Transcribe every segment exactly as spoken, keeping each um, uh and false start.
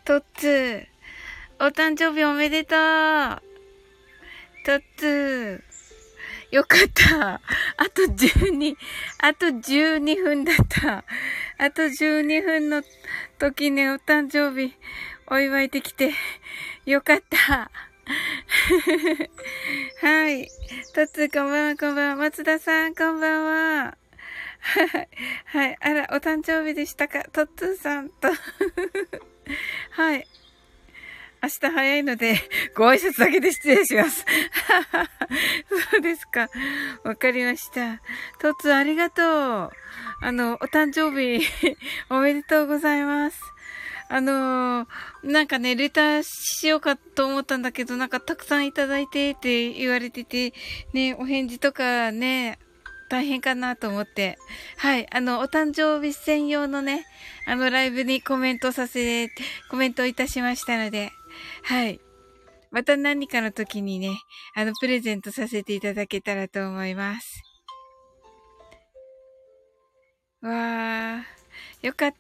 トッツー、お誕生日おめでとう。トッツー、よかった。あとじゅうに、あとじゅうにふんだった。あとじゅうにふんの時ね、お誕生日お祝いできてよかった。はい。トッツーこんばんは、こんばんは。松田さん、こんばんは。はい。はい。あら、お誕生日でしたか？トッツーさんと。はい。明日早いので、ご挨拶だけで失礼します。そうですか。わかりました。トッツーありがとう。あの、お誕生日、おめでとうございます。あのー、なんかね、レターしようかと思ったんだけど、なんかたくさんいただいてって言われてて、ね、お返事とかね、大変かなと思って。はい。あの、お誕生日専用のね、あの、ライブにコメントさせ、コメントいたしましたので、はい。また何かの時にね、あの、プレゼントさせていただけたらと思います。わー、よかった。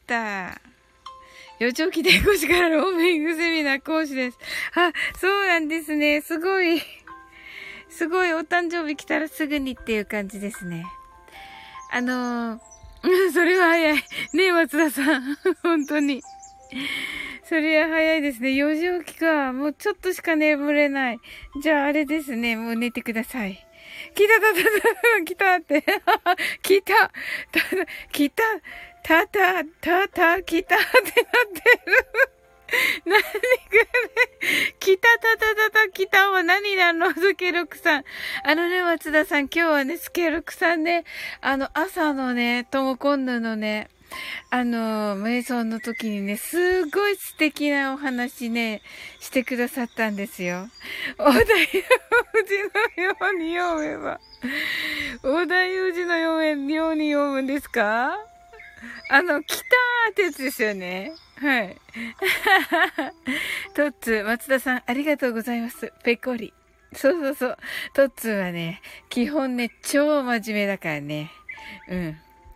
幼長期伝講師からローミングセミナー講師です。あ、そうなんですね。すごい、すごいお誕生日来たらすぐにっていう感じですね。あのー、それは早い。ねえ、松田さん。本当に。それは早いですね。よじ起きか。もうちょっとしか眠れない。じゃああれですね。もう寝てください。来たたたたた、来たって。来た。たた、来た。たた、たた、来たってなってる。何これ。来たたたたた、来たは何なの？スケロクさん。あのね、松田さん、今日はね、スケロクさんね、あの、朝のね、ともこんぬのね、あの、瞑想の時にね、すごい素敵なお話ね、してくださったんですよ。お題王子のように読めば。お題王子のように読むんですか？あの、来たーってやつですよね。はい。トッツー、松田さん、ありがとうございます。ペコリ。そうそうそう。トッツーはね、基本ね、超真面目だからね。うん。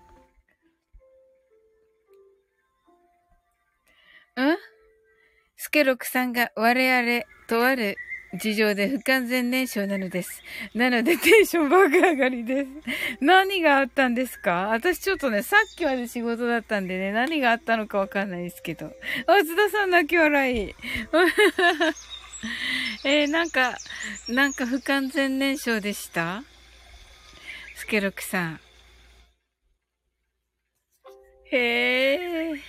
んスケロクさんが我々とある事情で不完全燃焼なのです。なのでテンション爆上がりです。何があったんですか？私ちょっとね、さっきまで仕事だったんでね、何があったのかわかんないですけど。あ、津田さん泣き笑い。えー、なんか、なんか不完全燃焼でしたスケロクさん。へー。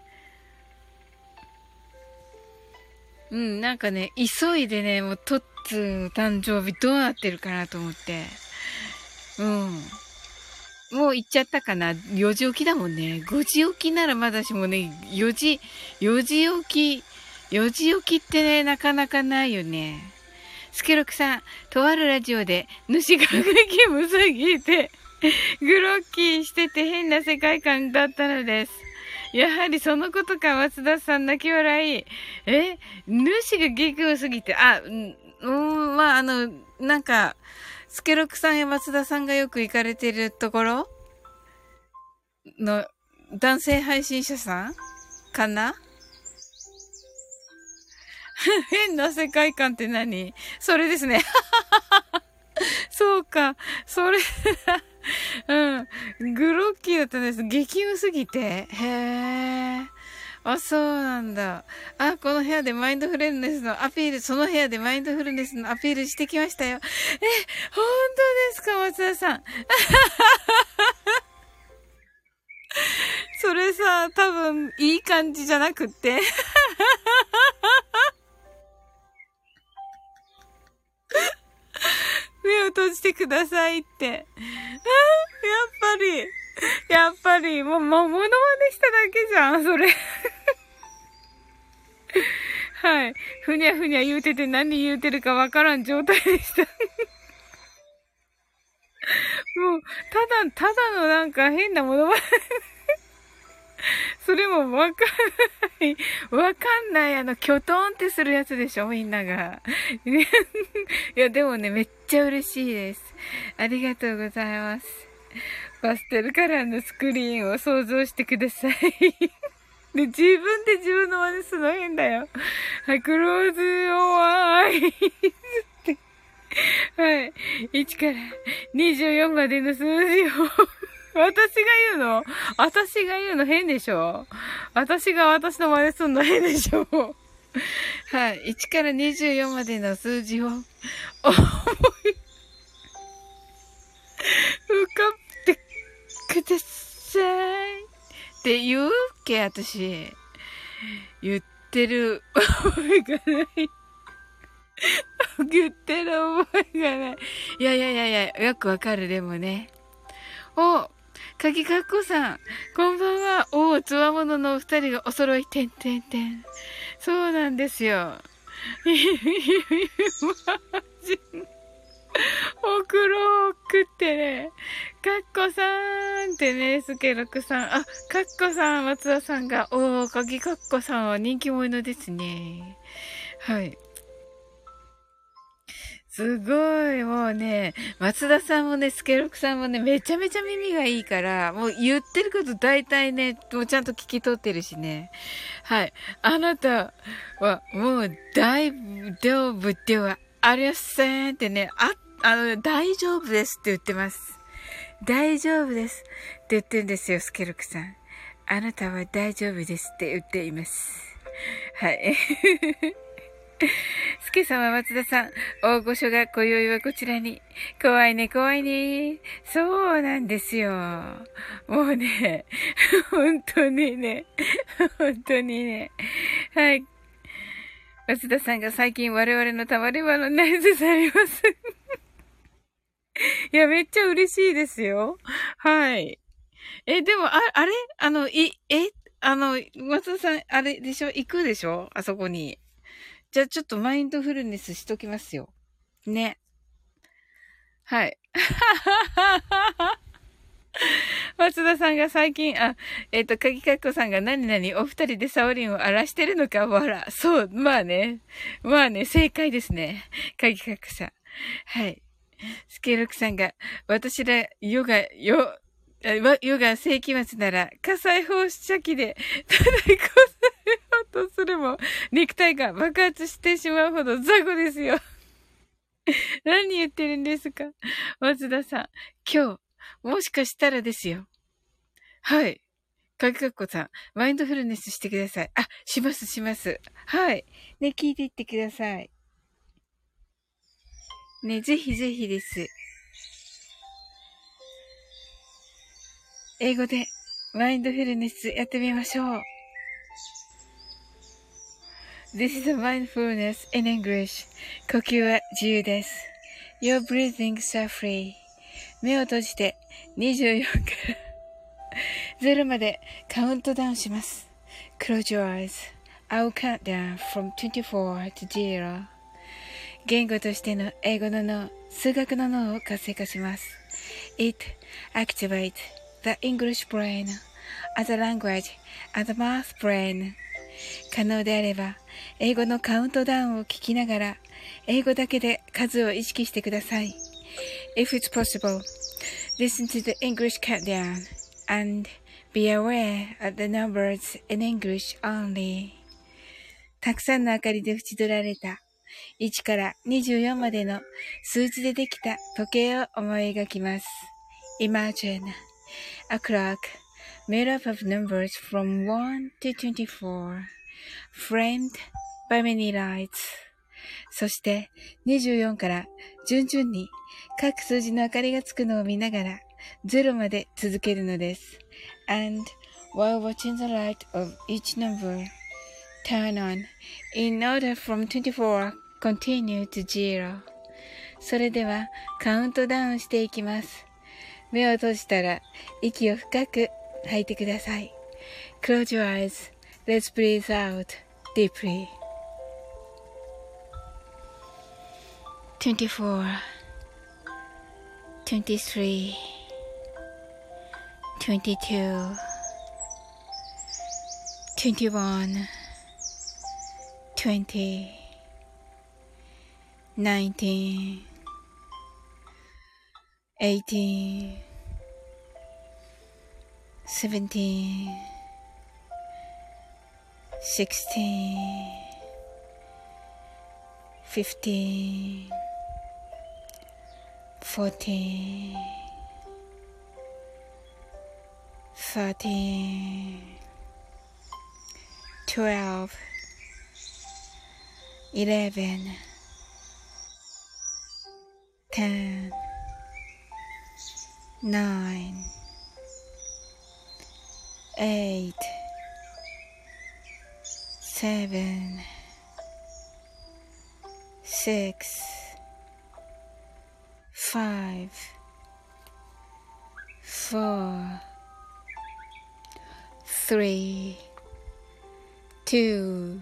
うん、なんかね、急いでね、もうトッツーの誕生日どうなってるかなと思って。うん。もう行っちゃったかな？ よ 時起きだもんね。ごじ起きならまだしもね、よじ、よじ起き、よじ起きってね、なかなかないよね。スケロクさん、とあるラジオで、主が激務すぎて、グロッキーしてて変な世界観だったのです。やはりそのことか、松田さん泣き笑い。え主が激務すぎて、あ、うん、うんまあ、あの、なんか、スケロクさんや松田さんがよく行かれてるところの男性配信者さんかな？変な世界観って何？それですね。そうか。それ、うん。グロッキーだったんです。激務すぎて。へー。あ、そうなんだ。あ、この部屋でマインドフルネスのアピール、その部屋でマインドフルネスのアピールしてきましたよ。え、本当ですか、松田さん。それさ、多分、いい感じじゃなくって。目を閉じてくださいって。あ、やっぱり、やっぱり、もう、もう、モノマネしただけじゃん、それ。はい。ふにゃふにゃ言うてて何言うてるかわからん状態でした。もう、ただ、ただのなんか変なモノマネ。それもわかんない。わかんない。あの、キョトンってするやつでしょみんなが。いや、でもね、めっちゃ嬉しいです。ありがとうございます。パステルカラーのスクリーンを想像してください。 で、自分で自分の真似するの変だよ。はい、クローズオアイズって。はい。いちからにじゅうよんまでの数字を私が言うの私が言うの変でしょ私が私の真似するの変でしょはい。いちからにじゅうよんまでの数字を思い、浮かってください。って言うっけ私。言ってる覚えがない。言ってる覚えがない。いやいやいやいや、よくわかる、でもね。お、かぎかっこさん、こんばんは。お、つわもののお二人がお揃い、てんてんてん。そうなんですよ。マジ。おくろくってね。かっこさんってね、スケロクさん。あ、かっこさん、松田さんが、おー、かぎかっこさんは人気者ですね。はい。すごい、もうね、松田さんもね、スケロクさんもね、めちゃめちゃ耳がいいから、もう言ってること大体ね、もうちゃんと聞き取ってるしね。はい。あなたは、もう大丈夫ではありませんってね、あ、あの、大丈夫ですって言ってます。大丈夫ですって言ってるんですよ、スケロクさん。あなたは大丈夫ですって言っています。はい。スケ様、松田さん、大御所が今宵はこちらに。怖いね、怖いね。そうなんですよ。もうね、本当にね、本当にね。はい。松田さんが最近我々のたまり場のナイスされます。いや、めっちゃ嬉しいですよ。はい。え、でも、あ、あれあの、い、え、あの、松田さん、あれでしょ行くでしょあそこに。じゃあちょっとマインドフルネスしときますよ。ね。はい。松田さんが最近、あ、えっ、と、かぎかっこさんが何々お二人でサオリンを荒らしてるのか、わら。そう、まあね。まあね、正解ですね。かぎかっこさん。はい。スケロクさんが、私ら、ヨガ、ヨ、ヨガ世紀末なら、火災放射器で、ただこされようとするも、肉体が爆発してしまうほど雑魚ですよ。何言ってるんですか松田さん。今日、もしかしたらですよ。はい。かぎかっこさん、マインドフルネスしてください。あ、します、します。はい。ね、聞いていってください。ね、ぜひぜひです。英語で、マインドフルネスやってみましょう。This is a mindfulness in English. 呼吸は自由です。Your breathings are free. 目を閉じてにじゅうよんからゼロまでカウントダウンします。Close your eyes. I'll count down from twenty-four to zero. 言語としての英語の脳、数学の脳を活性化します。It activates the English brain as a language and the math brain. 可能であれば、英語のカウントダウンを聞きながら、英語だけで数を意識してください。If it's possible, listen to the English countdown and be aware of the numbers in English only. たくさんの明かりで縁取られたいちからにじゅうよんまでの数字でできた時計を思い描きます。Imagine a clock made up of numbers from one to twenty-four, framed by many lights. そしてにじゅうよんから順々に各数字の明かりがつくのを見ながらゼロまで続けるのです。And while watching the light of each number turn on in order from twenty-four continue to zero. それではカウントダウンしていきます。目を閉じたら息を深く吐いてください。Close your eyes. Let's breathe out deeply. twenty-four, twenty-three, twenty-two, twenty-one, twenty, nineteen, eighteen, seventeen, sixteen, fifteen, fourteen, thirteen, twelve, eleven, ten, nine, eight, seven, six, five, four, three, two,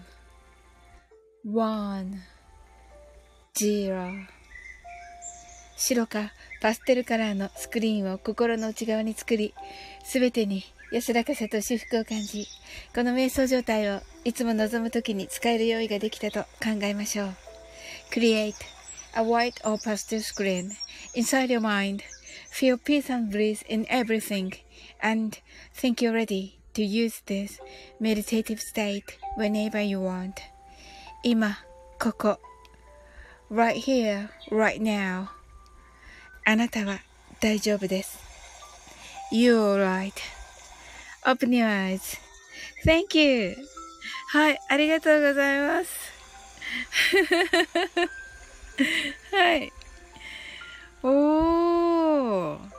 one, zero。白かパステルカラーのスクリーンを心の内側に作り、すべてに安らかさと至福を感じ、この瞑想状態をいつも望むときに使える用意ができたと考えましょう。Create a white or pastel screen inside your mind. Feel peace and bliss in everything and think you're ready to use this meditative state whenever you want. 今、ここ。Right here, right now. あなたは大丈夫です。You're right.Open your eyes. Thank you. はい、ありがとうございます。はい。おー。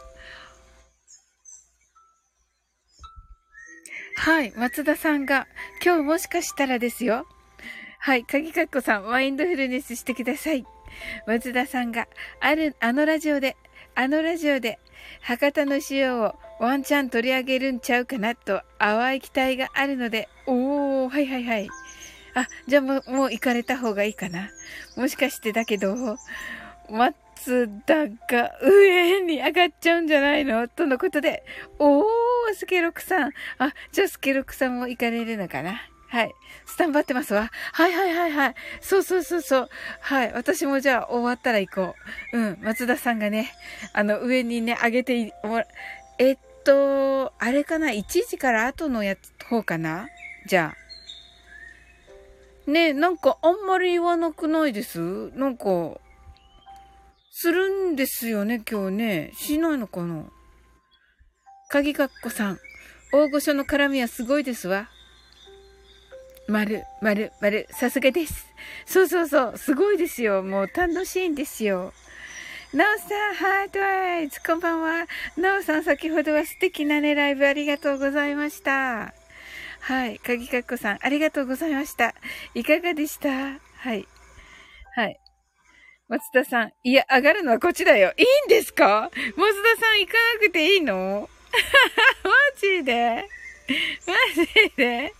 はい、松田さんが、今日もしかしたらですよ。はい、かぎかっこさん、マインドフルネスしてください。松田さんが、ある、あのラジオで、あのラジオで、博多の塩をワンチャン取り上げるんちゃうかなと淡い期待があるので、おー、はいはいはい。あ、じゃあもう、もう行かれた方がいいかな。もしかしてだけど、松田が上に上がっちゃうんじゃないのとのことで、おー、スケロクさん。あ、じゃあスケロクさんも行かれるのかな。はい。スタンバってますわ。はいはいはいはい。そうそうそうそう。はい。私もじゃあ終わったら行こう。うん。松田さんがね、あの上にね、上げてもら、えっと、あれかな ?いち 時から後のやつ、方かなじゃあ。ね、なんかあんまり言わなくないです？なんか、するんですよね、今日ね。しないのかな？かぎかっこさん。大御所の絡みはすごいですわ。まる、まる、まる、さすがです。そうそうそう、すごいですよ。もう楽しいんですよ。なおさん、ハートアイズ、こんばんは。なおさん、先ほどは素敵なね、ライブありがとうございました。はい、かぎかっこさん、ありがとうございました。いかがでした？はい。はい。松田さん、いや、上がるのはこっちだよ。いいんですか？松田さん、行かなくていいの？マジで？マジで？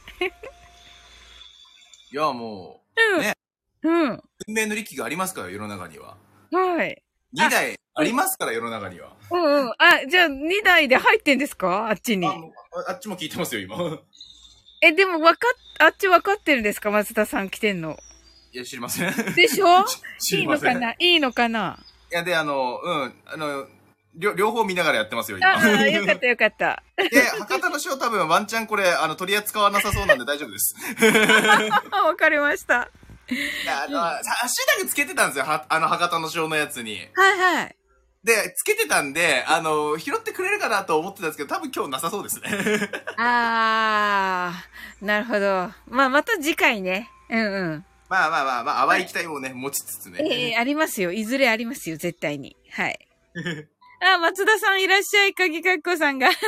いや、もう、うん、ね。うん。運命の力がありますから、世の中には。 はい。 にだいありますから、世の中には。 うんうん。あ、じゃあにだいで入ってんですか？あっちに。 あ, あっちも聞いてますよ、今。 え、でもわかっ、あっちわかってるんですか？松田さん来てんの。 いや、知りません。 でしょ？知りません。いいのかないいのかないや、で、あの、うん、あの、両、両方見ながらやってますよ、今。 ああ、よかったよかった。 で、博多の塩多分ワンチャンこれ、あの、取り扱わなさそうなんで大丈夫です。 わかりました。 いや、あの、ハッシュタグつけてたんですよ、は、あの、博多の塩のやつに。 はいはい。 で、つけてたんで、あの、拾ってくれるかなと思ってたんですけど、多分今日なさそうですね。 あー、なるほど。まあ、また次回ね。うんうん。 まあまあまあまあ、淡い期待をね、持ちつつね。 ええー、ありますよ。いずれありますよ、絶対に。はい。あ、松田さんいらっしゃい、かぎかっこさんが。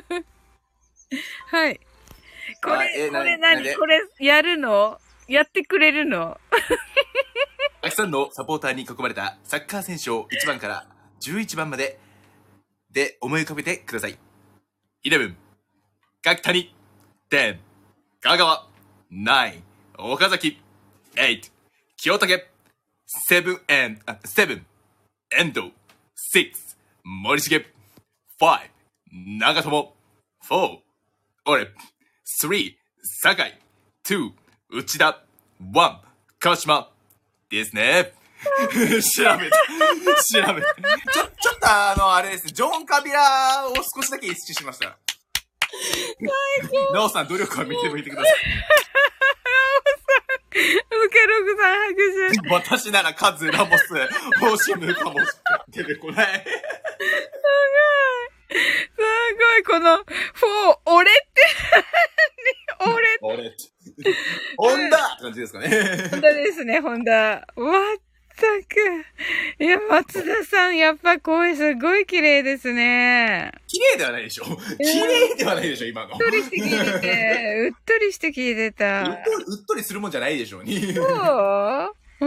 はい。これ、これ何これ、やるの？やってくれるの？ たくさんのサポーターに囲まれたサッカー選手をいちばんからじゅういちばんまでで思い浮かべてください。じゅういち、角谷、じゅう、香川、きゅう、岡崎、はち、清武、セブン、あ、セブン、遠藤、ろく、森重、ご、長友、よん、俺、さん、酒井、に、内田、いち、川島ですね。調べて、調べて。ちょ、ちょっとあの、あれですね、ジョン・カビラを少しだけ意識しました。なおさん、努力は見てみてください。 ケログさん拍手。 私ならカズ、ラモス、ホシムかもし出てこない。 すごい。すごい、この、フォー、俺って何俺って。 俺って。ホンダって感じですかね。 ホンダですね、ホンダ。まったく。いや、松田さん、やっぱ声すごい綺麗ですね。 綺麗ではないでしょ。綺麗ではないでしょ、今の。うっとりして聞いてて、うっとりして聞いてた。 うっとり、うっとりするもんじゃないでしょうに。 そううん。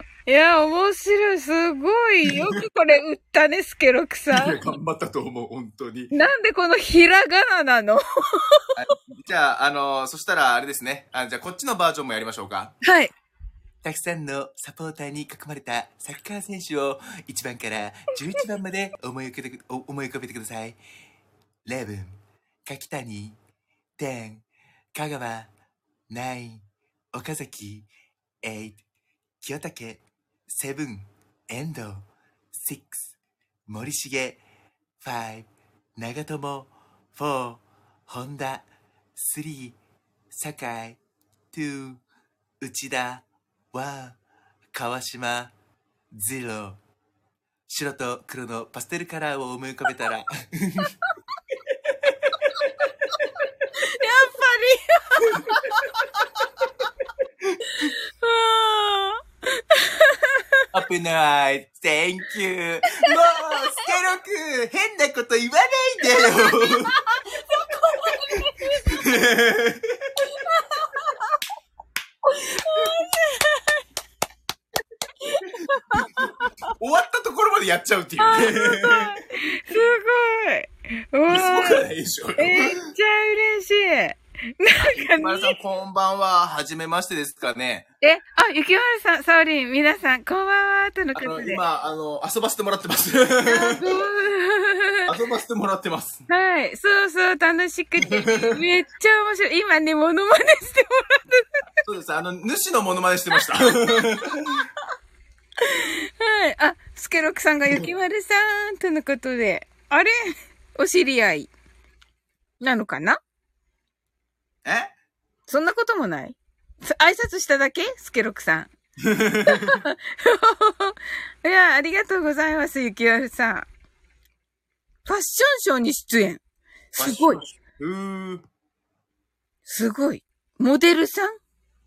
いや、面白い。すごい。よくこれ売ったね、スケロクさん。 頑張ったと思う、本当に。 なんでこのひらがななのじゃあ、あの、そしたらあれですね。あじゃあ、こっちのバージョンもやりましょうか。 はい。 たくさんのサポーターに囲まれたサッカー選手をいちばんからじゅういちばんまで思い浮かべて、思い浮かべてください。レブン、柿谷、テン、香川、ナイン、岡崎、エイト、清武、セブン、遠藤、シックス、森重、ファイブ、長友、フォー、本田、スリー、酒井、ツー、内田、ワン、川島、ゼロ。白と黒のパステルカラーを思い浮かべたら。やっぱりハッピーナイト、Thank you。もう、スケロク、変なこと言わないでよ。そこまで。終わったところまでやっちゃうっていうね。すごい。すごい。うわすごくないでしょ。 めっちゃ嬉しい。なんかね。 まるさん、こんばんは。はじめましてですかね。 え、あ、ゆきまるさん、サオリン、皆さん、こんばんは、とのことで。 今、あの、遊ばせてもらってます。遊ばせてもらってます。 はい。そうそう、楽しくて。めっちゃ面白い。今ね、モノマネしてもらってる。 そうです。あの、主のモノマネしてました。 はい。あ、スケロクさんがゆきまるさん、とのことで。あれお知り合いなのかなえそんなこともない挨拶しただけスケロクさん。いや、ありがとうございます、ゆきわるさん。ファッションショーに出演。すごい。 うーすごい。モデルさん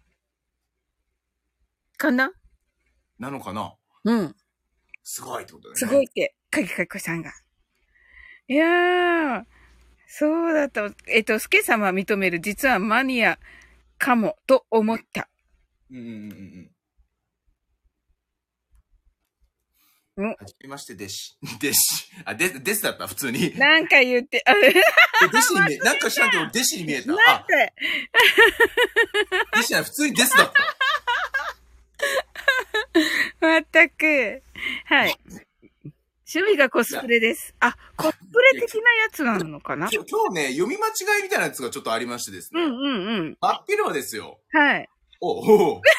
かななのかなうん。 すごいってことだね。 すごいって、かきかこさんが。いやー、そうだった。えっと、スケ様認める。実はマニアかも、と思った。 うんうんうんうん。 はじめまして、弟子。弟子。あ、で、ですだった、普通に。 なんか言って、あれ弟子に見え、なんか知らんけど、弟子に見えた。 なんあ、 て。 弟子じゃない、普通にですだった。 まったく。はい。趣味がコスプレです。あ、コスプレ的なやつなのかな今日ね、読み間違いみたいなやつがちょっとありましてですね。 うんうんうん。 真っ昼間ですよ。 はい。 おお。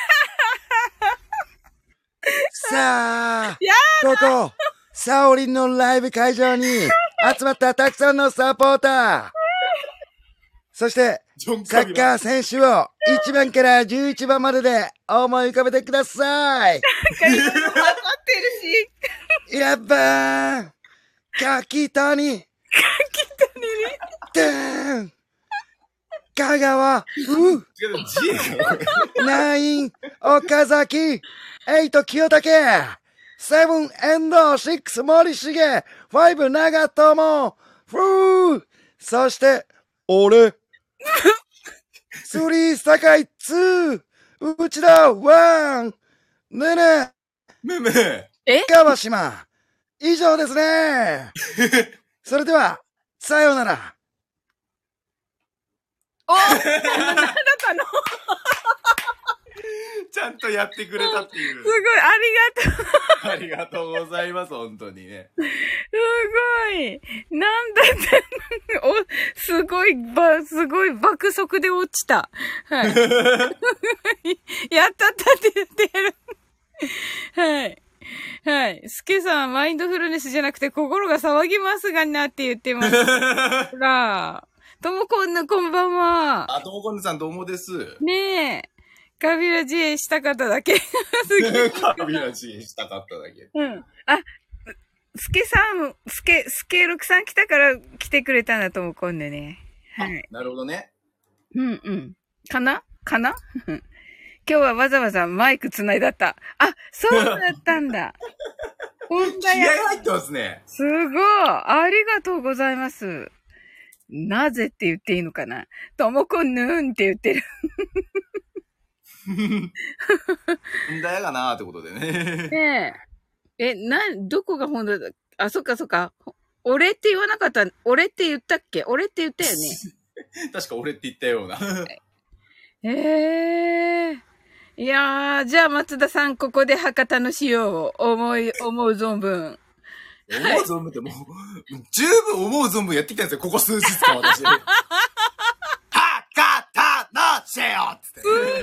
さあ、ここ、サオリンのライブ会場に集まったたくさんのサポーター。そして、サッカー選手をいちばんからじゅういちばんまでで思い浮かべてください。 なんかいろいろ分かってるし。やっばーん。柿谷。 柿谷ね。 でーん。香川。うー。ナイン。岡崎。エイト清武。セブン遠藤。シックス森重。ファイブ長友。フー。そして、俺。スリー酒井。ツー。内田。ワン。ねね。 めめ。 え川島。以上ですね。それでは、さようなら。 おなんだったのちゃんとやってくれたっていう。 すごい、ありがとう。 ありがとうございます、本当にね。 すごい。なんだって、お、すごい、ば、すごい爆速で落ちた。はい。やったったって言ってる。はい。はい。スケさん、マインドフルネスじゃなくて心が騒ぎますがなって言ってます。ほら。ともこんぬこんばんは。 あ、ともこんぬさんどうもです。 ねえ。 カビラ自演したかっただけ。 カビラ自演したかっただけ。 うん。あ、スケさん、スケ、スケロクさん来たから来てくれたんだと思う、今度ね。はい。 なるほどね。 うんうん。かなかな今日はわざわざマイクつないだった。あ、そうだったんだ。本当や。 気合入ってますね。 すごい。ありがとうございます。なぜって言っていいのかな。ともこぬーんって言ってる。 んだやがなーってことでね。 ねえ。え、な、どこが本当だ。あ、そっかそっか。俺って言わなかった。俺って言ったっけ？俺って言ったよね。 確か俺って言ったような。 ええー。いやー、じゃあ松田さん、ここで博多の塩を思い、思う存分。 思う存分ってもう、十分思う存分やってきたんですよ、ここ数日間私。博多の塩つって。 すごい。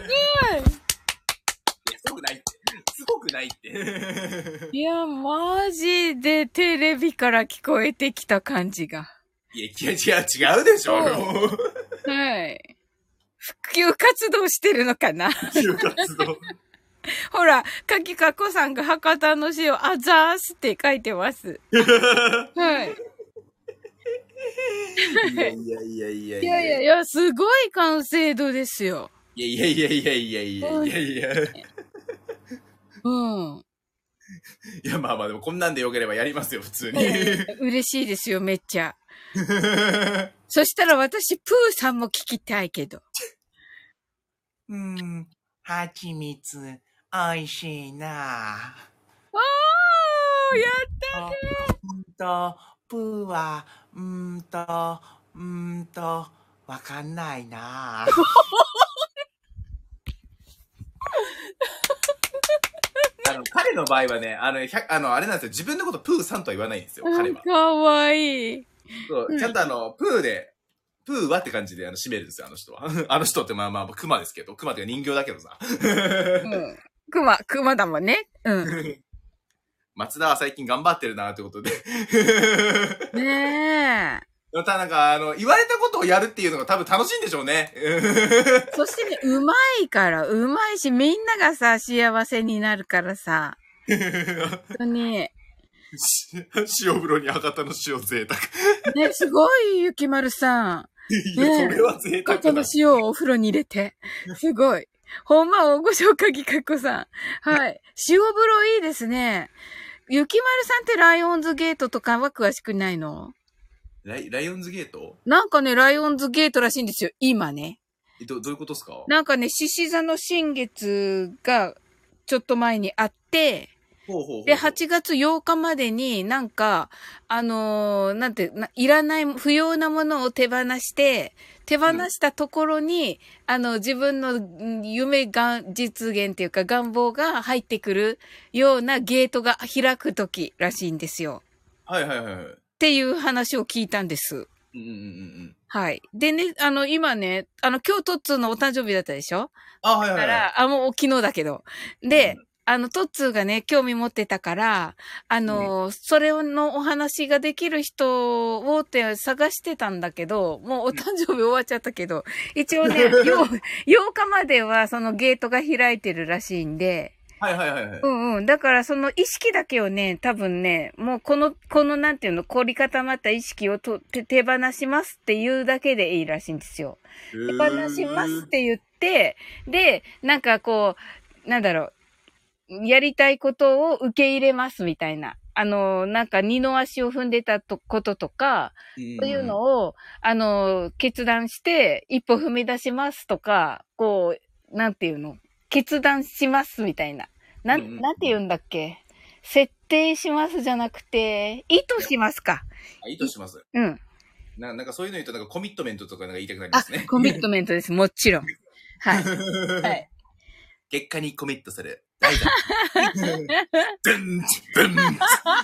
すごくないって。すごくないって。 いや、マジでテレビから聞こえてきた感じが。 いや、違う違う、違うでしょ。 はい。普及活動してるのかな。 普及活動。 ほら、かきかこさんが博多の塩、あざーすって書いてます。はい。 いやいやいやいやいやいやいや、すごい完成度ですよ。 いやいやいやいやいやいやいやいや。 うん。 いや、まあまあ、でもこんなんでよければやりますよ、普通に。 嬉しいですよ、めっちゃ。そしたら私、プーさんも聞きたいけど。 うーん、はちみつ、おいしいなぁ。おー、やったね。 うんと、プーは、うーんと、うーんと、わかんないなあの、彼の場合はね、あの、あの、あれなんですよ、自分のことプーさんとは言わないんですよ、彼は。 かわいい。 そう、ちゃんとあの、プーで、プーはって感じであの締めるんですよ、あの人は。あの人ってまあまあ、クマですけど、クマって人形だけどさ。 うん。クマ、クマだもんね。うん。 松田は最近頑張ってるなってことで。 ねえ。 ただなんか、あの、言われたことをやるっていうのが多分楽しいんでしょうね。 そしてね、うまいから、うまいし、みんながさ、幸せになるからさ。本当に。 塩風呂に博多の塩贅沢。 ね、すごい、ゆきまるさん。 いや、それは贅沢だ。 博多の塩をお風呂に入れて。すごい。ほんま大御所かぎかっこさん。はい。塩風呂いいですね。ゆきまるさんってライオンズゲートとかは詳しくないの？ ライ、ライオンズゲート？ なんかね、ライオンズゲートらしいんですよ、今ね。 え、ど、どういうことですか？ なんかね、獅子座の新月がちょっと前にあって、 ほうほうほうほうで、はちがつようかまでになんか、あのー、なんてな、いらない、不要なものを手放して、手放したところに、うん、あの、自分の夢が実現っていうか願望が入ってくるようなゲートが開くときらしいんですよ。 はいはいはい。 っていう話を聞いたんです。 うんうんうんうん。 はい。でね、あの、今ね、あの、今日トッツーのお誕生日だったでしょ？ あ、はいはいはい。 だから、あ、もう昨日だけど。で、うんあの、トッツーがね、興味持ってたから、あの、うん、それのお話ができる人をって探してたんだけど、もうお誕生日終わっちゃったけど、一応ね、ようかまではそのゲートが開いてるらしいんで、 はいはいはいはい。 うんうん。だからその意識だけをね、多分ね、もうこの、このなんていうの、凝り固まった意識をと手手放しますっていうだけでいいらしいんですよ。手放しますって言って、で、なんかこう、なんだろう、やりたいことを受け入れますみたいな。あの、なんか二の足を踏んでたとこととか、そういうのを、あの、決断して一歩踏み出しますとか、こう、なんていうの決断しますみたいな。なん、なんて言うんだっけ設定しますじゃなくて、意図しますか。 あ、意図します。 うん。 な、なんかそういうの言うとなんかコミットメントとかなんか言いたくなりますね。 あ、コミットメントです。もちろん。はい。はい。 結果にコミットする。大丈夫。ブン、ブン、ブン、ブン、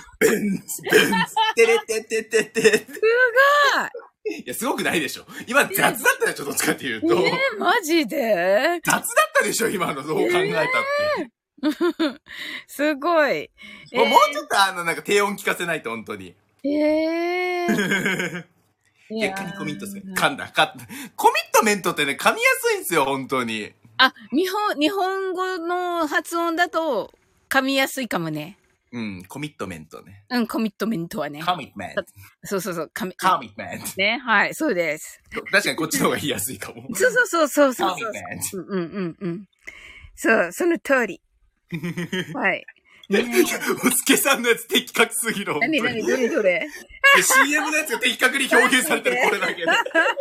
てれてててて。すごい。いや、すごくないでしょ。今雑だったでしょ、どっちかっていうと。 えー、マジで雑だったでしょ、今の、どう考えたって。えー、 すごい。 もう、もうちょっとあの、なんか低音聞かせないと、本当に。 えー。 結果にコミットする。噛んだ、噛んだ。コミットメントってね、噛みやすいんですよ、本当に。 あ、日本、日本語の発音だと噛みやすいかもね。 うん、コミットメントね。 うん、コミットメントはね。 コミットメント。 そうそうそう、 コミットメント。 ね、はい、そうです。 確かにこっちの方が言いやすいかも。 そうそうそうそうそう。 コミットメント。 うんうんうん。そう、その通り。はい。 ね、おすけさんのやつ的確すぎる。 何何どれどれシーエム のやつが的確に表現されてる、これだけで。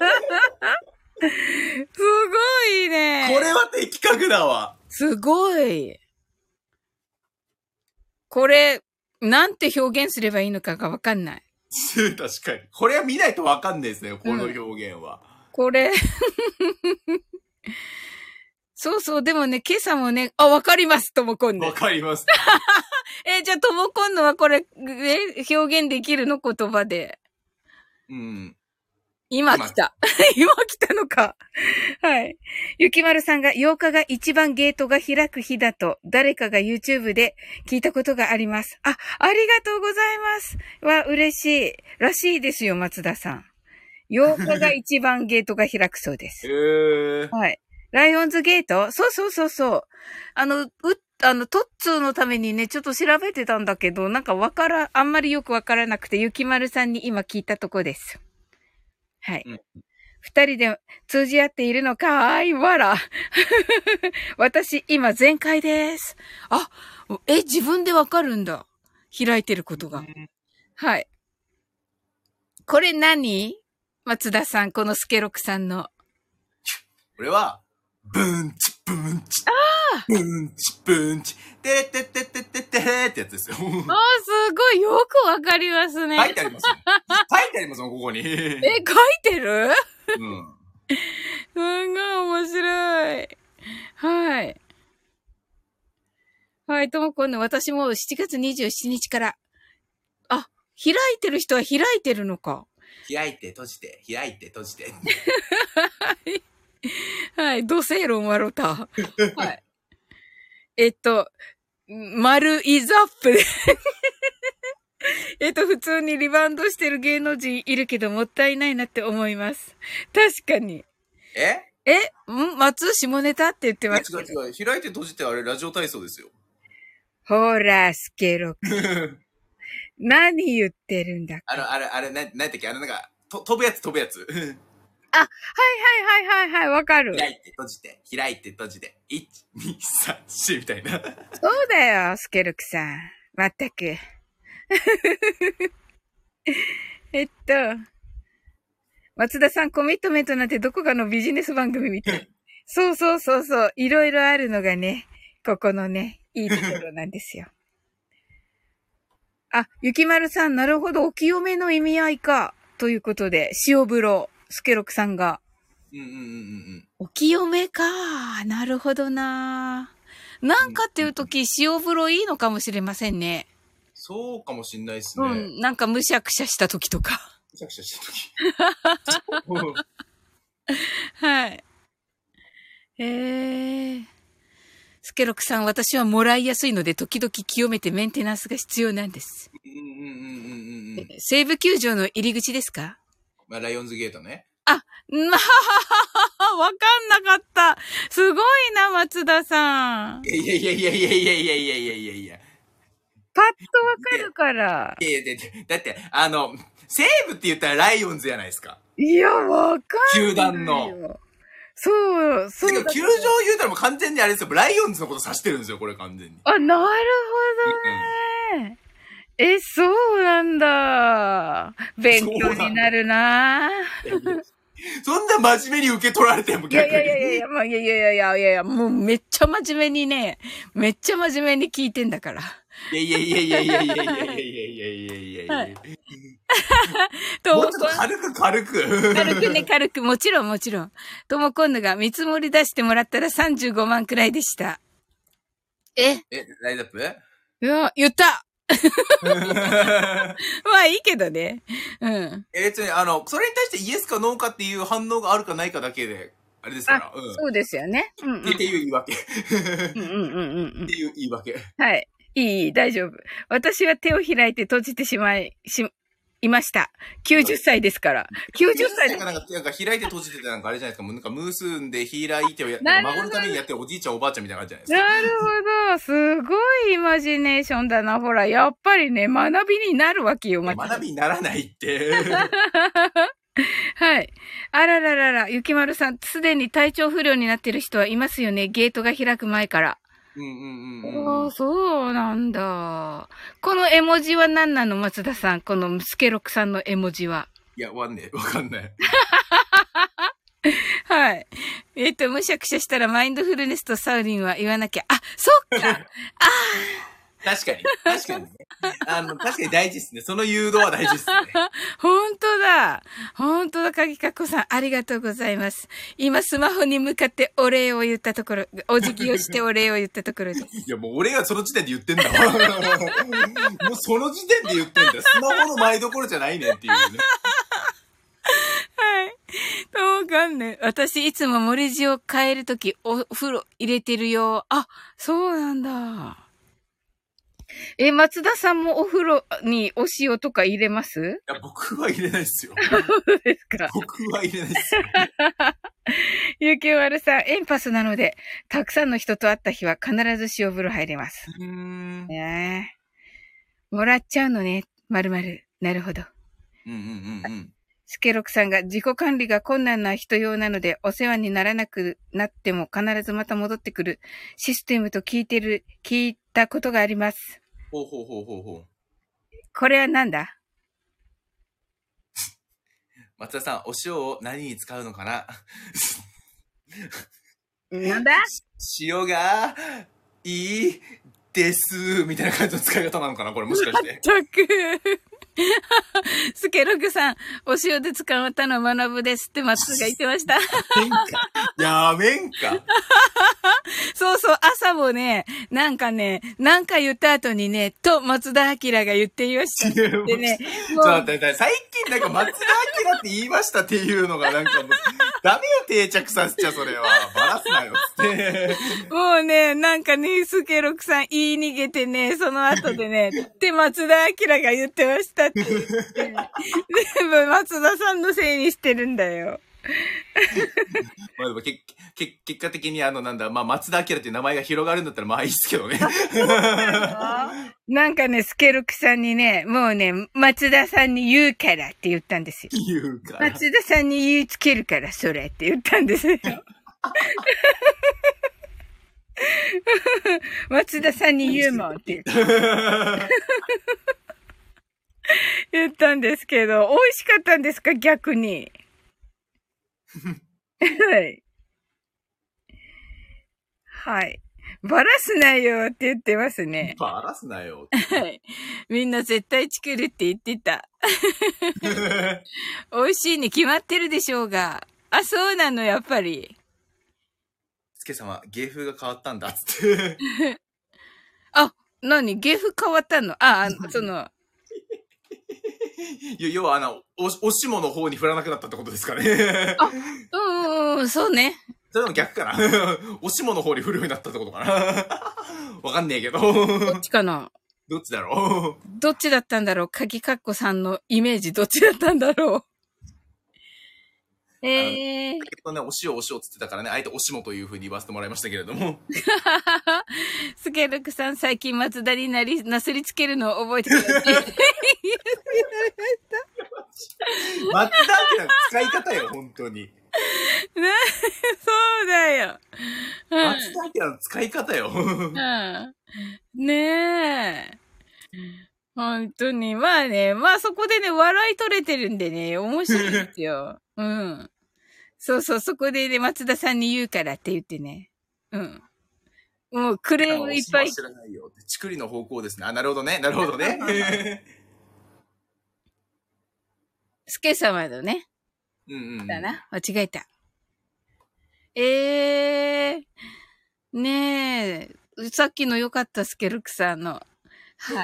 すごいね。 これは的確だわ。 すごい。これ、なんて表現すればいいのかがわかんない。 確かに。これは見ないとわかんないですね、この表現は。うん、 これ。そうそう、でもね、今朝もね、あ、わかります、ともこんの。 わかります。 え、じゃあ、ともこんのはこれ、え、表現できるの言葉で。 うん。 今来た。今来たのか。はい。ゆきまるさんがようかが一番ゲートが開く日だと誰かが YouTube で聞いたことがあります。あ、ありがとうございます。わ、嬉しい。らしいですよ、松田さん。ようかが一番ゲートが開くそうです。 へー。 はい。ライオンズゲート？そうそうそうそう。あの、う、あの、トッツーのためにね、ちょっと調べてたんだけど、なんかわから、あんまりよくわからなくて、ゆきまるさんに今聞いたとこです。はい。うん、二人で通じ合っているのかーい、わら。私、今全開です。あ、え、自分でわかるんだ。開いてることが。はい。これ何？松田さん、このスケロクさんの。 これは、ブンチ、ブンチ。 ああブンチ、ブンチ。てれてってってってってれってやつですよ。ああ、 すごい。よくわかりますね。 書いてありますよ。書いてありますもん、ここに。え、 書いてる？うん。すごい面白い。はい。はい、ともこんの私もしちがつにじゅうしちにちから。あ、開いてる人は開いてるのか。 開いて、閉じて、開いて、閉じて。 はい。はい、土星論笑った。はい。えっと、丸イザップで。えっと、普通にリバウンドしてる芸能人いるけどもったいないなって思います。確かに。 ええん松下ネタって言ってます。 違う違う。開いて閉じてあれラジオ体操ですよ。 ほら、スケロク。何言ってるんだっけ。 あの、あれ、あれ、な、なんだっけあの、なんか、と、飛ぶやつ飛ぶやつ。 あ、はいはいはいはいはい、わかる。 開いて閉じて、開いて閉じて、いち、に、さん、よんみたいな。 そうだよ、スケルクさん。まったく。えっと、松田さんコミットメントなんてどこかのビジネス番組みたい。そうそうそうそう、いろいろあるのがね、ここのね、いいところなんですよ。あ、ゆきまるさん、なるほど、お清めの意味合いか。ということで、塩風呂、スケロクさんが。 うんうんうんうん。 お清めか。なるほどな。なんかっていうとき、塩風呂いいのかもしれませんね。 そうかもしんないですね。 うん、なんかむしゃくしゃしたときとか。 むしゃくしゃしたとき。 はい。えー。スケロクさん、私はもらいやすいので、時々清めてメンテナンスが必要なんです。 うんうんうんうんうん。 西武球場の入り口ですか？ まあ、ライオンズゲートね。 あ、まあ、わかんなかった。すごいな、松田さん。 いやいやいやいやいやいやいやいやいやいや。 パッとわかるから。 いやいや、だって、あの、西武って言ったらライオンズじゃないですか。 いや、わかんない。 球団の。 そう、そうだ。 球場言うたらもう完全にあれですよ。ライオンズのこと指してるんですよ、これ完全に。 あ、なるほどね。うん、え、そうなんだ。勉強になるな。 そんな真面目に受け取られても逆に。いやいやいやいや、まあ、いやいやいやいやいやいや、もうめっちゃ真面目にね、めっちゃ真面目に聞いてんだから。 いやいやいやいやいやいやいやいやいやいやいやいや。 ともうちょっと軽く軽く。 軽くね、軽く。もちろんもちろん。ともこんぬが見積もり出してもらったらさんじゅうごまんくらいでした。ええ、ライトアップ？ いや、言ったまあいいけどね。うん。 え、別に、あの、それに対してイエスかノーかっていう反応があるかないかだけで、あれですから。 うん、そうですよね。 うん、うん。っていう言い訳。 うんうんうんうん。 っていう言い訳。 はい。いい、大丈夫。私は手を開いて閉じてしまい、し、 いました。きゅうじゅっさいですから。きゅうじゅっさいなんか、なんか開いて閉じててなんかあれじゃないですか。もうなんかムースンで開いてをやって、孫のためにやってるおじいちゃんおばあちゃんみたいな感じじゃないですか。 なるほど。すごいイマジネーションだな。ほら、やっぱりね、学びになるわけよ、 学びにならないって。 はい。あらららら、ゆきまるさん、すでに体調不良になってる人はいますよね。ゲートが開く前から。 うんうんうん、うん。 ああ、そうなんだ。この絵文字は何なの、松田さん。このスケロクさんの絵文字は。 いや、わかんねえ。わかんない。 はい。えっと、むしゃくしゃしたらマインドフルネスとサウリンは言わなきゃ。あ、そっか。ああ。 確かに。確かにね。あの、確かに大事ですね。その誘導は大事ですね。 本当だ。本当だ、かぎかこさん。ありがとうございます。今、スマホに向かってお礼を言ったところ、お辞儀をしてお礼を言ったところです。 いや、もう俺がその時点で言ってんだわ。もうその時点で言ってんだよ。スマホの前どころじゃないねんっていうね。 はい。わかんね。私、いつも森地を変えるとき、お風呂入れてるよ。あ、そうなんだ。え、松田さんもお風呂にお塩とか入れます？ いや、僕は入れないですよ。 そうですか。 僕は入れないですよ。 ゆきわるさん、エンパスなので、たくさんの人と会った日は必ず塩風呂入れます。 うーん。 ねえ。もらっちゃうのね、まるまる。なるほど。 うんうんうんうん。 スケロクさんが自己管理が困難な人用なのでお世話にならなくなっても必ずまた戻ってくるシステムと聞いてる、聞いたことがあります。 ほうほうほうほうほう。 これはなんだ？ 松田さん、お塩を何に使うのかな？ なんだ？ 塩がいいですみたいな感じの使い方なのかなこれもしかして。 全く。スケロクさん、お塩で使わったのは学ぶですって松が言ってました。 やめんか。やめんか。 そうそう、朝もね、なんかね、なんか言った後にね、と松田明が言っていました。でね、 もう。ちょっと待って、最近なんか松田明って言いましたっていうのがなんかもう、ダメよ定着させちゃそれは。バラすなよって。 もうね、なんかね、スケロクさん言い逃げてね、その後でね、って松田明が言ってましたって言って、全部松田さんのせいにしてるんだよ。 まあでもけけ結果的にあのなんだ、まあ松田明っていう名前が広がるんだったらまあいいっすけどね。 なんかね、スケロクさんにね、もうね、松田さんに言うからって言ったんですよ。 言うから。 松田さんに言いつけるから、それって言ったんですよ。松田さんに言うもんって言った。言ったんですけど、美味しかったんですか逆に。はい。はい。バラすなよって言ってますね。 バラすなよ。 はい。みんな絶対作るって言ってた。美味しいに決まってるでしょうが。あ、そうなの、やっぱり。 スケ様、芸風が変わったんだ、つって。 あ、何芸風変わったの？あ、あの、その。 いや、要はあの、お、おしもの方に振らなくなったってことですかね。 あ、うん、うん、そうね。 それでも逆かな。おしもの方に振るようになったってことかな。わかんねえけど。 どっちかな？ どっちだろう。 どっちだったんだろう？かぎかっこさんのイメージどっちだったんだろう。ええー。 結構ね、お塩お塩つってたからね、あえておしもという風に言わせてもらいましたけれども。 スケルクさん最近松田になり、なすりつけるのを覚えてください。 松田明の使い方よ、本当に。 な、そうだよ。 松田明の使い方よ。 うん、ねえ。本当に。まあね、まあそこでね、笑い取れてるんでね、面白いですよ。うん。そうそう、そこでね、松田さんに言うからって言ってね。うん。もうクレームいっぱい。 知らないよ。ちくりの方向ですね。あ、なるほどね。なるほどね。 スケ様のね。 うんうん、うん。 だな。間違えた。ええー。ねえ。さっきの良かったスケルクさんの。はい。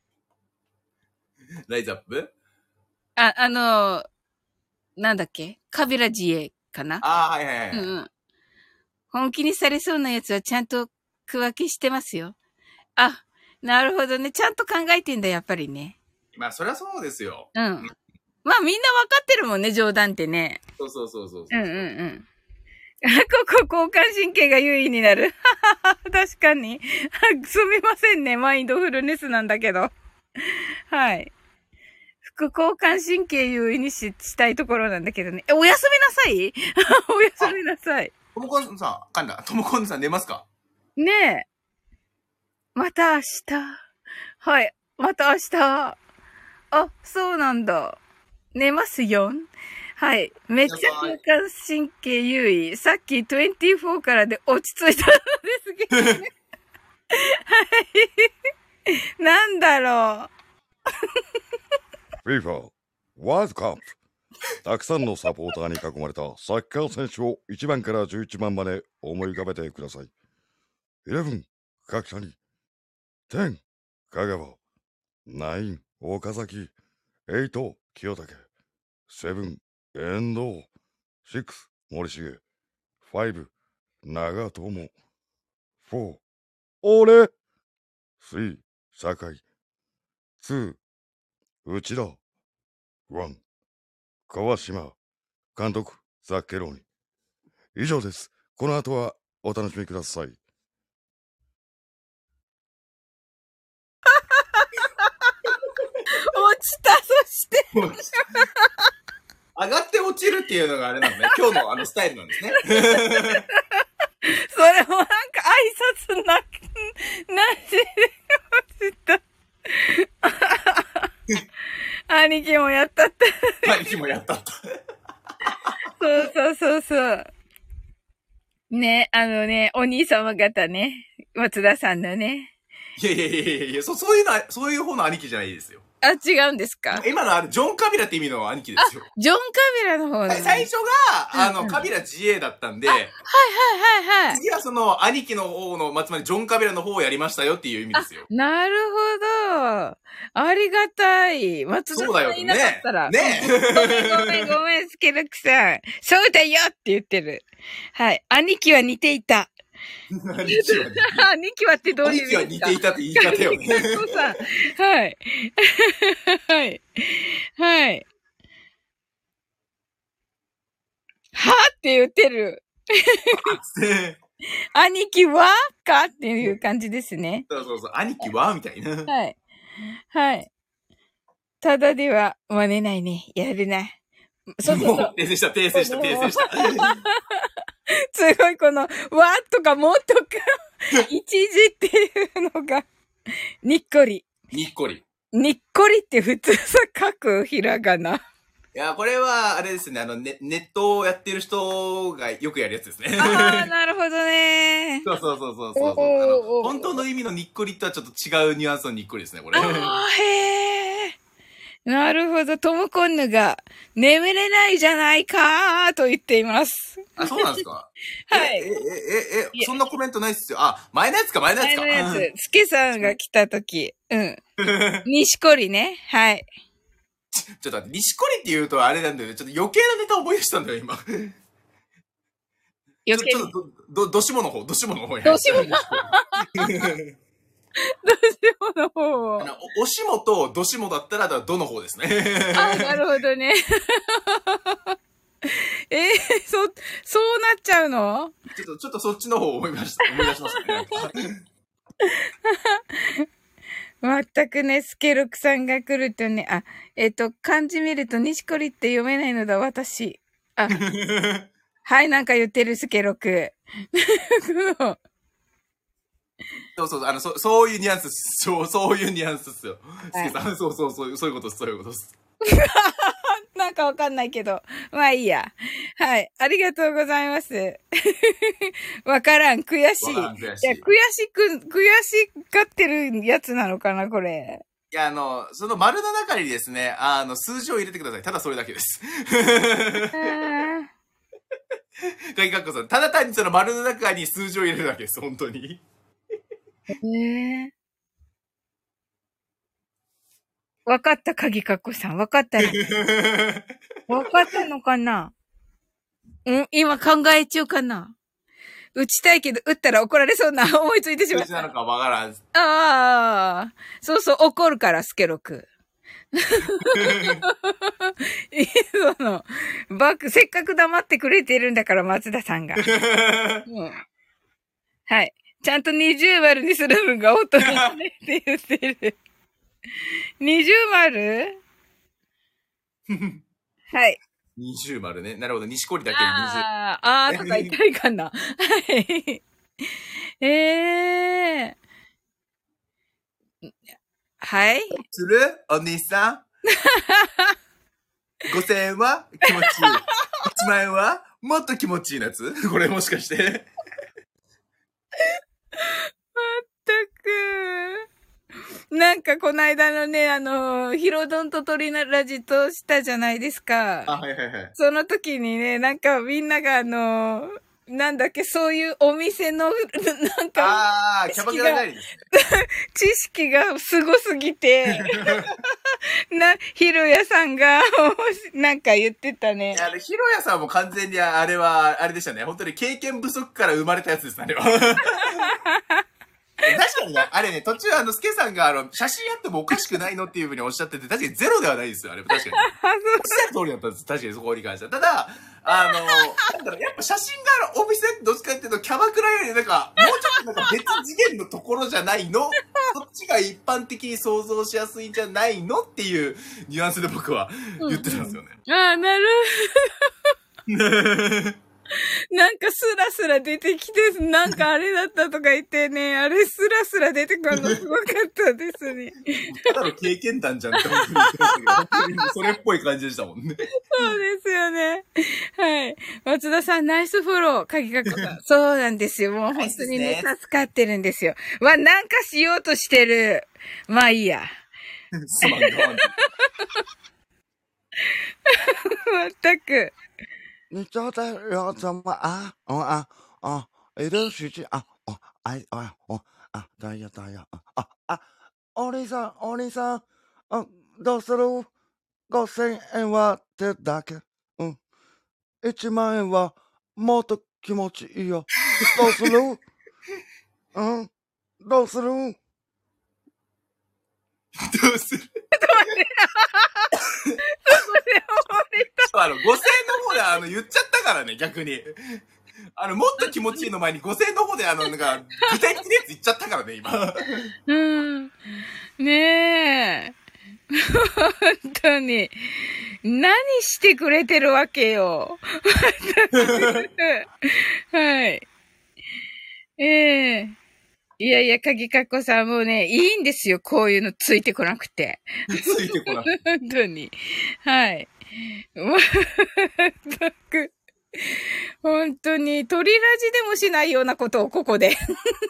ライズアップ？ あ、あの、なんだっけ？カビラジエかな？ ああ、はいはいはい。うんうん。本気にされそうなやつはちゃんと区分けしてますよ。あ、なるほどね。ちゃんと考えてんだ、やっぱりね。 まあ、そりゃそうですよ。 うん。まあみんなわかってるもんね、冗談ってね。 そうそうそうそう。 うんうんうん。ここ交感神経が優位になる。確かに。すみませんね。マインドフルネスなんだけど。はい。副交感神経優位にししたいところなんだけどね。え、おやすみなさいおやすみなさい。 ともこんさん、かんだ。ともこんさん寝ますか？ ねえ。また明日。はい。また明日。あ、そうなんだ。寝ますよ。はい。めっちゃ交感神経優位。さっきにじゅうよんからで落ち着いたのですけどね。はい。なんだろう。FIFA ワールドカップ。たくさんのサポーターに囲まれたサッカー選手をいちばんからじゅういちばんまで思い浮かべてください。じゅういち、角谷。じゅう、香川。きゅう、岡崎。はち、清武。なな、遠藤。ろく、森重。ご、長友。よん、俺。さん、酒井。に、内田。いち、川島。監督、ザッケローニ。以上です。この後はお楽しみください。 落ちた、そして。 上がって落ちるっていうのがあれなんね。今日のあのスタイルなんですね。それもなんか挨拶な、なしで落ちた。兄貴もやったった。 兄貴もやったった。 そうそうそうそう。ね、あのね、お兄様方ね、松田さんのね。 いやいやいやいやいや、そ、そういうの、そういう方の兄貴じゃないですよ。 あ、違うんですか？ 今のあれ、ジョン・カビラって意味の兄貴ですよ。 ジョン・カビラの方ね。 最初が、あの、うんうん、カビラ自衛だったんで、はいはいはいはい。 次はその、兄貴の方の、まつまりジョン・カビラの方をやりましたよっていう意味ですよ。 なるほど。ありがたい。松田さんいなかったら。 ねえ。 ねごめんごめんごめん、スケルクさん。そうだよって言ってる。はい。兄貴は似ていた。 兄貴は似ていた。 兄貴はってどういう意味ですか？ 兄貴は似ていたって言い方よね。 はい。はい。はい。はって言ってる。兄貴はかっていう感じですね。 そうそうそう。兄貴はみたいな。 はい。はい。ただでは真似ないね。やるな。 そうそうそう。訂正した、訂正した、訂正した。 すごいこの、わとかもとか、一時っていうのが、にっこり。 にっこり。 にっこりって普通さ、書くひらがな。 いや、これは、あれですね、あの、ネ、ネットをやってる人がよくやるやつですね。 ああ、なるほどね。 そうそうそうそうそう。あの、本当の意味のにっこりとはちょっと違うニュアンスのにっこりですね、これ。 ああ、へえ。なるほど。トムコンヌが、眠れないじゃないかーと言っています。 あ、そうなんですか？ はい。 え、え、え、え、そんなコメントないっすよ。あ、前のやつか、前のやつか。 前のやつ。スケさんが来たとき。うん。西堀ね。はい。 ちょっと待って、西堀って言うとあれなんだよね。ちょっと余計なネタ思い出したんだよ、今。余計ちょっと、ど、どしもの方、どしもの方や。 どしもの方どしもの方を。 あの、おしもとどしもだったら、どの方ですね。 あ、なるほどね。えー、そ、そうなっちゃうの？ ちょっと、ちょっとそっちの方を思いました。思い出しましたね。 全くね、スケロクさんが来るとね、あ、えっと、漢字見ると西堀って読めないのだ、私。あ、はい、なんか言ってる、スケロク。 そうそう、あの、そ、そういうニュアンス、そう、そういうニュアンスですよ。スケさん、そうそうそう、そういうことです、そういうことです。 なんかわかんないけど。まあいいや。はい。ありがとうございます。わからん。悔しい。 わからん、悔しい。 いや、悔しく、悔しがってるやつなのかな、これ。 いや、あの、その丸の中にですね、あの、数字を入れてください。ただそれだけです。かぎかっこさん、ただ単にその丸の中に数字を入れるだけです、本当に。 えーわかった、かぎかっこさん。わかったね。わかったのかな？うん今考え中かな？打ちたいけど、打ったら怒られそうな思いついてしまった。 数字なのかわからん。 ああ、そうそう、怒るから、スケロク。 その、バック、せっかく黙ってくれてるんだから、松田さんが。うん、はい。ちゃんと二重丸にするのが音にねって言ってる。二重丸はい。 二重丸ね。なるほど。西堀だけに二重。 ああ、ああ、とか言ったらいいかな。はい。ええー。はい。 するお兄さん。ごせんえんは気持ちいい。いちまん円はもっと気持ちいいやつこれもしかして。まったく。なんかこの間のね、あの、ヒロドンとトリナラジとしたじゃないですか。 あ、はいはいはい。 その時にね、なんかみんながあの、なんだっけ、そういうお店の、なんか、 ああ、キャバクラ帰りです。 知識がすごすぎて、な、ひろやさんが、なんか言ってたね。 あれ、ひろやさんも完全にあれは、あれでしたね。本当に経験不足から生まれたやつですね、あれは。確かにね、あれね、途中あの、スケさんがあの、写真あってもおかしくないのっていうふうにおっしゃってて、確かにゼロではないですよ、あれ。確かに。おっしゃる通りだったんです、確かにそこに関しては。ただ、あの、なんだろう、やっぱ写真があるお店ってどっちかっていうと、キャバクラよりなんか、もうちょっとなんか別次元のところじゃないのそっちが一般的に想像しやすいんじゃないのっていうニュアンスで僕は言ってたんですよね。 うんうん、ああ、なるほど。なんかスラスラ出てきて、なんかあれだったとか言ってね、あれスラスラ出てくるのすごかったですね。 ただの経験談じゃんって本当に言ってましたけど、本当にそれっぽい感じでしたもんね。 そうですよね。はい。松田さん、ナイスフォロー、鍵かこさん。そうなんですよ。もう本当にね、助かってるんですよ。わ、なんかしようとしてる。まあいいや。 すまん、我慢。 まったく。 你坐在要怎么啊？哦啊哦，一段时间啊哦哎哎哦啊，大家大家啊啊啊！お兄さんお兄さんあどうする？五千円は手だけ。うん。一万円はもっと気持ちいいよ。どうする？うん。どうする？どうする？ ちょっと待って。そこで終わりた。 あの、ごせんえんの方であの、言っちゃったからね、逆に。あの、もっと気持ちいいの前にごせんえんの方であの、なんか、具体的なやつ言っちゃったからね、今。 うん。ねえ。本当に。何してくれてるわけよ。はい。ええー。いやいや、鍵かっこさんもうね、いいんですよ。こういうのついてこなくて。 ついてこなくて。 本当に。はい。まったく。本当に、鳥ラジでもしないようなことをここで。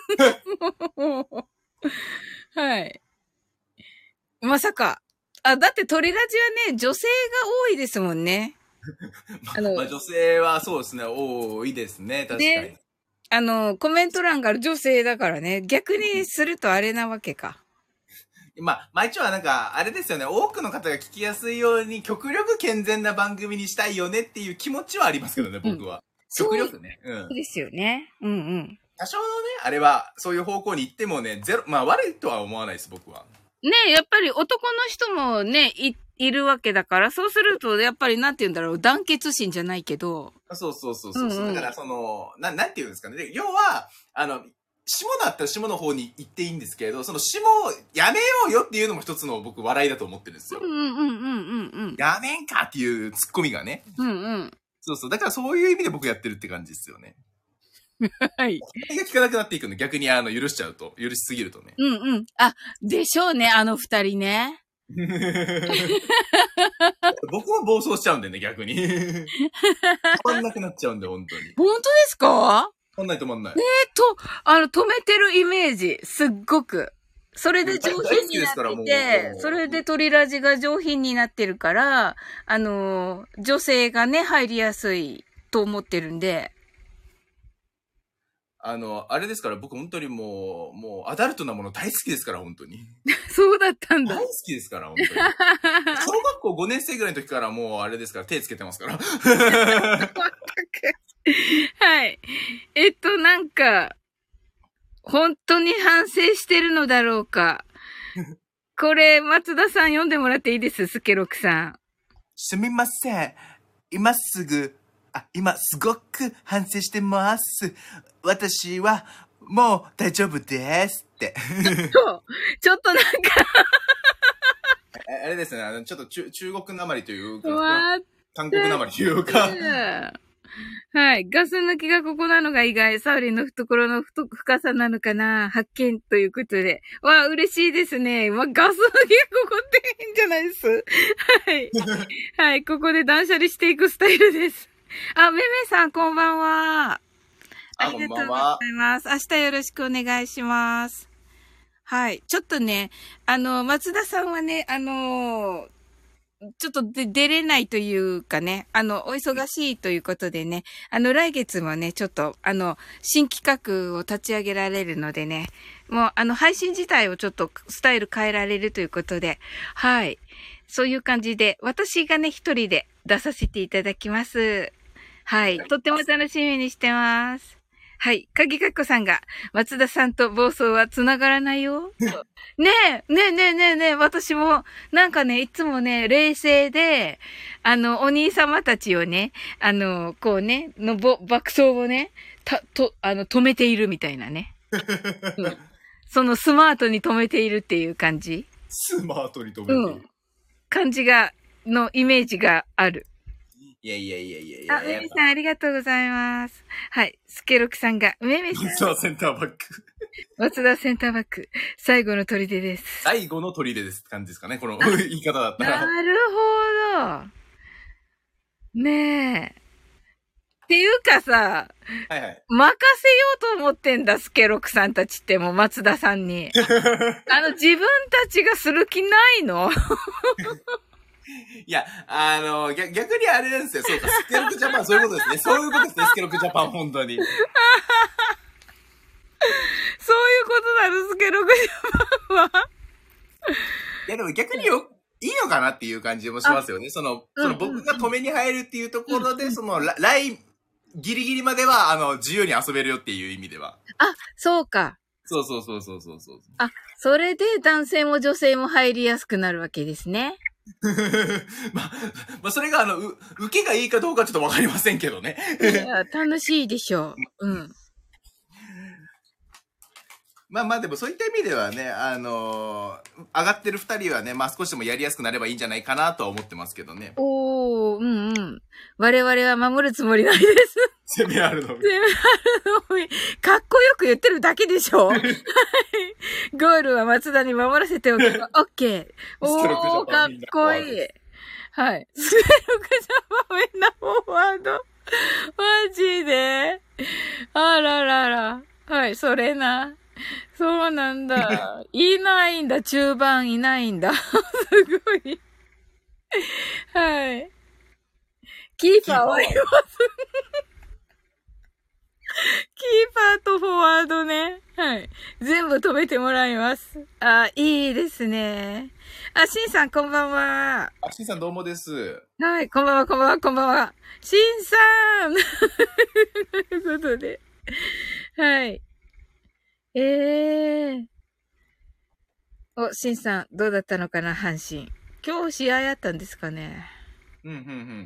はい。まさか。あ、だって鳥ラジはね、女性が多いですもんね。 まあの、まあ、女性はそうですね、多いですね、確かに。 あの、コメント欄が女性だからね、逆にするとあれなわけか。 まあ、まあ一応はなんか、あれですよね、多くの方が聞きやすいように、極力健全な番組にしたいよねっていう気持ちはありますけどね、僕は。うん、極力ね。うん。 そうですよね。うんうん。 多少のね、あれは、そういう方向に行ってもね、ゼロ、まあ悪いとは思わないです、僕は。 ねえ、やっぱり男の人もね、い、いるわけだから、そうすると、やっぱりなんて言うんだろう、団結心じゃないけど。 そうそうそうそう。うんうん、だから、その、な、なんて言うんですかね。要は、あの、下だったら下の方に行っていいんですけれど、その下をやめようよっていうのも一つの僕笑いだと思ってるんですよ。 うんうんうんうんうん。 やめんかっていうツッコミがね。 うんうん。 そうそう。だからそういう意味で僕やってるって感じですよね。はい。それが聞かなくなっていくの。逆にあの、許しちゃうと。許しすぎるとね。 うんうん。あ、でしょうね、あの二人ね。 僕も暴走しちゃうんでね、逆に。止まんなくなっちゃうんで、本当に。 本当ですか？ 止まんない止まんない。 えーと、あの、止めてるイメージ、すっごく。それで上品になってて、それで鳥ラジが上品になってるから、あの、女性がね、入りやすいと思ってるんで。 あの、あれですから、僕本当にもう、もう、アダルトなもの大好きですから、本当に。 そうだったんだ。 大好きですから、本当に。小学校ごねん生ぐらいの時からもう、あれですから、手つけてますから。 はい。えっと、なんか、本当に反省してるのだろうか。 これ、松田さん読んでもらっていいです、スケロクさん。 すみません。今すぐ、あ、今すごく反省してます。私はもう大丈夫ですって。 そう。ちょっとなんかあれですね、あの、ちょっと中、中国なまりというか、韓国なまりというか。 はい。ガス抜きがここなのが意外。サウリンの懐の太深さなのかな、発見ということで。わあ、嬉しいですね。わ、ガス抜きがここって変じゃないです。はい。はい。ここで断捨離していくスタイルです。あ、めめさん、こんばんは。ありがとうございます。明日よろしくお願いします。はい。ちょっとね、あの、松田さんはね、あの、ちょっとで出れないというかね、あの、お忙しいということでね、あの、来月もね、ちょっと、あの、新企画を立ち上げられるのでね、もう、あの、配信自体をちょっとスタイル変えられるということで、はい。そういう感じで、私がね、一人で出させていただきます。はい。とっても楽しみにしてます。はい。かぎかっこさんが、松田さんと暴走は繋がらないよ。ねえ、ねえねえねえねえ、私も、なんかね、いつもね、冷静で、あの、お兄様たちをね、あの、こうね、のぼ、爆走をね、た、と、あの、止めているみたいなね。うん、そのスマートに止めているっていう感じ。 スマートに止めている。うん。 感じが、のイメージがある。 いやいやいやいやいや。 あ、めめさんありがとうございます。はい。スケロクさんが、めめさん。 松田センターバック。 松田センターバック。最後の砦です。 最後の砦ですって感じですかね、この言い方だったら。 なるほど。ねえ。っていうかさ、はいはい、任せようと思ってんだ、スケロクさんたちってもう松田さんに。あの、自分たちがする気ないのいや、あの、逆逆にあれなんですよ。そうか、スケロクジャパン、そういうことですね。そういうことですね、スケロクジャパン、本当に。そういうことなの、スケロクジャパンは。 いや、でも逆によ、いいのかなっていう感じもしますよね。その、その僕が止めに入るっていうところで、うん、その、ライン、ギリギリまでは、あの、自由に遊べるよっていう意味では。 あ、そうか。 そうそうそうそうそうそう。 あ、それで男性も女性も入りやすくなるわけですね。 まあ、まあ、それがあの、う、受けがいいかどうかちょっとわかりませんけどね。 いや、楽しいでしょう。うん。 まあまあでもそういった意味ではね、あのー、上がってる二人はね、まあ少しでもやりやすくなればいいんじゃないかなとは思ってますけどね。 おー、うんうん。我々は守るつもりないです。 攻めあるのみ。 攻めあるのみ。かっこよく言ってるだけでしょ。はい。ゴールは松田に守らせておけば、オッケー。おー、かっこいい。はい。スケロクジャパンみんなフォワード。マジで。あららら。はい、それな。そうなんだ。いないんだ。中盤いないんだ。すごい。はい。キーパーはいます。キーパーとフォワードね。はい。全部止めてもらいます。あ、いいですね。あ、シンさんこんばんは。 あ、シンさんどうもです。 はい、こんばんは、こんばんは、こんばんは。シンさんということで。はい。ええー。お、シンさん、どうだったのかな、阪神。今日試合あったんですかね。 うん、うん、うん。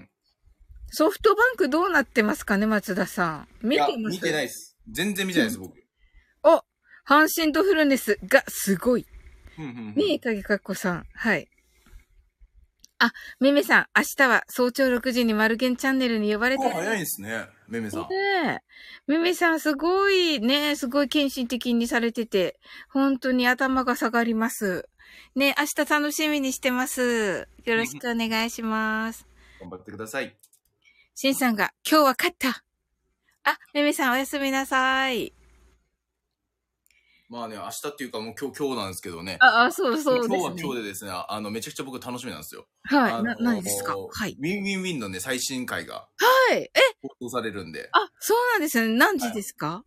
ソフトバンクどうなってますかね、松田さん。見てます？ 見てないです。全然見てないです、僕。 お、阪神とフルネスがすごい。 うんうんうん、 ねえ、かげかっこさん。はい。あ、めめさん、明日は早朝ろくじにマルゲンチャンネルに呼ばれてる。 早いですね、めめさん。 ねえ。めめさん、すごい、ね、すごい献身的にされてて、本当に頭が下がります。ね、明日楽しみにしてます。よろしくお願いします。 頑張ってください。 しんさんが、今日は勝った。あ、めめさんおやすみなさい。 まあね、明日っていうかもう今日、今日なんですけどね。 ああ、そうそうですね。 今日は今日でですね、あの、めちゃくちゃ僕楽しみなんですよ。 はい。な、何ですか？はい。 ウィンウィンウィンのね、最新回が。 はい。え放送されるんで。 あ、そうなんですよね。何時ですか？はい、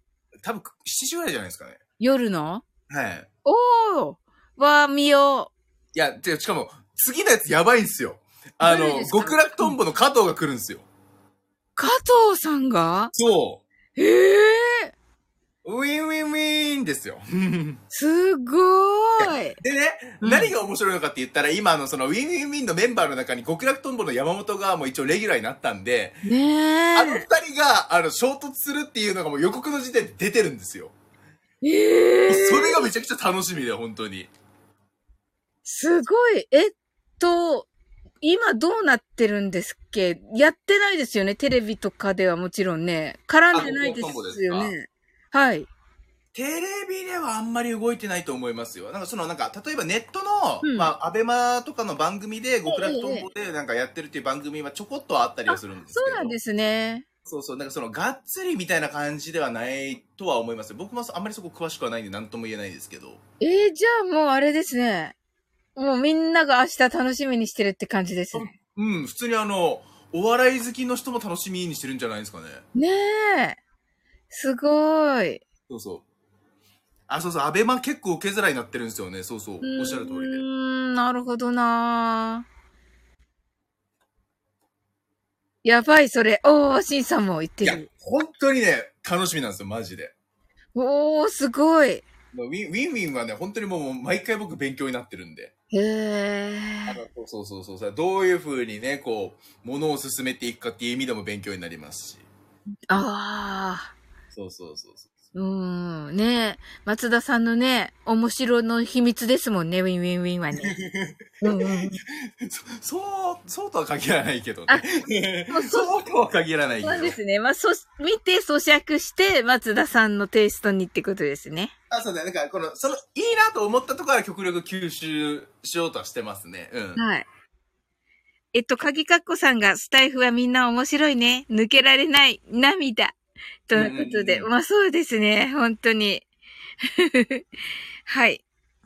多分、しちじぐらいじゃないですかね。 夜の？ はい。 おー。わー、見よう。 いや、てしかも、次のやつやばいんですよ。あの、極楽トンボの加藤が来るんですよ。 加藤さんが？ そう。 ええー。 ウィンウィンウィンですよ。 すごい。 でね、 うん何が面白いのかって言ったら、今あのそのウィンウィンウィンのメンバーの中に極楽とんぼの山本がもう一応レギュラーになったんで、 ねあの二人があの衝突するっていうのがもう予告の時点で出てるんですよ。 え。えー、 それがめちゃくちゃ楽しみで、本当に。 すごい。えっと、今どうなってるんですっけ？やってないですよね。テレビとかではもちろんね。絡んでないですよね。はい。 テレビではあんまり動いてないと思いますよ。なんかそのなんか、例えばネットの、 うんまあ、アベマとかの番組で極楽とんぼでなんかやってるっていう番組はちょこっとあったりはするんですけど。 そうなんですね。 そうそう、なんかそのがっつりみたいな感じではないとは思いますよ。僕もあんまりそこ詳しくはないんで何とも言えないですけど。 えー、じゃあもうあれですね。もうみんなが明日楽しみにしてるって感じですね。 うん、普通にあの、お笑い好きの人も楽しみにしてるんじゃないですかね。 ねえ。すごい。 そうそう。あ、そうそう、アベマ結構受けづらいになってるんですよね。そうそう、おっしゃる通りで。 うーん、なるほどなやばい、それ。おー、シンさんも言っていやる。、 本当にね、楽しみなんですよ、マジで。 おー、すごい。 ウィンウィンウィンはね、本当にもう毎回僕勉強になってるんで。 へあー。 のそうそうそうそう。どういう風にね、こう、ものを進めていくかっていう意味でも勉強になりますし。 あそうそうそうそう。 ー。うーん、ねえ。松田さんのね、面白の秘密ですもんね、ウィンウィンウィンはね。うんうん、 そそう、そうとは限らないけどあね。 そうそうとは限らないけど。 そうですね。まあ、そ、見て咀嚼して、松田さんのテイストにってことですね。 あ、そうだね。なんか、この、その、いいなと思ったところは極力吸収しようとはしてますね。うん。 はい。えっと、鍵かっこさんが、スタイフはみんな面白いね。抜けられない。涙。ということで。 うんうんうんまあ、そうですね。本当に。はい。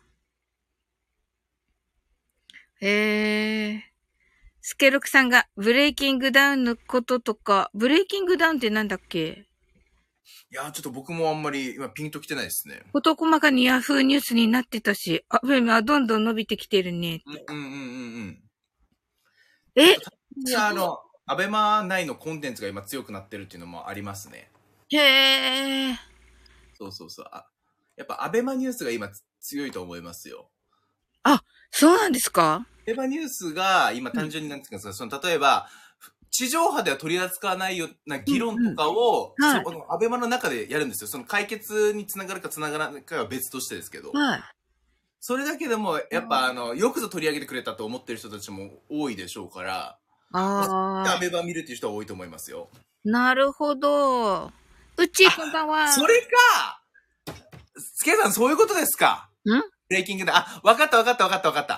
えー。スケロクさんが、ブレイキングダウンのこととか、ブレイキングダウンってなんだっけ？ いや、ちょっと僕もあんまり今ピンときてないですね。 事細かにヤフーニュースになってたし、あ、今どんどん伸びてきてるね。 うんうんうんうんうん。 えいや、あの、アベマ内のコンテンツが今強くなってるっていうのもありますね。 へー。 そうそうそう。あ、やっぱアベマニュースが今強いと思いますよ。 あ、そうなんですか？ アベマニュースが今単純になんていうんですか、その例えば、地上波では取り扱わないような議論とかを、 うんうんはいそのアベマの中でやるんですよ。その解決につながるかつながらないかは別としてですけど。 はい。 それだけでも、やっぱあの、よくぞ取り上げてくれたと思ってる人たちも多いでしょうから、アあベマ見るっていう人は多いと思いますよ。 ー。なるほど。うち、こんばんは。 それかスケさんそういうことですか？ んブレイキングだ。あ、わかったわかったわかったわかった。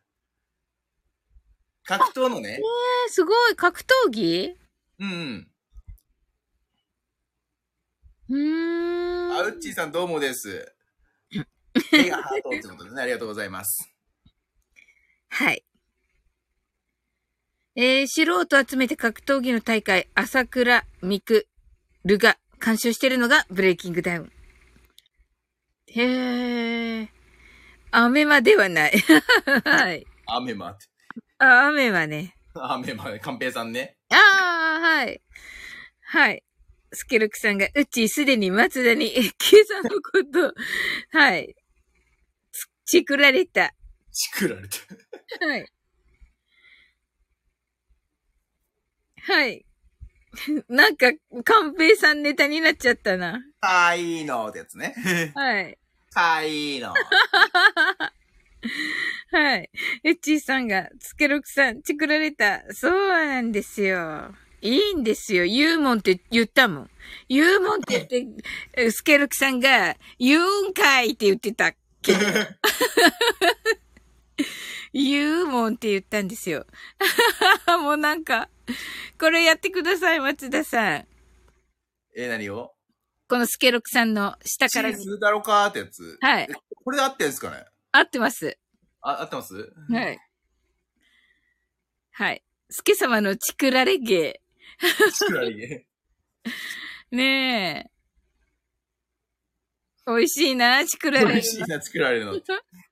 格闘のね。 えー、すごい。格闘技？ うんうーうん。 ん。 あ、うっちーさんどうもです。手がハートってことですね。ありがとうございます。 はい。えー、素人集めて格闘技の大会、朝倉未来るが監修してるのがブレイキングダウン。へー。アメマではない。はい。 アメマって。 あ、アメマね。 アメマね。カンペイさんね。 ああ、はい。はい。スケルクさんが、うちすでに松田に、え、Q さんのこと、はい。ちくられた。 チクられて。 はい。はい。なんか、カンペイさんネタになっちゃったな。 かいのってやつね。 はい。 かいの。 はい。うっちーさんが、スケロクさん、チクられた。そうなんですよ。いいんですよ。言うもんって言ったもん。言うもんって言って、スケロクさんが、言うんかいって言ってたっけど。言うもんって言ったんですよ。もうなんか、これやってください、松田さん。 え、何をこのスケロクさんの下チから。 ーズだろかーってやつ。 はい。 これで合ってんすかね？ 合ってます。 あ、合ってます？ はい。はい。スケ様のチクラレゲチクられて。 ー。ねえ。美味しいな、チクラレゲー。 美味しいな、作られるの。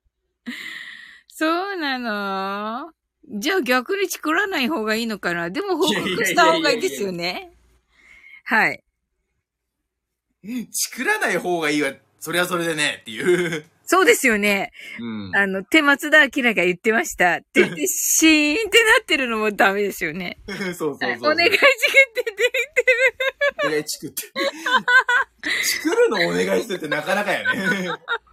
そうなの？じゃあ逆に作らない方がいいのかな？でも報告した方がいいですよね。はい。 作らない方がいいわ。それはそれでね、っていう。 そうですよね。 うん。 あの、手松田明が言ってました。って言って、シーンってなってるのもダメですよね。 そうそうそうそう。 はい、お願いチクってって言ってる。 お願いチクって。チクるのお願いするってなかなかやね。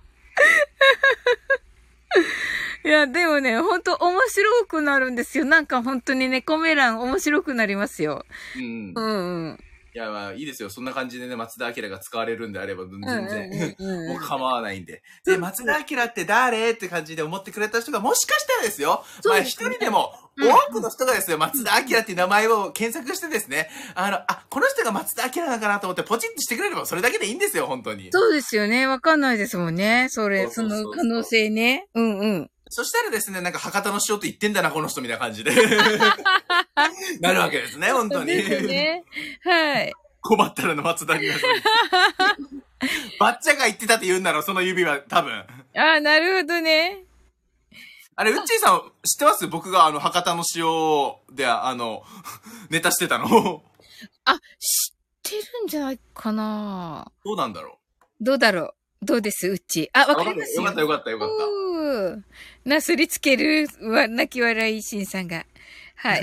いや、でもね、ほんと面白くなるんですよ。なんか本当にね、コメ欄面白くなりますよ。 うん。 うんうん。 いや、まあいいですよ。そんな感じでね、松田明が使われるんであれば、全然、 うんうんうんうん、 もう構わないんで。で、松田明って誰って感じで思ってくれた人が、もしかしたらですよ、まあ一人でも、多くの人がですね、松田明っていう名前を検索してですね、あの、あ、この人が松田明なのかなと思ってポチッとしてくれればそれだけでいいんですよ、本当に。 そうですよね。わかんないですもんね。それ、その可能性ね。うんうん。 そしたらですね、なんか博多の塩って言ってんだな、この人みたいな感じで。なるわけですね、本当に。 ですね。はい。 困ったらの松田になる。バッチャが言ってたって言うんだろう、その指は多分。ああ、なるほどね。 あれ、うっちーさん、知ってます？僕があの、博多の塩で、あの、ネタしてたの。 あ、知ってるんじゃないかな。 どうなんだろう。どうだろう。どうですうっちー。あ、わかりますよ。 よかったよかったよかった。 うー。なすりつける、わ、泣き笑いしんさんが。はい。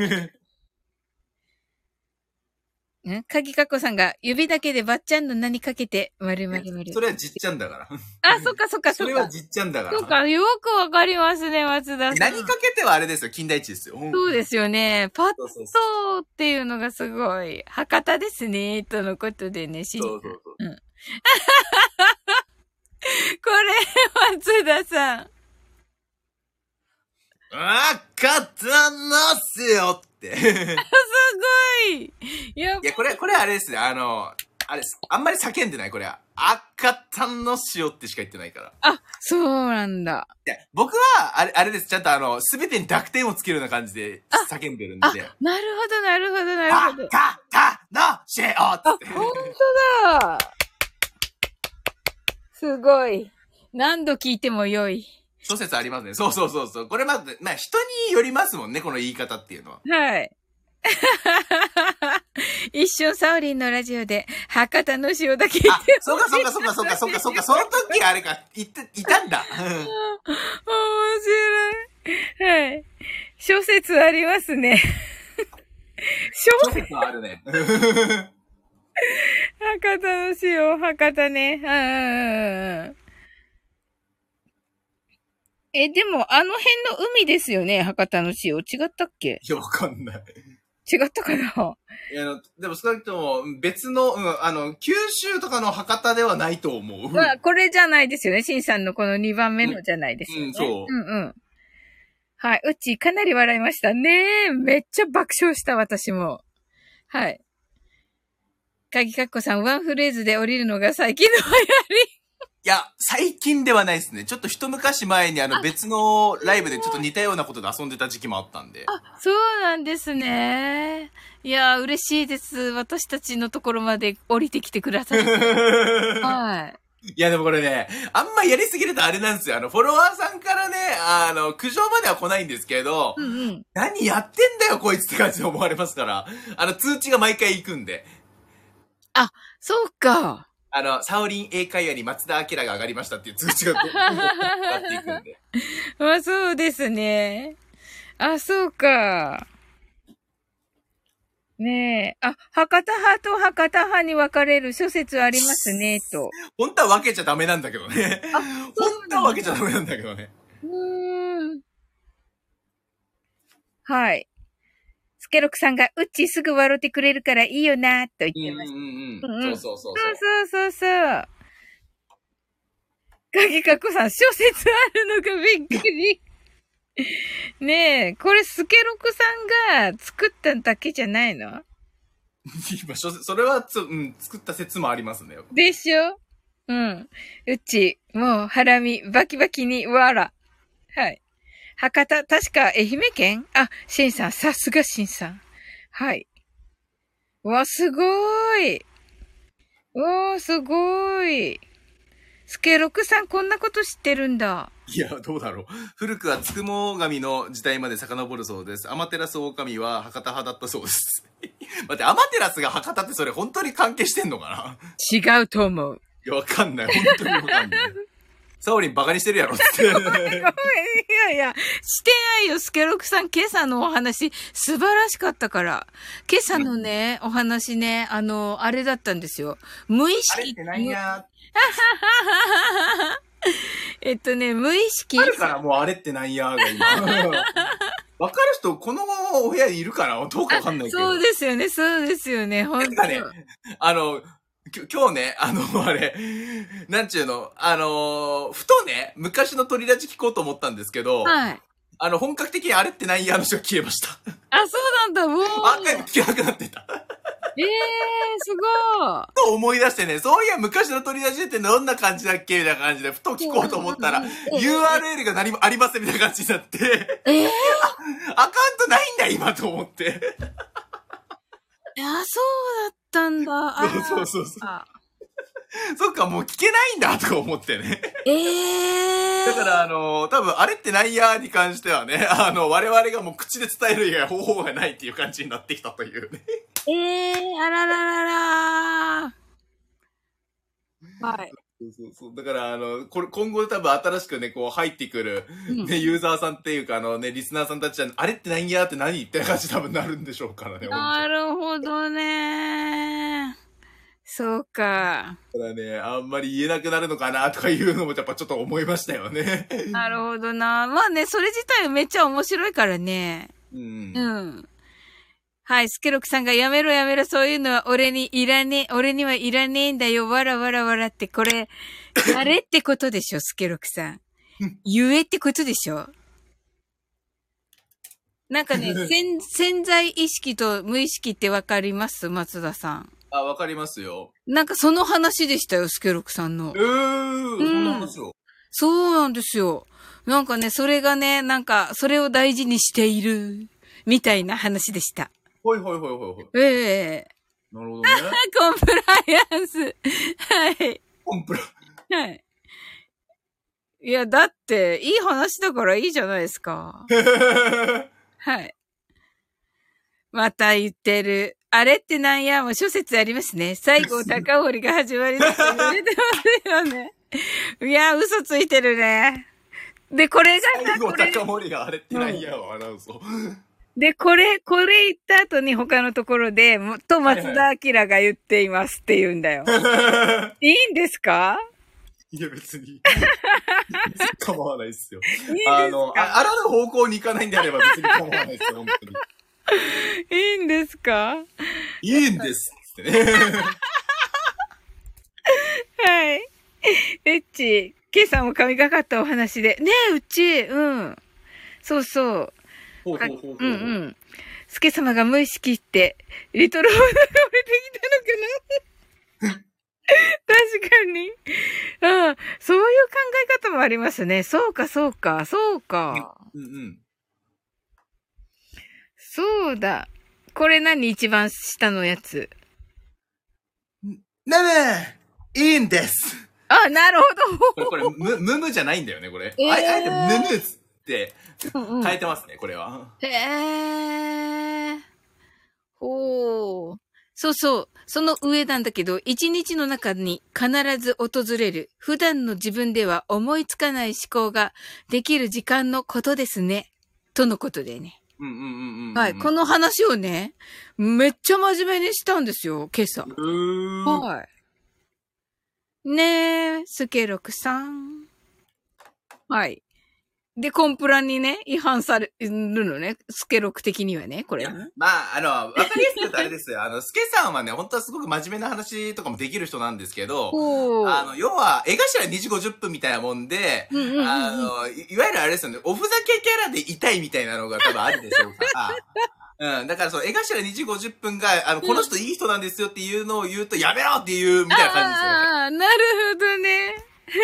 んかぎかっこさんが、指だけでばっちゃんの名にかけて、まるまるまる。 それはじっちゃんだから。 あ、そっかそっかそっか。 それはじっちゃんだから。 そっか、よくわかりますね、松田さん。 何かけてはあれですよ、金田一ですよ。 そうですよね。パッとっていうのがすごい。博多ですね、とのことでね、しん。そうそうそう。うん。これ、松田さん。 あ、かたなすよって。すごい。 いや、これ、これあれですね。あの、あれです。あんまり叫んでない、これは。赤単の塩ってしか言ってないから。 あ、そうなんだ。 で僕は、あれ、あれです。ちゃんとあの、すべてに濁点をつけるような感じで叫んでるんで。あ、 なるほど、なるほど、なるほど。 赤単の塩って。 ほんとだ。すごい。何度聞いても良い。 諸説ありますね。そうそうそうそう。これまず、まあ人によりますもんね、この言い方っていうのは。 はい。一瞬サオリンのラジオで博多の塩だけ言ってあ、そうかそうかそうかそうかそうかそうか、その時あれか、言って、いたんだ。面白い。はい。諸説ありますね。 諸説あるね。 博多の塩、博多ね。うん。え、でも、あの辺の海ですよね、博多の塩。違ったっけ？ いや、わかんない。 違ったかな？ いや、あの、でも少なくとも、別の、うん、あの、九州とかの博多ではないと思う。 まあ、これじゃないですよね。シンさんのこのにばんめのじゃないですよね。 うん、うん、そう。 うんうん。はい。うち、かなり笑いましたね。めっちゃ爆笑した、私も。はい。かぎかっこさん、ワンフレーズで降りるのが最近の流行り。 いや、最近ではないですね。ちょっと一昔前にあの別のライブでちょっと似たようなことで遊んでた時期もあったんで。 あ、そうなんですね。いや、嬉しいです。私たちのところまで降りてきてください。はい。 いや、でもこれね、あんまやりすぎるとあれなんですよ。あの、フォロワーさんからね、あの、苦情までは来ないんですけど、 うんうん、 何やってんだよ、こいつって感じで思われますから、あの、通知が毎回行くんで。 あ、そうか。 あの、サオリン英会話に松田明が上がりましたっていう通知がこう、なっていくんで。 まあそうですね。あ、そうか。ねえ。あ、博多派と博多派に分かれる諸説ありますね、と。 本当は分けちゃダメなんだけどね。あ、本当は分けちゃダメなんだけどね。 うーん。はい。スケロクさんが、うっちすぐ笑ってくれるからいいよな、と言ってました。うんうんうん。そうそうそう。 そうそうそうそう。かぎかこさん、諸説あるのがびっくり。ねえ、これスケロクさんが作っただけじゃないの？ 今、それはつ、うん、作った説もありますね。 でしょ？うん。うち、もう、ハラミ、バキバキに、わら。はい。博多、確か愛媛県？あ、シンさん、さすがシンさん。はい。わ、すごーい。わー、すごーい。スケロクさん、こんなこと知ってるんだ。 いや、どうだろう。古くはつくも神の時代まで遡るそうです。アマテラス狼は博多派だったそうです。待って、アマテラスが博多ってそれ本当に関係してんのかな？ 違うと思う。 いや、わかんない。本当にわかんない。 サオリンバカにしてるやろって。 ごめん、いやいや、してないよ、スケロクさん。今朝のお話、素晴らしかったから。今朝のね、お話ね、あの、あれだったんですよ。無意識。 あれってなんやえっとね、無意識。 あるからもうあれってなんやが今。わかる人、このお部屋にいるかなどうかわかんないけど。 そうですよね、そうですよね、ほんと。 ね、あの、き今日ね、あの、あれ、なんちゅうの、あのー、ふとね、昔の鳥ラジ聞こうと思ったんですけど、 はい。 あの、本格的にあれってなんやの人が消えました。 あ、そうなんだ、もう。 アーカイブ聞けなくなってた。 ええー、すごい。 と思い出してね、そういや昔の鳥ラジってどんな感じだっけみたいな感じで、ふと聞こうと思ったら、ユーアールエル が何もありませんみたいな感じになって、 えー、 アカウントないんだ今と思って。 いや、そうだったんだ。あそうそうそうそう。そっか、もう聞けないんだとか思ってね。 ええー。 だから、あの、多分、あれってなんやに関してはね、あの、我々がもう口で伝える以外方法がないっていう感じになってきたというね。 ええー、あららららはい。 そうそうそう。だから、あの、これ、今後多分新しくね、こう入ってくる、ね、ユーザーさんっていうか、あのね、リスナーさんたちは、あれってなんやって何言ってる感じ多分なるんでしょうからね。 なるほどね。そうか。 だからね、あんまり言えなくなるのかなとかいうのもやっぱちょっと思いましたよね。 なるほどな。まあね、それ自体めっちゃ面白いからね。 うん。 うん。はい、スケロクさんがやめろやめろ、そういうのは俺にいらねえ、俺にはいらねえんだよ、わらわらわらって、これ、あれってことでしょ、スケロクさん。言えってことでしょ。なんかね、潜、潜在意識と無意識ってわかります松田さん。 あ、わかりますよ。 なんかその話でしたよ、スケロクさんの。 えー、うん、そんな話を。 そうなんですよ。なんかね、それがね、なんか、それを大事にしている、みたいな話でした。 ほいほいほいほいほい。 ええー。なるほどね。 コンプライアンス。はい。 コンプラ。 はい。いや、だって、いい話だからいいじゃないですか。はい。また言ってる。あれってなんや、もう諸説ありますね。最後、高堀が始まりだと言われてますよね。いや、嘘ついてるね。で、これが最後、高森があれってなんやわ、アナウンスを。 で、これ、これ言った後に他のところで、と松田明が言っていますって言うんだよ。いいんですか？ いや、別に。構わないっすよ。いいですか？あの、あ、あらぬ方向に行かないんであれば別に構わないっすよ、本当に。 いいんですか？ いいんですってね。 はい。エッチ、今朝も神がかったお話で。ねえ、うち、うん。そうそう。 ほうほうほうほう。 うんうん。スケ様が無意識って、リトルボーダーが降りてきたのかな確かに。うん。そういう考え方もありますね。そうか、そうか、そうか。 うんうん。 そうだ。これ何一番下のやつ。 ねねいいんです。 あ、なるほど。これ、これ、む、むむじゃないんだよね、これ。 えー、 あえて、むむつって変えてますね、これは。 へえー。ほー。そうそう。その上なんだけど、一日の中に必ず訪れる、普段の自分では思いつかない思考ができる時間のことですね。とのことでね。 うんうんうんうん。 はい。この話をね、めっちゃ真面目にしたんですよ、今朝。はい。ねえ、スケロクさん。はい。で、コンプラにね、違反されるのね。スケロク的にはね、これ。 まあ、あの、わかりやすく言うとあれですよ。あの、スケさんはね、本当はすごく真面目な話とかもできる人なんですけど、あの、要は、絵頭にじごじゅっぷんみたいなもんで、うんうんうん、あのい、いわゆるあれですよね、おふざけキャラでいたいみたいなのが多分あるでしょうから。うん。だから、そう、絵頭にじごじゅっぷんが、あの、この人いい人なんですよっていうのを言うと、やめろっていう、みたいな感じですよね。 ああ、なるほどね。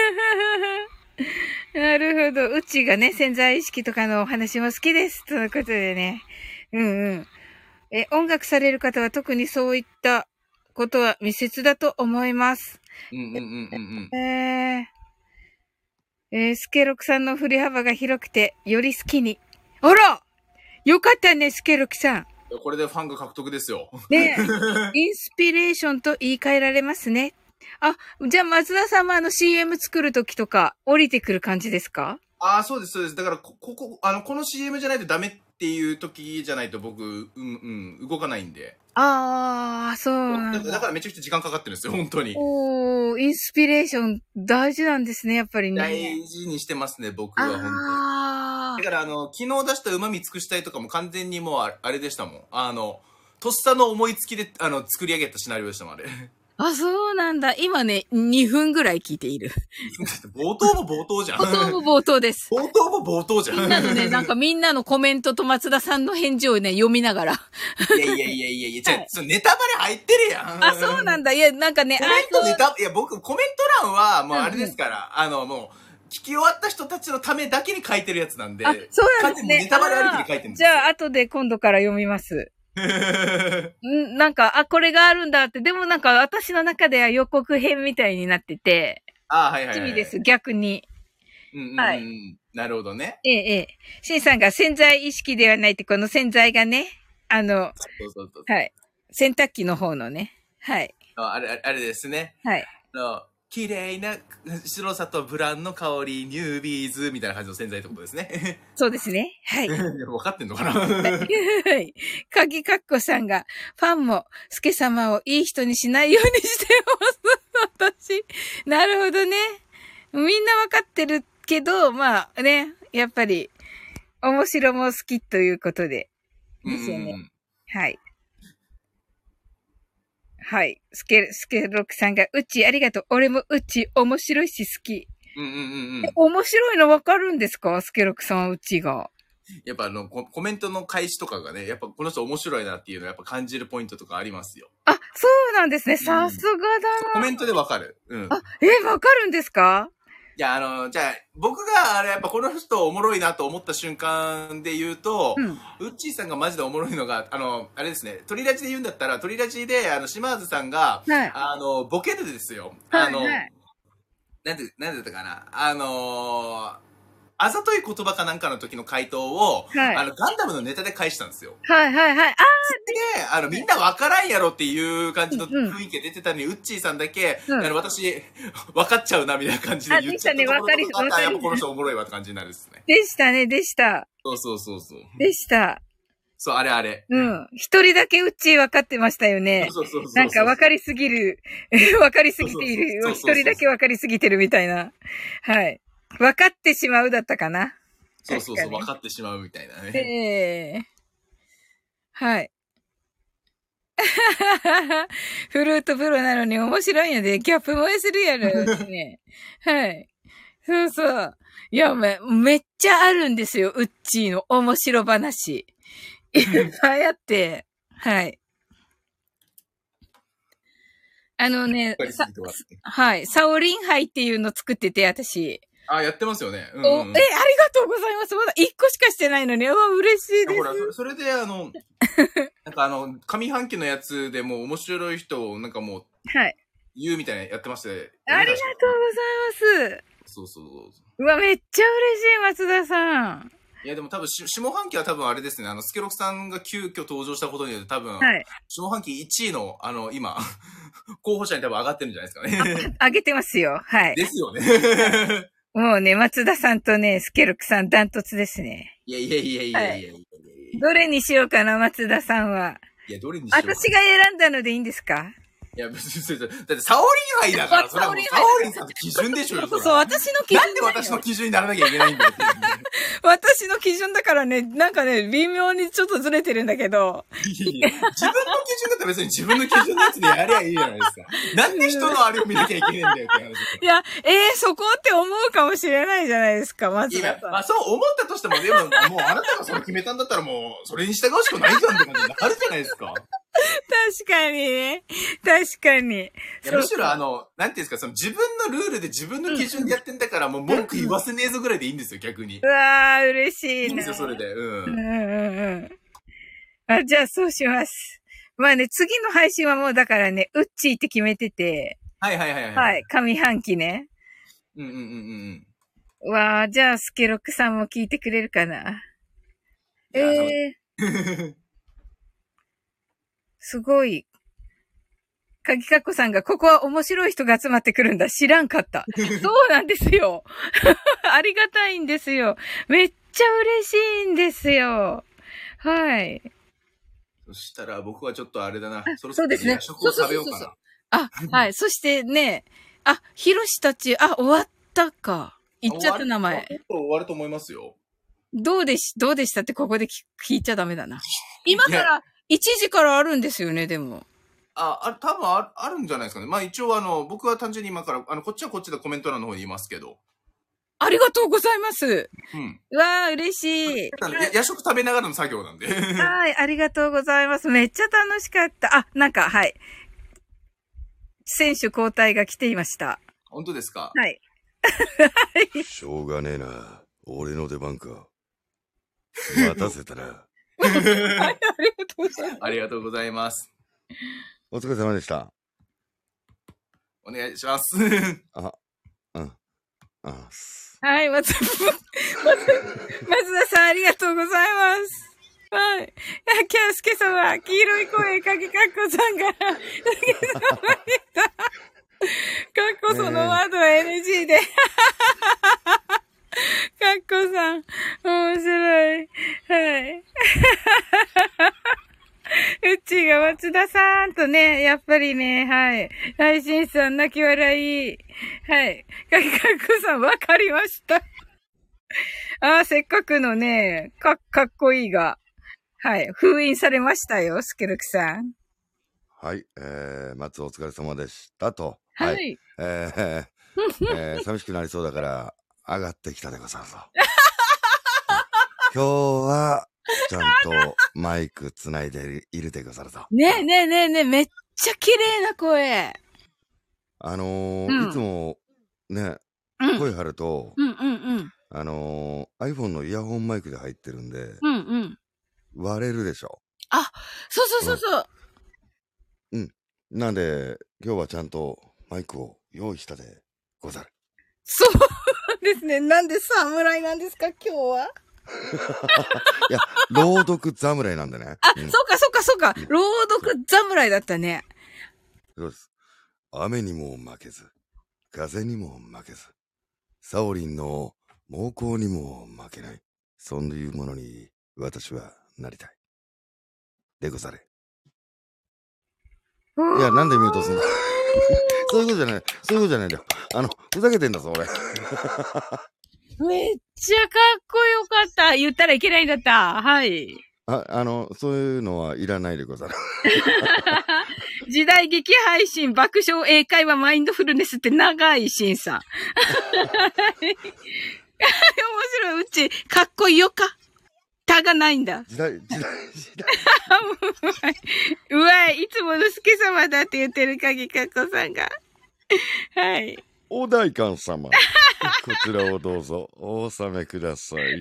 なるほど。うちがね、潜在意識とかのお話も好きです。ということでね。うんうん。え、音楽される方は特にそういったことは密接だと思います。 うんうんうんうんうん。 えー、えー、スケロクさんの振り幅が広くて、より好きに。あら！よかったね、スケロクさん。 これでファンが獲得ですよ。 ねインスピレーションと言い換えられますね。 あ、じゃあ松田さんもあの シーエム 作るときとか降りてくる感じですか？ ああ、そうです、そうです。だから、こ、ここ、あの、この シーエム じゃないとダメっていう時じゃないと僕、うん、うん、動かないんで。 ああ、そうなんだ。 だから、だからめちゃくちゃ時間かかってるんですよ、本当に。 おー、インスピレーション大事なんですね、やっぱりね。 大事にしてますね、僕は本当に。 ああ。 だから、あの、昨日出した旨味尽くしたいとかも完全にもうあ、あれでしたもん。あの、とっさの思いつきで、あの、作り上げたシナリオでしたもん、あれ。 あ、そうなんだ。今ね、にふんぐらい聞いている。 冒頭も冒頭じゃん。 冒頭も冒頭です。 冒頭も冒頭じゃん。 みんなのね、なんかみんなのコメントと松田さんの返事をね、読みながら。 いやいやいやいやいや、じゃあ、そのネタバレ入ってるやん。 あ、そうなんだ。いや、なんかね、 コメントネタ、いや、僕、コメント欄は、もうあれですから、うんうん、あの、もう、聞き終わった人たちのためだけに書いてるやつなんで。 あ、そうなんですね。 ネタバレありきで書いてるんですよ。じゃあ、後で今度から読みます。んなんか、あ、これがあるんだって。でもなんか、私の中では予告編みたいになってて。 あ、はいはいはい。 趣味です、逆に。 うんうんうん。はい。なるほどね。 ええ、ええ。シンさんが潜在意識ではないって、この潜在がね、あの、 そうそうそう。 はい。洗濯機の方のね。はい。 あ、あれ、あれですね。 はい。 あの、綺麗な白さとブランの香り、ニュービーズみたいな感じの洗剤ってことですね。 そうですね。はい。 分かってんのかなはい。鍵かっこさんが、ファンも、スケ様をいい人にしないようにしてます。私。なるほどね。みんな分かってるけど、まあね、やっぱり、面白も好きということで。ですよね。はい。はい。スケ、スケロクさんが、うちありがとう。俺もうち面白いし好き。 うんうんうんうん。 面白いのわかるんですか？スケロクさんはうちが。 やっぱあのコ、コメントの開始とかがね、やっぱこの人面白いなっていうのをやっぱ感じるポイントとかありますよ。 あ、そうなんですね。さすがだな。 コメントでわかる。うん。 あ、え、わかるんですか？ いや、あの、じゃあ、僕が、あれ、やっぱこの人おもろいなと思った瞬間で言うと、うん、ウッチーさんがマジでおもろいのが、あの、あれですね、トリラジで言うんだったら、トリラジで、あの、島津さんが、はい、あの、ボケでですよ。あの、はいはい、なんで、なんでだったかな。あのー、あざとい言葉かなんかの時の回答を、はい、あの、ガンダムのネタで返したんですよ。 はいはいはい。あで、あの、みんなわからんやろっていう感じの雰囲気が出てたのに、うんうん、ウッチーさんだけ、うん、あの、私、わかっちゃうな、みたいな感じで言っちゃったところとか、あ、でしたね、わかり、やっぱこの人おもろいわって感じになるですね。 でしたね、でした。 そうそうそうそう。 でした。 そう、あれあれ。 うん。一人だけウッチー分かってましたよね。 そうそうそうそう。 なんか分かりすぎる、分かりすぎている。一人だけ分かりすぎてるみたいな。はい。分かってしまうだったかな。 そうそうそう、分かってしまうみたいなね。 ええー。はい。フルートプロなのに面白いんやで、ギャップ萌えするやろ、ね。はい。そうそう。いや、め、めっちゃあるんですよ、ウッチーの面白話。いっぱいあって、はい。あのね、はい。サオリン杯っていうの作ってて、私。 あ、やってますよね。 うん、うん、お、え、ありがとうございます。まだ一個しかしてないのに、うわ、嬉しいです。 ほら、それで、あの、なんかあの、上半期のやつでもう面白い人をなんかもう、 はい。 言うみたいなやってまして。 ありがとうございます。 そうそうそう。 うわ、めっちゃ嬉しい、松田さん。 いや、でも多分、下半期は多分あれですね、あの、スケロクさんが急遽登場したことによって多分、はい、下半期いちいの、あの、今、候補者に多分上がってるんじゃないですかね。 上げてますよ。はい。 ですよね。 もうね、松田さんとね、スケロクさんダントツですね。 いやいやいやいやいやいや、はい、 どれにしようかな、松田さんは。 いや、どれにしようかな。 私が選んだのでいいんですか？ いや、別に、だって、サオリン杯だから、それはもう、サオリンさんの基準でしょよ、 そうそう、私の基準。 なんで私の基準にならなきゃいけないんだよ。 私の基準だからね、なんかね、微妙にちょっとずれてるんだけど。 いやいや、自分の基準だったら別に自分の基準のやつでやりゃいいじゃないですか。なんで人のあれを見なきゃいけないんだよって話。 いや、えー、そこって思うかもしれないじゃないですか、まず。 いや、まあそう思ったとしても、でも、もうあなたがそれ決めたんだったらもう、それに従うしかないじゃんって感じになるじゃないですか。 確かにね。確かに。 いやむしろあの、なんていうんですか、その自分のルールで自分の基準でやってんだから、もう文句言わせねえぞぐらいでいいんですよ、逆に。 うわー、嬉しいな。 いいんですよ、それで。うん。 うんうんうん。あ、じゃあそうします。まあね、次の配信はもうだからね、ウッチーって決めてて。 はいはいはいはい。 はい、上半期ね。 うんうんうんうん。わー、じゃあスケロックさんも聞いてくれるかな。ええー。すごい。 かぎかっこさんが、ここは面白い人が集まってくるんだ。知らんかった。そうなんですよ。ありがたいんですよ。めっちゃ嬉しいんですよ。はい。 そしたら僕はちょっとあれだな。そろそうですね。 夜食を食べようかな。 そうそうそうそうあ、はい。そしてね、あ、ひろしたち、あ、終わったか。言っちゃった名前。 結構終わると思いますよ。 どうでし、どうでしたってここで聞いちゃダメだな。今からいちじからあるんですよね、でも。 あ、あ、多分あ、あるんじゃないですかね。まあ一応あの、僕は単純に今から、あの、こっちはこっちでコメント欄の方に言いますけど。 ありがとうございます。 うん。 うわー、嬉しい。 夜食食べながらの作業なんで。 はい、ありがとうございます。めっちゃ楽しかった。あ、なんか、はい。選手交代が来ていました。 本当ですか？ はい。 しょうがねえな。俺の出番か。待たせたな。 はい、ありがとうございます。 ありがとうございます。 お疲れ様でした。 お願いします。 あ、うん。あはい、松、松、松田さんありがとうございます。はい。キャスケ様、黄色い声、かぎかっこさんから、かぎさまにた。かっこそのワードは エヌジー で。かっこさん、面白い。はい。うちが松田さんとね、やっぱりね、はい。配信さん泣き笑い。はい。かきかっこさんわかりました。ああ、せっかくのね、か、かっこいいが。はい。封印されましたよ、スケルクさん。 はい。えー、松お疲れ様でしたと。 はい。 はい、えー、えー、寂しくなりそうだから、上がってきたでござるぞ。今日は、ちゃんとマイクつないでいるでござるぞ。 ねえねえねえねえ、めっちゃ綺麗な声。 あのーうん、 いつもね、 うん、 声張ると、 うんうんうん。 あのー、iPhone のイヤホンマイクで入ってるんで、 うんうん。 割れるでしょ。 あ、そうそうそうそう。 うん。うん。なんで、今日はちゃんとマイクを用意したでござる。 そうですね。なんで侍なんですか、今日は。 いや、朗読侍なんでね。 あ、 うん、 そうかそうかそうか。朗読侍だったね。 そうです。雨にも負けず、風にも負けず、サオリンの猛攻にも負けない。そういうものに私はなりたい。でござれ。いや、なんでミュートすんだそういうことじゃない。そういうことじゃないんだよ。あの、ふざけてんだぞ、俺。 めっちゃかっこよかった。言ったらいけないんだった。はい。 あ、あの、そういうのはいらないでござる。 時代劇配信、爆笑英会話マインドフルネスって長い審査。面白い。うち、かっこよか。たがないんだ。 時代、時代、時代。 うわい、いつものスケ様だって言ってるかぎかっこさんが。はい。 お代官様。こちらをどうぞ、お納めください。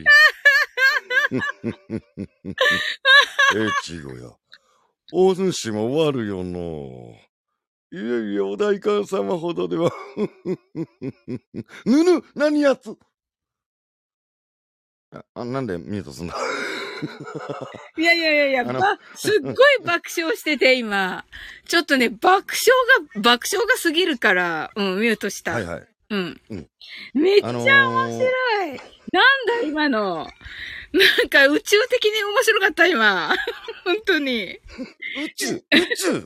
越後や。お主も悪よの。いやいや、お代官様ほどでは。ぬぬ、何やつあ、なんでミュートすんだいやいやいやいや、ば、すっごい爆笑してて今。ちょっとね、爆笑が、爆笑が過ぎるから、うん、ミュートした。 はいはい。 うん。 うん、 めっちゃ面白い。あのー、なんだ今の。なんか宇宙的に面白かった今。本当に。 宇宙宇宙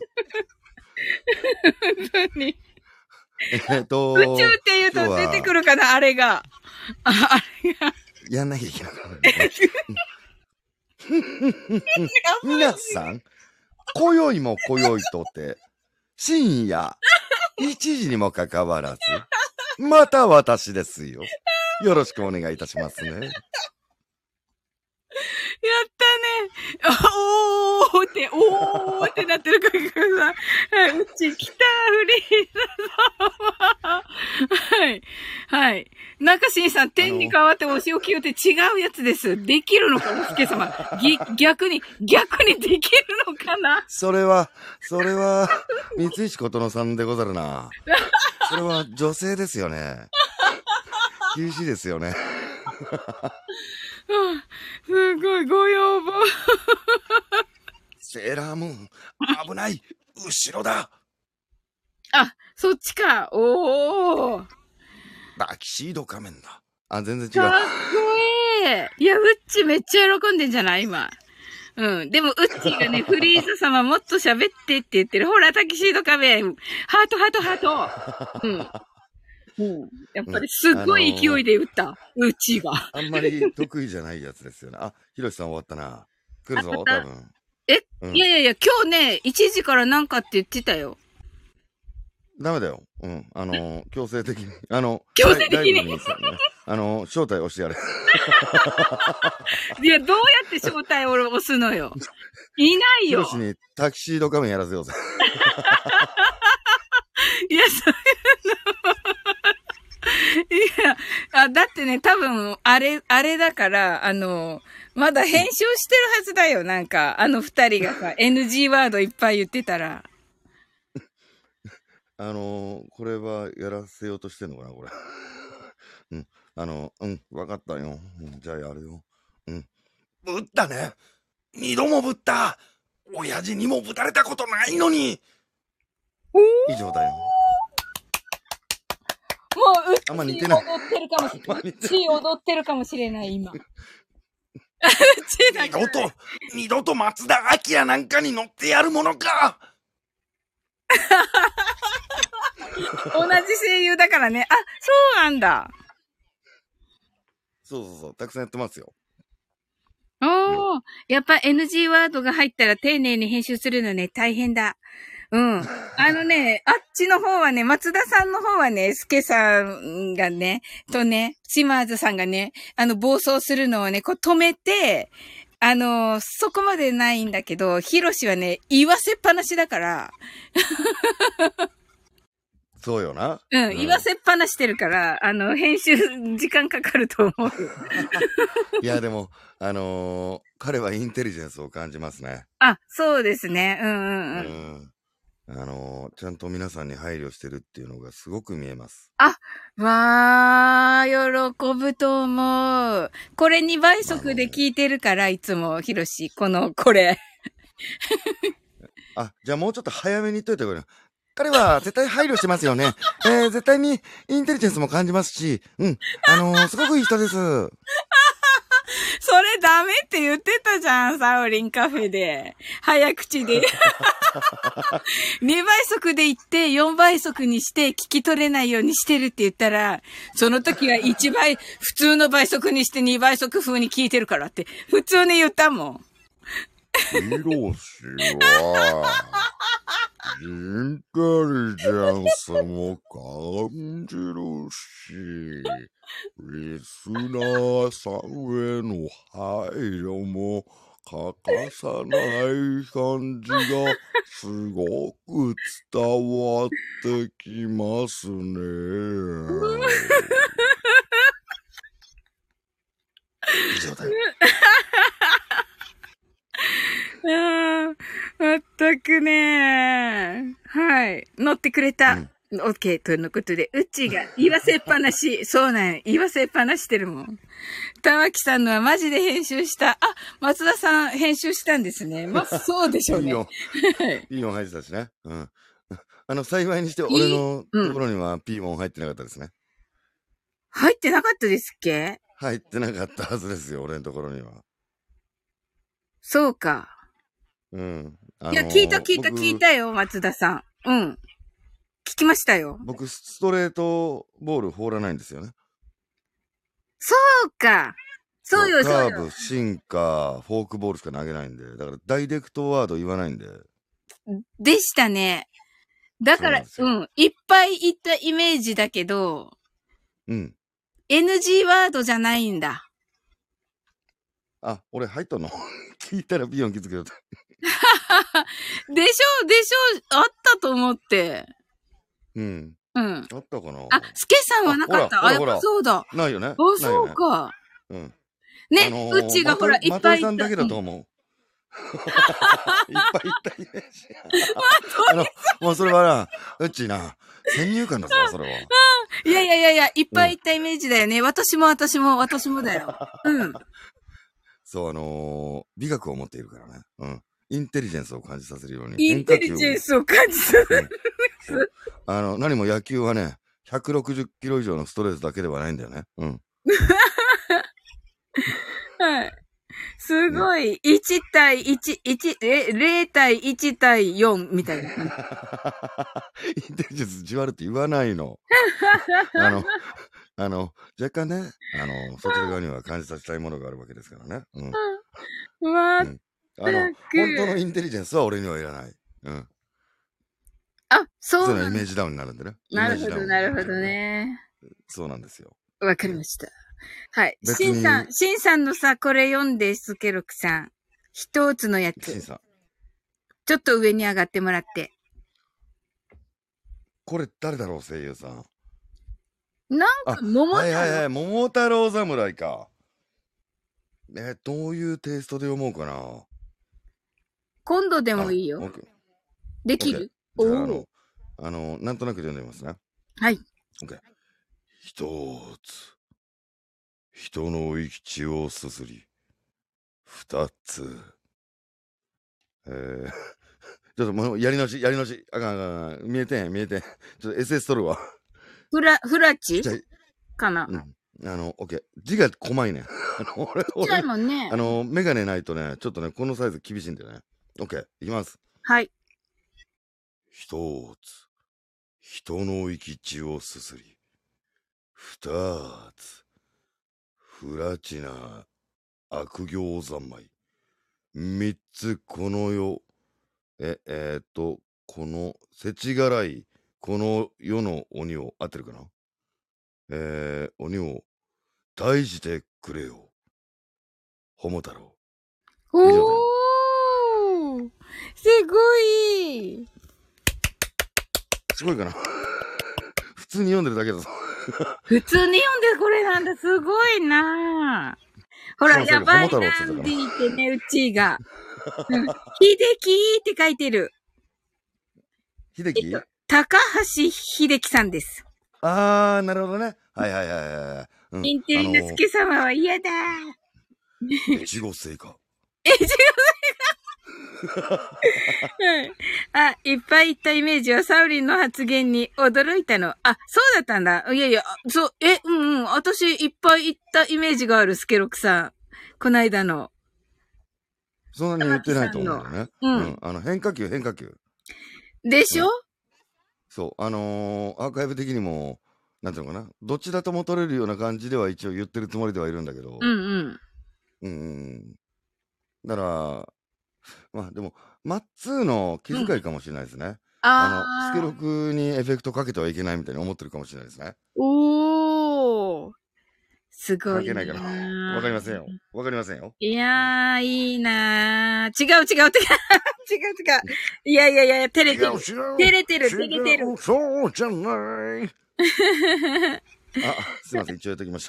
本当に。 えっと。 宇宙って言うと出てくるかな、あれが。あ、あれが。 やんなきゃいけなかった。皆さん、今宵も今宵とて、深夜いちじにもかかわらず、また私ですよ。よろしくお願いいたしますね。 やったね。おーって、おーってなってるかぎかさん。うち、来た、フリーザ様。はい。はい。中新さん、天に変わってお仕置きよって違うやつです。できるのかな、すけ様。ぎ、逆に、逆にできるのかな。 それは、それは、三石琴乃さんでござるな。それは女性ですよね。厳しいですよね。 すごい、ご要望。 セーラームーン、危ない、後ろだ。 あ、そっちか。おー。 タキシード仮面だ。あ、全然違う。 かっこいい。いや、うっちめっちゃ喜んでんじゃない今。うん。でも、うっちがね、フリーザ様もっと喋ってって言ってる。ほら、タキシード仮面。ハート、ハート、ハート。うん。うん。やっぱりすっごい勢いで打った。うっちが。 あんまり得意じゃないやつですよね。あ、ひろしさん終わったな。来るぞ、多分。 え、 うん、 いやいやいや、今日ね、いちじからなんかって言ってたよ。 ダメだよ。うん。あのー、強制的に。あの、 強制的に。 にね、あのー、招待押してやれ。 いや、どうやって招待を押すのよ。いないよ。 ヒロシにタキシード仮面やらせようぜ。 いや、そういうの。いや、あ、だってね、多分、あれ、あれだから、あの、まだ編集してるはずだよ。なんか、あの二人がさ、エヌジー ワードいっぱい言ってたら。 あのー、これはやらせようとしてんのかな、これ。うん。あの、うん、わかったよ。うん、じゃあやるよ。うん。ぶったね。二度もぶった。親父にもぶたれたことないのに。以上だよ。 もう、うっあんま似てない。 踊ってるかもしれない。うっち踊ってるかもしれない、今。 二度と、二度と松田明なんかに乗ってやるものか。 同じ声優だからね。あ、そうなんだ。 そうそうそう。たくさんやってますよ。 おー、うん、やっぱ エヌジー ワードが入ったら丁寧に編集するのね、大変だ。うん。あのね、あっちの方はね、松田さんの方はね、スケさんがね、とね、島津さんがね、あの、暴走するのをね、こう止めて、あのー、そこまでないんだけど、ヒロシはね、言わせっぱなしだから。 そうよな。 うん、うん、言わせっぱなしてるから、あの、編集時間かかると思う。 いや、でも、あのー、彼はインテリジェンスを感じますね。 あ、そうですね。うんうんうん。 うんあのー、ちゃんと皆さんに配慮してるっていうのがすごく見えます。 あ、わー、喜ぶと思う。これにばい速で聞いてるから、いつも、ひろし、この、これ。 あ、じゃあもうちょっと早めに言っといてくれよ。彼は絶対配慮してますよね。えー、絶対にインテリジェンスも感じますし、うん、あのー、すごくいい人です。 それダメって言ってたじゃん、サオリンカフェで。早口で。にばい速で言ってよんばい速にして聞き取れないようにしてるって言ったら、その時はいちばい、普通の倍速にしてにばい速風に聞いてるからって普通に言ったもん。 ヒロシは、インテリジェンスも感じるし、リスナーさんへの配慮も欠かさない感じがすごく伝わってきますね。以上だよ。 ああ、まったくね。はい。乗ってくれた。うんオッケーということで、うっちーが言わせっぱなし。そうなん、言わせっぱなしてるもん。玉木さんのはマジで編集した。あ、松田さん編集したんですね。まあ、そうでしょうね。いいよ。 いいの入ってたしね。うん。あの、幸いにして俺のところにはピーモン入ってなかったですね。 入ってなかったですっけ？ 入ってなかったはずですよ、俺のところには。 そうか。 うん。 あのー、いや、聞いた聞いた聞いたよ、松田さん。うん。聞きましたよ。 僕、ストレートボール放らないんですよね。 そうか。そうよ、そうよ。 カーブ、シンカー、フォークボールしか投げないんで。だから、ダイレクトワード言わないんで。 でしたね。だから、うん。いっぱい言ったイメージだけど、 うん。 エヌジー ワードじゃないんだ。 あ、俺入ったの聞いたらビヨン気づけよ。でしょでしょあったと思って。 うん。 うん。 あったかなあ、スケさんはなかった。あ、やっぱそうだ。 ないよね。あ、 そうか。 うん。 ね、うちがほら、いっぱい。 まといさんだけだと思う。いっぱいいったイメージ。あの、もうそれはな、うちな、先入観だぞ、それは。 いやいやいやいや、いっぱいいったイメージだよね。私も私も私もだよ。うん。 そう、あの美学を持っているからね。うん。インテリジェンスを感じさせるように。 インテリジェンスを感じさせる。 あの、何も野球はね、ひゃくろくじゅっキロ以上のストレスだけではないんだよね。うん。 はい。すごい。ね、いち対いち、いち、え、ゼロ対いち対よんみたいな。インテリジェンスじわるって言わないの。あの、あの、若干ね、あの、そちら側には感じさせたいものがあるわけですからね。うん。 わー、 うん、あの、本当のインテリジェンスは俺にはいらない。うん。 あ、そう。 そういうのはイメージダウンになるんでね。 なるほど、なるほどね。 そうなんですよ。 わかりました。はい。シンさん、シンさんのさ、これ読んで、スケロクさん。一つのやつ。 シンさん。 ちょっと上に上がってもらって。 これ誰だろう、声優さん。 なんか、桃太郎。 はいはいはい、桃太郎侍か。え、どういうテイストで読もうかな。 今度でもいいよ。できる？ じゃあ、あの、あの、なんとなく読んでみますね。 はい。 OK。一つ。人の生き血をすすり。二つ。えー、ちょっともうやり直し、やり直し。あかんあかんあかん。見えてん、見えてん。ちょっと エスエス 取るわ。 フラ、フラチかな。 うん。あの、OK。字が細いねん。あの、俺、 俺、いもんね。 あの、メガネないとね、ちょっとね、このサイズ厳しいんだよね。OK。いきます。 はい。 一つ。人の生き血をすすり。二つ。不埒な悪行三昧。三つ、この世。え、えー、っと、この、せちがらい、この世の鬼を、合ってるかな？えー、鬼を、退じてくれよ。桃太郎。 おー！すごい！ すごいかな普通に読んでるだけだぞ。 普通に読んでこれなんだ。すごいなぁ。ほら、やばいなーって言ってね、うちが。ひできーって書いてる。 ひでき？ 高橋秀樹さんです。 あー、なるほどね。はいはいはいはい。 うん、インテリナスケ様は嫌だー。 越後製菓。 越後製菓はい。あ、いっぱい言ったイメージはサウリンの発言に驚いたの。あ、そうだったんだ。いやいや、そう、え、うんうん。私いっぱい言ったイメージがある、スケロクさん。こないだの。 そんなに言ってないと思うんだよね。うん。うん。あの、変化球、変化球。 でしょ、うん、 そう。あのー、アーカイブ的にも、なんていうのかな。どっちだとも取れるような感じでは一応言ってるつもりではいるんだけど。 うんうん。 うんうん。だから、まあでも、マッツーの気遣いかもしれないですね。うん、あの、スケロクにエフェクトかけてはいけないみたいに思ってるかもしれないですね。 おー。すごい。 関係ないかな。わかりませんよ。わかりませんよ。 いやー、いいなー。違う違う違う。違う違う。いやいやいや、照れてる。照れてる、照れてる。 そうじゃない。あ、すいません。一応やっときました。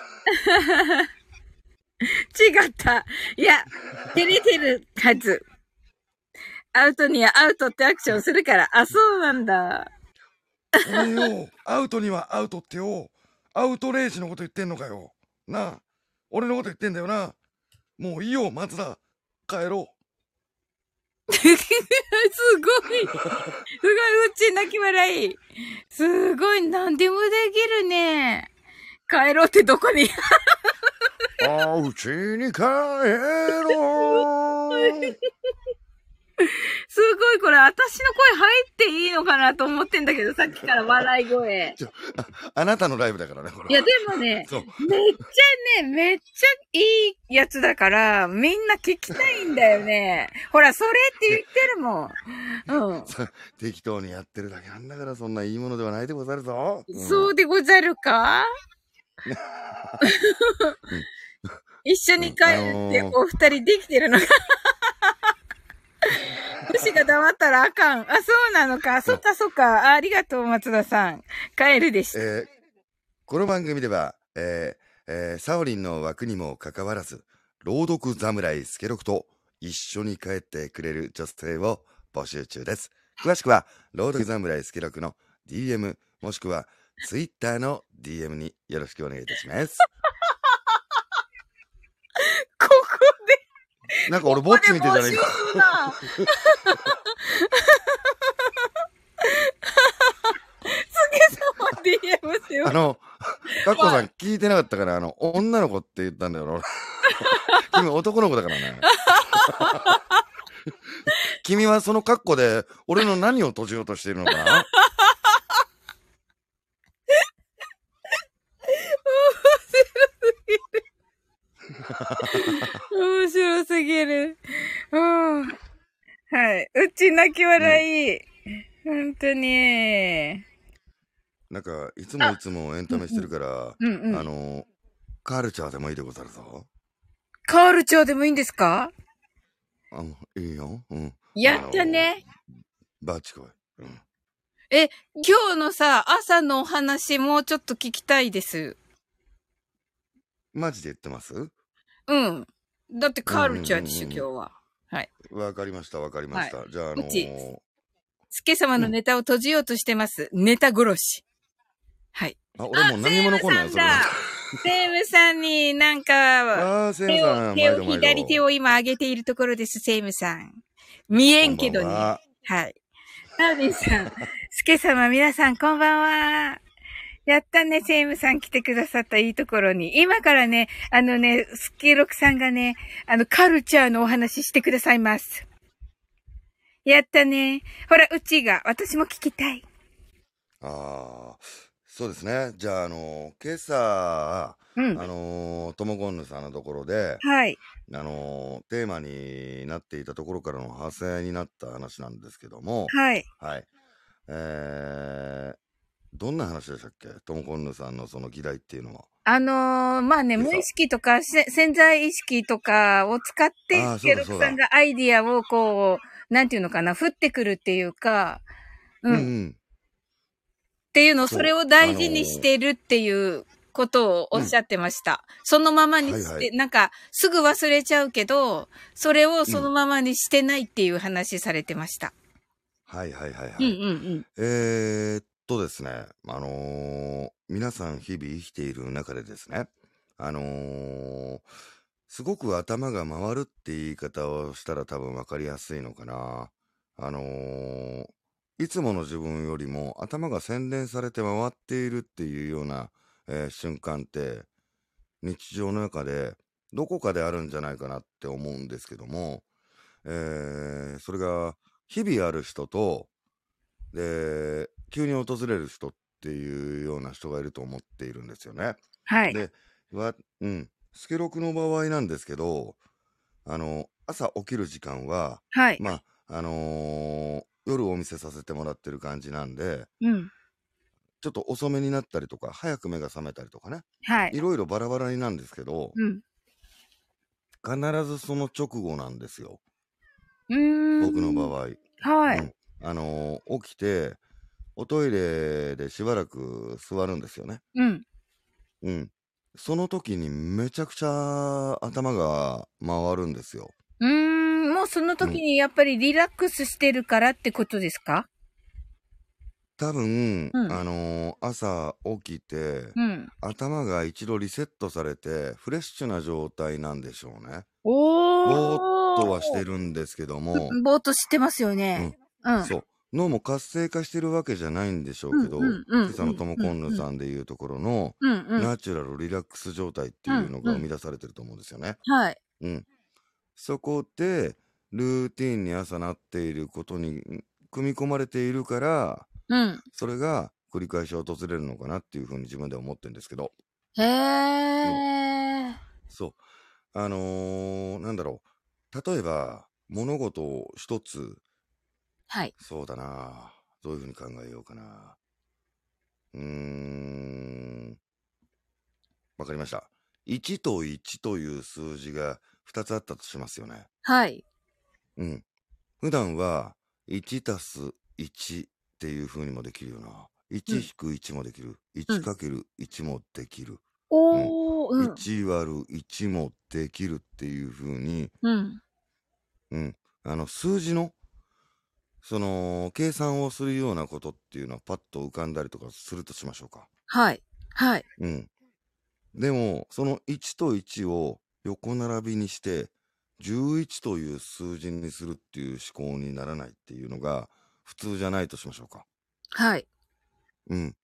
違った。いや、照れてるはず。アウトにはアウトってアクションするから。あ、そうなんだ。 おめよ、アウトにはアウトってよ。アウトレイジのこと言ってんのかよ。なあ、俺のこと言ってんだよな。もういいよ、松田。帰ろう。 すごい。すごい、うち泣き笑い。すごい、何でもできるね。帰ろうってどこにあ、うちに帰ろう。 すごい、これ私の声入っていいのかなと思ってんだけど、さっきから笑い声。 あ, あなたのライブだからね、これ。 いや、でもね、めっちゃね、めっちゃいいやつだから、みんな聞きたいんだよね。ほら、それって言ってるもん。うん。 適当にやってるだけなんだから、そんないいものではないでござるぞ。 うん、そうでござるか一緒に帰ってお二人できてるのか私が黙ったらあかん。あ、そうなのか。そっかそっか。ありがとう、松田さん。帰るでした。 えー、この番組では、えーえー、サオリンの枠にもかかわらず、朗読侍スケロクと一緒に帰ってくれる女性を募集中です。詳しくは、朗読侍スケロクの ディーエム もしくは Twitter の ディーエム によろしくお願いいたします。 ここでなんか俺ぼっち見てるじゃないか。 あの、かっこさん聞いてなかったから、あの、女の子って言ったんだよ、俺。君男の子だからね。君はその格好で俺の何を閉じようとしているのかな。 面白すぎる。うん。はい。うち泣き笑い。うん、本当に。 なんか、いつもいつもエンタメしてるから、 うんうん、 あの、カルチャーでもいいでござるぞ。 カルチャーでもいいんですか？ あ、いいよ。うん。 やったね。 バッチコイ。うん。 え、今日のさ、朝のお話もうちょっと聞きたいです。 マジで言ってます？ うん。だってカルチャーでしょ、今日は。はい。 わかりました、わかりました。はい、じゃあ、あのー、 うち、スケ様のネタを閉じようとしてます。うん、ネタ殺し。はい。 あ、俺もう何も残んないよ、それ。 セームさんになんか、 あ、手を、 手を左手を今上げているところです、セームさん。見えんけどね。はい。ナウディさん、スケ様皆さんこんばんは。やったね、セイムさん来てくださったいいところに。今からね、あのね、スケロクさんがね、あの、カルチャーのお話してくださいます。やったね。ほら、うちが、私も聞きたい。 ああ、そうですね。じゃあ、あの、今朝、うん、あの、トモコンヌさんのところで、 はい。 あの、テーマになっていたところからの派生になった話なんですけども、 はい。 はい。えー、どんな話でしたっけ？トモコンヌさんのその議題っていうのは。 あのー、まあね、無意識とか潜在意識とかを使って、スケロクさんがアイディアをこう、なんていうのかな、降ってくるっていうか、うん。うんうん、っていうのを、それを大事にしてるっていうことをおっしゃってました。うん、そのままにして、はいはい、なんか、すぐ忘れちゃうけど、それをそのままにしてないっていう話されてました。 うん、はいはいはいはい。うんうんうん、えー、っとですね、あのー、皆さん日々生きている中でですね、あのー、すごく頭が回るって言い方をしたら多分分かりやすいのかな。あのー、いつもの自分よりも頭が洗練されて回っているっていうような、えー、瞬間って日常の中でどこかであるんじゃないかなって思うんですけども、えー、それが日々ある人とで急に訪れる人っていうような人がいると思っているんですよね。 はい。 で、わ、うん、スケロクの場合なんですけど、あの朝起きる時間は、 はい、 まああのー、夜お見せさせてもらってる感じなんで、 うん、 ちょっと遅めになったりとか早く目が覚めたりとかね、 はい、 いろいろバラバラになんですけど、 うん、 必ずその直後なんですよ。 うーん、 僕の場合。 はい、 うん、あのー、起きておトイレでしばらく座るんですよね。 うん、 うん。その時にめちゃくちゃ頭が回るんですよ。 うーん、もうその時にやっぱりリラックスしてるからってことですか？ 多分、うん、あのー、朝起きて、うん、頭が一度リセットされてフレッシュな状態なんでしょうね。 おー。 ぼーっとはしてるんですけども。 ぼーっとしてますよね。 うん。うん、そう。脳も活性化してるわけじゃないんでしょうけど、うんうんうんうん、今朝のトモコンヌさんでいうところの、うんうん、ナチュラルリラックス状態っていうのが生み出されてると思うんですよね。 うんうん、はい。 うん。そこで、ルーティンに朝なっていることに組み込まれているから、うん、それが繰り返し訪れるのかなっていうふうに自分では思ってるんですけど。 へー。うん、 そう。あのー、なんだろう。例えば、物事を一つ、 はい。 そうだな。どういうふうに考えようかな。うーん。わかりました。いちといちという数字がふたつあったとしますよね。 はい。 うん。普段は、いちたすいちっていう風にもできるよな。いち引くいちもできる。いちかけるいちもできる。 おー、うん。 いち割るいちもできるっていう風に、 うん。 うん。あの、数字の、その、計算をするようなことっていうのはパッと浮かんだりとかするとしましょうか。 はい。はい。 うん。でも、そのいちといちを横並びにして、じゅういちという数字にするっていう思考にならないっていうのが普通じゃないとしましょうか。 はい。 うん。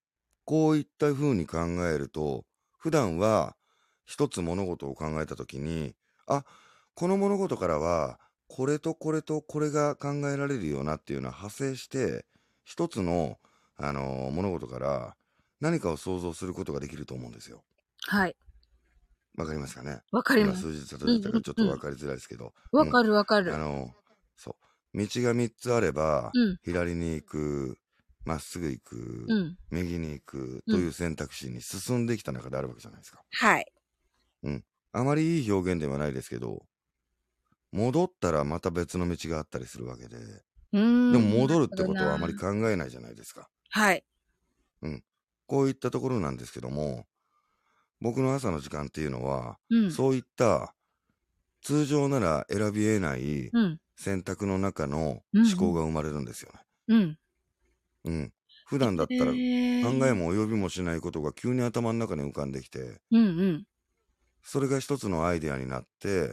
こういった風に考えると、普段は一つ物事を考えたときに、あ、この物事からは、これとこれとこれが考えられるよなっていうのは派生して、一つの、あのー物事から何かを想像することができると思うんですよ。 はい。 わかりますかね？ わかります。 今数字例えたからちょっとわかりづらいですけど。 わかるわかる。 あの、そう。道がみっつあれば、 うん。 左に行く、まっすぐ行く、 うん。 右に行くという選択肢に進んできた中であるわけじゃないですか。 はい。 うん。あまりいい表現ではないですけど、戻ったらまた別の道があったりするわけで、 うーん。 でも戻るってことはあなるまり考えないじゃないですか。 はい。 うん。こういったところなんですけども、僕の朝の時間っていうのは、 うん。 そういった通常なら選び得ないうん。 選択の中のうんうん思考が生まれるんですよね。 うん。 うん。普段だったら考へーえも及びもしないことが急に頭の中に浮かんできて、 うんうん。 それが一つのアイデアになって、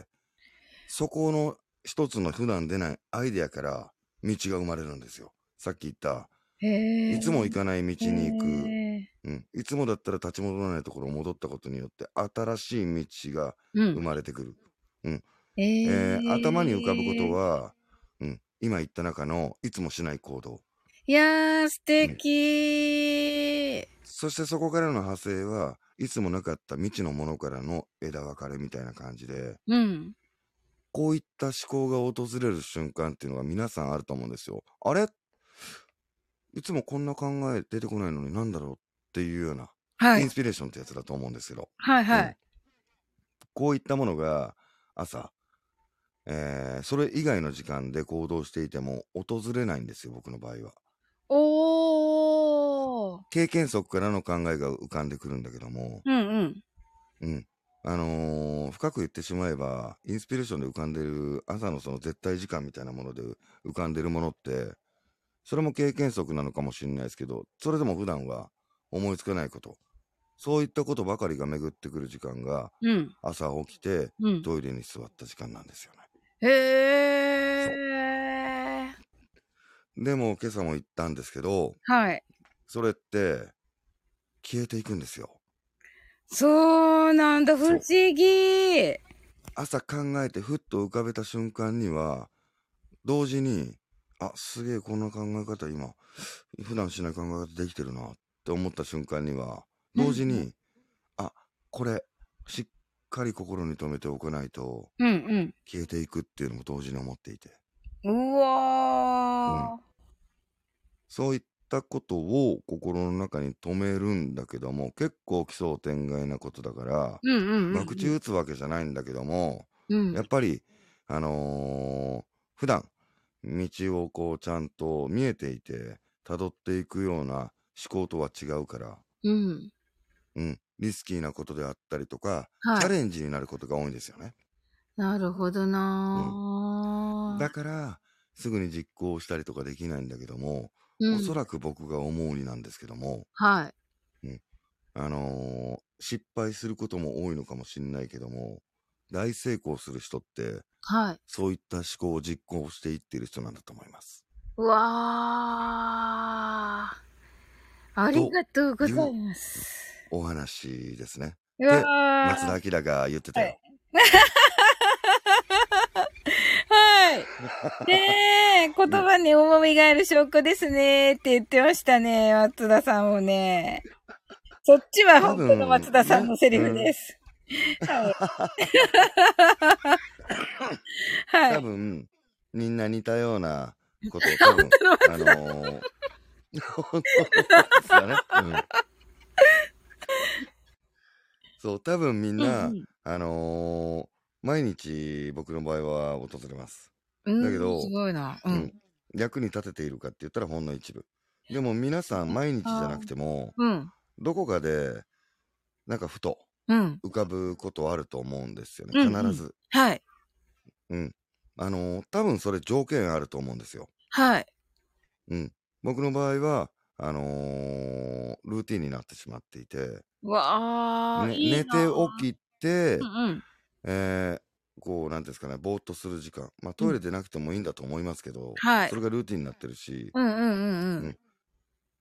そこの一つの普段出ないアイデアから道が生まれるんですよ。さっき言った、 へーいつも行かない道に行く、 へうん、いつもだったら立ち戻らないところを戻ったことによって新しい道がーうん。 生まれてくる。うんええー頭にー浮かぶことは、うん、今言った中のいつもしない行動。 いやー、素敵そしてそこからの派生はいつもなかった未知のものからの枝分かれみたいな感じで、 うん。 こういった思考が訪れる瞬間っていうのが皆さんあると思うんですよ。あれいつもこんな考え出てこないのになんだろうっていうような、 はい。 インスピレーションってやつだと思うんですけど、うんはいはい。 こういったものが朝、えーそれ以外の時間で行動していても訪れないんですよ、僕の場合は。 おー。 経験則からの考えが浮かんでくるんだけども、 うんうん。 うん。あのー深く言ってしまえば、インスピレーションで浮かんでる朝のその絶対時間みたいなもので浮かんでるものって、それも経験則なのかもしれないですけど、それでも普段は思いつかないこと、そういったことばかりが巡ってくる時間が、 うん。 朝起きてうん。 トイレに座った時間なんですよね。 へー。 でも今朝も言ったんですけど、 はい。 それって消えていくんですよ。 そうなんだ、不思議。 朝考えてふっと浮かべた瞬間には、同時に、あ、すげえこんな考え方今、普段しない考え方できてるなって思った瞬間には、同時に、あ、これ、しっかり心に留めておかないと、 うんうん。 消えていくっていうのも同時に思っていて。 うわー。 そういったことを心の中に留めるんだけども、結構奇想天外なことだから、 うんうんうんうん。 博打打つわけじゃないんだけども、 うんやっぱり、あのー普段、道をこうちゃんと見えていて、辿っていくような思考とは違うから、 うん。 うん、リスキーなことであったりとか、 はいチャレンジになることが多いんですよね。 なるほどなー。 だから、すぐに実行したりとかできないんだけども、 うんおそらく僕が思うになんですけども、 はい。 あのー失敗することも多いのかもしれないけども、大成功する人って、 はい。 そういった思考を実行していっている人なんだと思います。 うわー。ありがとうございます。 お話ですね。 うわで、 ー。 松田明が言ってたよ。 はい。ねえ、言葉に重みがある証拠ですねって言ってましたね、松田さんもね。そっちは本当の松田さんのセリフです。はい。 多分、みんな似たようなことを多分、あのー、本当ですよね。うんそう、多分みんな、 うんうんあのー毎日僕の場合は訪れます。 うんだけどすごいな。ううんん。役に立てているかって言ったらほんの一部。でも皆さん毎日じゃなくても、 うん。 どこかで、なんかふとうん。 浮かぶことあると思うんですよね。 うんうん必ず。 はい。 うん。あのー多分それ条件あると思うんですよ。 はい。 うん。僕の場合は、あのールーティンになってしまっていて、 うわー、 ね、 いいな寝て起きて、 うんうん。 えーこう、なんていうんですかね、ぼーっとする時間。まあ、トイレでなくてもいいんだと思いますけど、 はいそれがルーティンになってるし、 うんうんうんうん。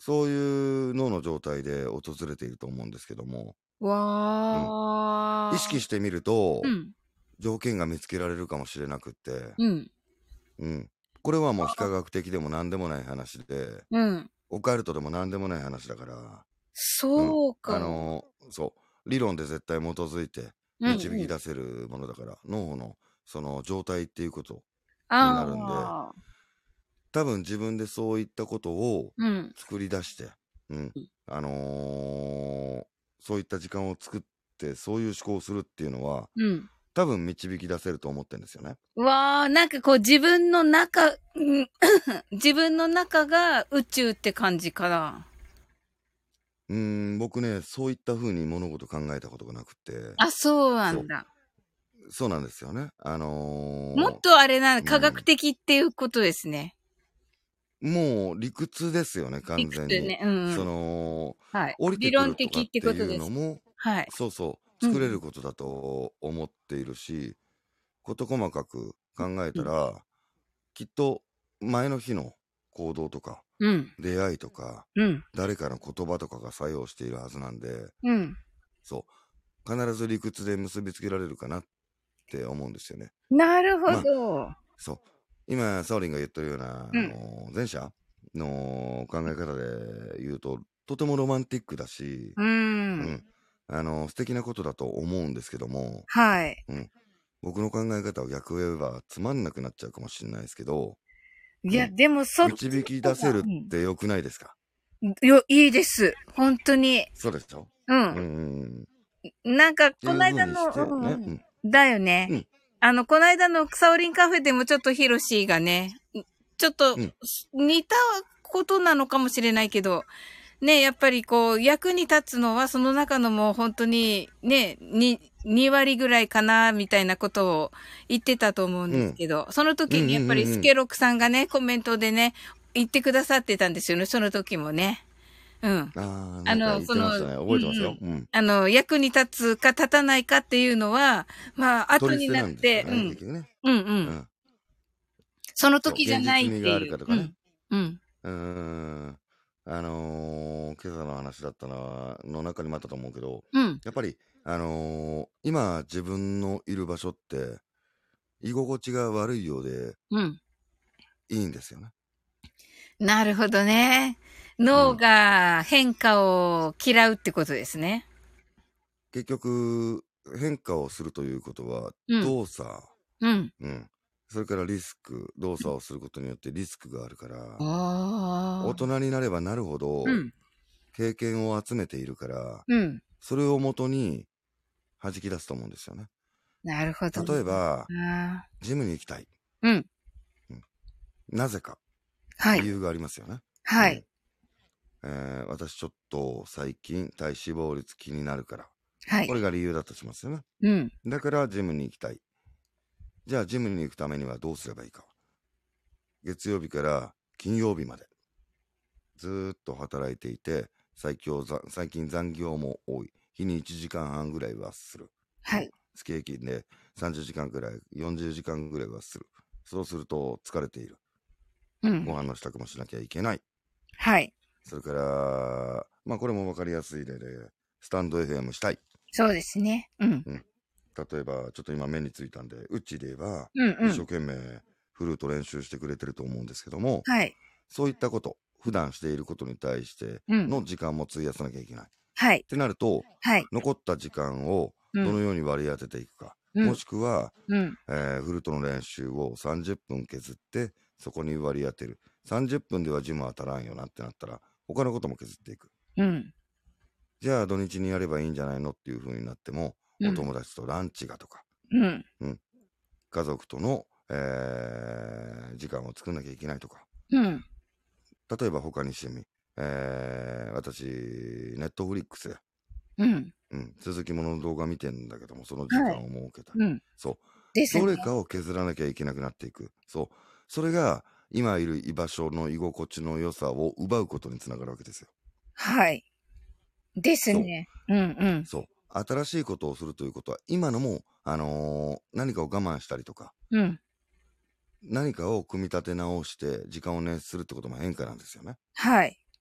そういう脳の状態で訪れていると思うんですけども、 わー。 意識してみると、 うん。 条件が見つけられるかもしれなくって、 うん。 うん。これはもう非科学的でも何でもない話で、 うん。 オカルトでも何でもない話だから、 そうか。 あのーそう理論で絶対基づいてうんうん導き出せるものだから、脳のその状態っていうことにあなるんで、 あ。 多分自分でそういったことをうん。 作り出して、うんあのーそういった時間を作ってそういう思考をするっていうのはうん。 多分導き出せると思ってるんですよね。 わー、なんかこう自分の中、うん自分の中が宇宙って感じかな。 うーん僕ねそういった風に物事考えたことがなくて、 あ、そうなんだ。 そうなんですよね。あのーもっとあれな、 うん科学的っていうことですね。 もう理屈ですよね、完理全に。 屈ね。うんうん。 その、 はい。 降りて理論くるとか的ってっていうことです。 のも、 はい。 そうそう、 うん作れることだと思っているし、事細かく考えたら、きっと前の日の行動とか、 うん。 出会いとか、 うん。 誰かの言葉とかが作用しているはずなんで、 うん。 そう、必ず理屈で結びつけられるかなって思うんですよね。 なるほまあど。 そう。今、サオリンが言ってるような、 うんあの前者の考え方で言うと、とてもロマンティックだし、 うー。 うんん、あの素敵なことだと思うんですけども、 はい。 僕の考え方を逆を言えばつまんなくなっちゃうかもしれないですけど、 いや、 うんでもそっ導き出せるって良くないですか？ よ、いいです。本当に。 そうでしょ？ ううんん。 ん。なんか、 っていうこの間の、 風にしてね。 うんうんだよね。 うんあの、この間のサオリンカフェでもちょっとヒロシーがね、ちょっとうん似たことなのかもしれないけど、ね、やっぱりこう、役に立つのはその中のもう本当にね、に、に割ぐらいかな、みたいなことを言ってたと思うんですけど、その時にやっぱりスケロクさんがね、コメントでね、言ってくださってたんですよね、その時もね。うん。 ああ、 あの、 なんか言ってましたね。覚えてますよ。 ううんん。 あの、役に立つか立たないかっていうのは、まあ、後に取り捨てなんですなって、 よね、結局ね。 うん、うん、う。 うんん。 その時じゃないってそう現実味があいう。 るかとかね。 うん。 うーん。あのー今朝の話だったのの中にもあったと思うけど、 うん。うん。 やっぱり、あのー今自分のいる場所って居心地が悪いようでうん。 いいんですよね。 なるほどね。脳が変化を嫌うってことですね。 結局変化をするということはうん。 動作、 うん。 うん、それからリスク、動作をすることによってリスクがあるから、 ああ。 大人になればなるほどうん。 経験を集めているから、 うん。 それをもとに弾き出すと思うんですよね。 なるほど。 例えば、 あジムに行きたい。 ーうん。 なぜか。 はい。 理由がありますよね。うんはい。 えー私ちょっと最近体脂肪率気になるから。 はいこ。れが理由だとしますよね。 うん。 だからジムに行きたい。じゃあジムに行くためにはどうすればいいか。月曜日から金曜日までずーっと働いていて、最強ざ最近残業も多い。日にいちじかんはんぐらいはする。 はい。 月平均でさんじゅうじかんぐらい、よんじゅうじかんぐらいはする。そうすると疲れている。 うんご。飯の支度もしなきゃいけない。 はい。 それから、まあこれもわかりやすい例で、スタンド エフエム したい。 そうですね。うん。 例えば、ちょっと今目についたんで、うっちーで言えば、 うんうん。 一生懸命フルート練習してくれてると思うんですけども、 はい。 そういったこと、普段していることに対してうん。 の時間も費やさなきゃいけない。っはい。 てなると、 はい。 残った時間をうん。 どのように割り当てていくか。 うんもしくは、 うん。 えーフルートの練習をさんじゅっぷん削って、そこに割り当てる。さんじゅっぷんではジム当たらんよなってなったら、他のことも削っていく。 うん。 じゃあ土日にやればいいんじゃないのっていう風になっても、 うんお友達とランチがとか、 うん。 家族との、えー時間を作んなきゃいけないとか。 うん。 例えば他に趣味、えー私、ネットフリックスで、 うん。 うん、続きものの動画見てんだけども、その時間を設けた。 うん。 そう。 ですね。 どれかを削らなきゃいけなくなっていく。そう。それが、今いる居場所の居心地の良さを奪うことにつながるわけですよ。 はい。ですね。うんうん。 そう。新しいことをするということは、今のも、あのー何かを我慢したりとか、 うん。 何かを組み立て直して時間を捻出するってことも変化なんですよね。 はい。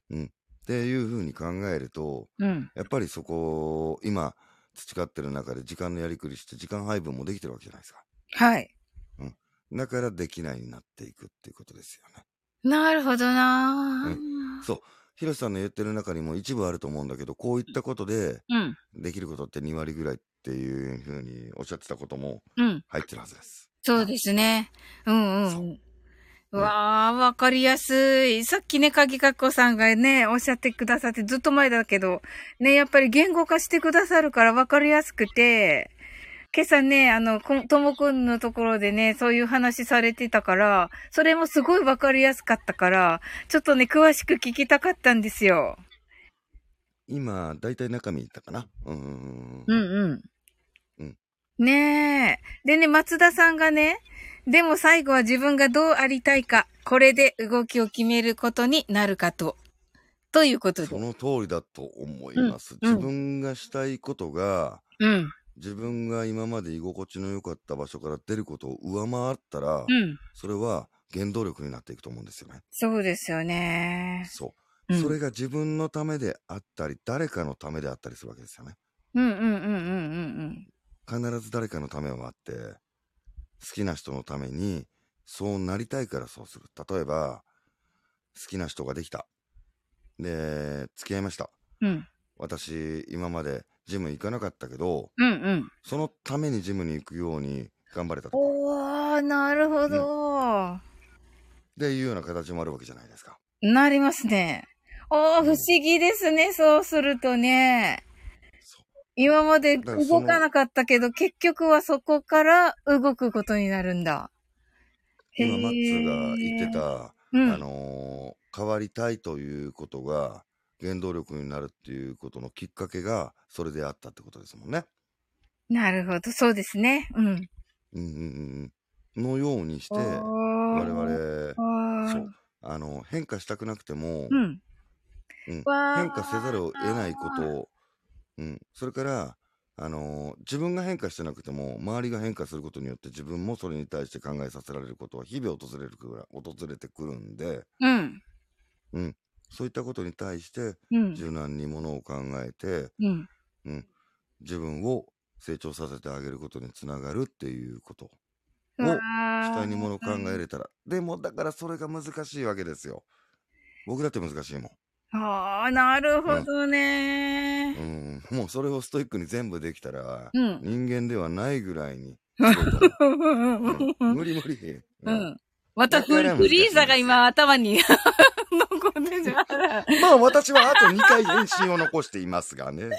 うん。っていうふうに考えると、 うん。 やっぱりそこ、今、培ってる中で時間のやりくりして、時間配分もできてるわけじゃないですか。 はい。 うん。だからできないになっていくっていうことですよね。 なるほどなうん。そう。ヒロシさんの言ってる中にも一部あると思うんだけど、こういったことで、 うん。 できることってに割ぐらいっていうふうにおっしゃってたこともうん。 入ってるはずです。 そうですね。うんうそう。 ん。ううん。 わあ、わかりやすい。さっきね、鍵かっこさんがね、おっしゃってくださって、ずっと前だけど、ね、やっぱり言語化してくださるからわかりやすくて、今朝ね、あの、こともくんのところでね、そういう話されてたから、それもすごいわかりやすかったから、ちょっとね、詳しく聞きたかったんですよ。 今、だいたい中身いったかな。うんうんううんんうん。 うん。 ねえ。でね、松田さんがね、でも最後は自分がどうありたいか、これで動きを決めることになるかと。ということで。 その通りだと思いうん、 ます。自うん、 分がしたいことが、 うん、 自分が今まで居心地の良かった場所から出ることを上回ったら、 うん。 それは原動力になっていくと思うんですよね。 そうですよね。 そう。 うん。 それが自分のためであったり、誰かのためであったりするわけですよね。 うんうんうんうんうん必ず誰かのためはあって、好きな人のために、そうなりたいからそうする。例えば、好きな人ができた。で、付き合いました。 うん。うん。 私、今までジム行かなかったけど、 うんうん。 そのためにジムに行くように頑張れたとか。 おー、なるほうん。 ど。 っていうような形もあるわけじゃないですか。 なりますね。おー、不思うん。 議ですね、そうするとね。 そ今までう。だからその、 動かなかったけど、結局はそこから動くことになるんだ。へ今、マッツーが言ってえ。 た、 うあん。 のー変わりたいということが原動力になるっていうことのきっかけがそれであったってことですもんね。 なるほど、そうですね。うん。 うんうんうんうん。のようにして、 お我ー。 々、そう、 わー。 あの、変化したくなくても、 うん。 うん、 わ変化せざるを得ないことー。 を、うん、それから、あのー自分が変化してなくても、周りが変化することによって自分もそれに対して考えさせられることは日々訪れるくら訪れてくるんで、 うん。 うん、そういったことに対してうん。 柔軟にものを考えて、 うん。 うん、自分を成長させてあげることにつながるっていうことわを主体にものを考えー。 れたら、でもだからそれが難しいわけですよ。僕だって難しいもん。 ああ、なるうん。 ほどね。 うん、もうそれをストイックに全部できたら、 うん。 人間ではないぐらいにすごいと思う。うん。無理無理。 ううん。 ん。またフリ、 だから難フリーザしいんですよ。 が今頭に残ってしまった。 まあ私はあとにかい返信を残していますがね。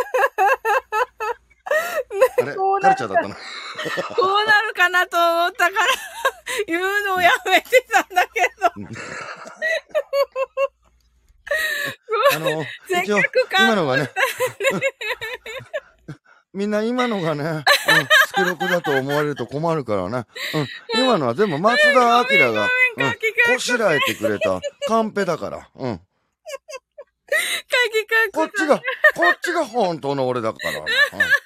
あれこうなるか、 カルチャーだったな。 こうなるかなと思ったから言うのをやめてたんだけど。 あの、 せっ一応、 かく今のがね、 感動した。 みんな今のがね、うん、スケロクだと思われると困るからね。うん。今のは全部松田明が、 ごめんごめん、 うん、 かきかこしらえてくれたカンペだから。うん。 かきかこさん。 こっちが、こっちが本当の俺だから。うん。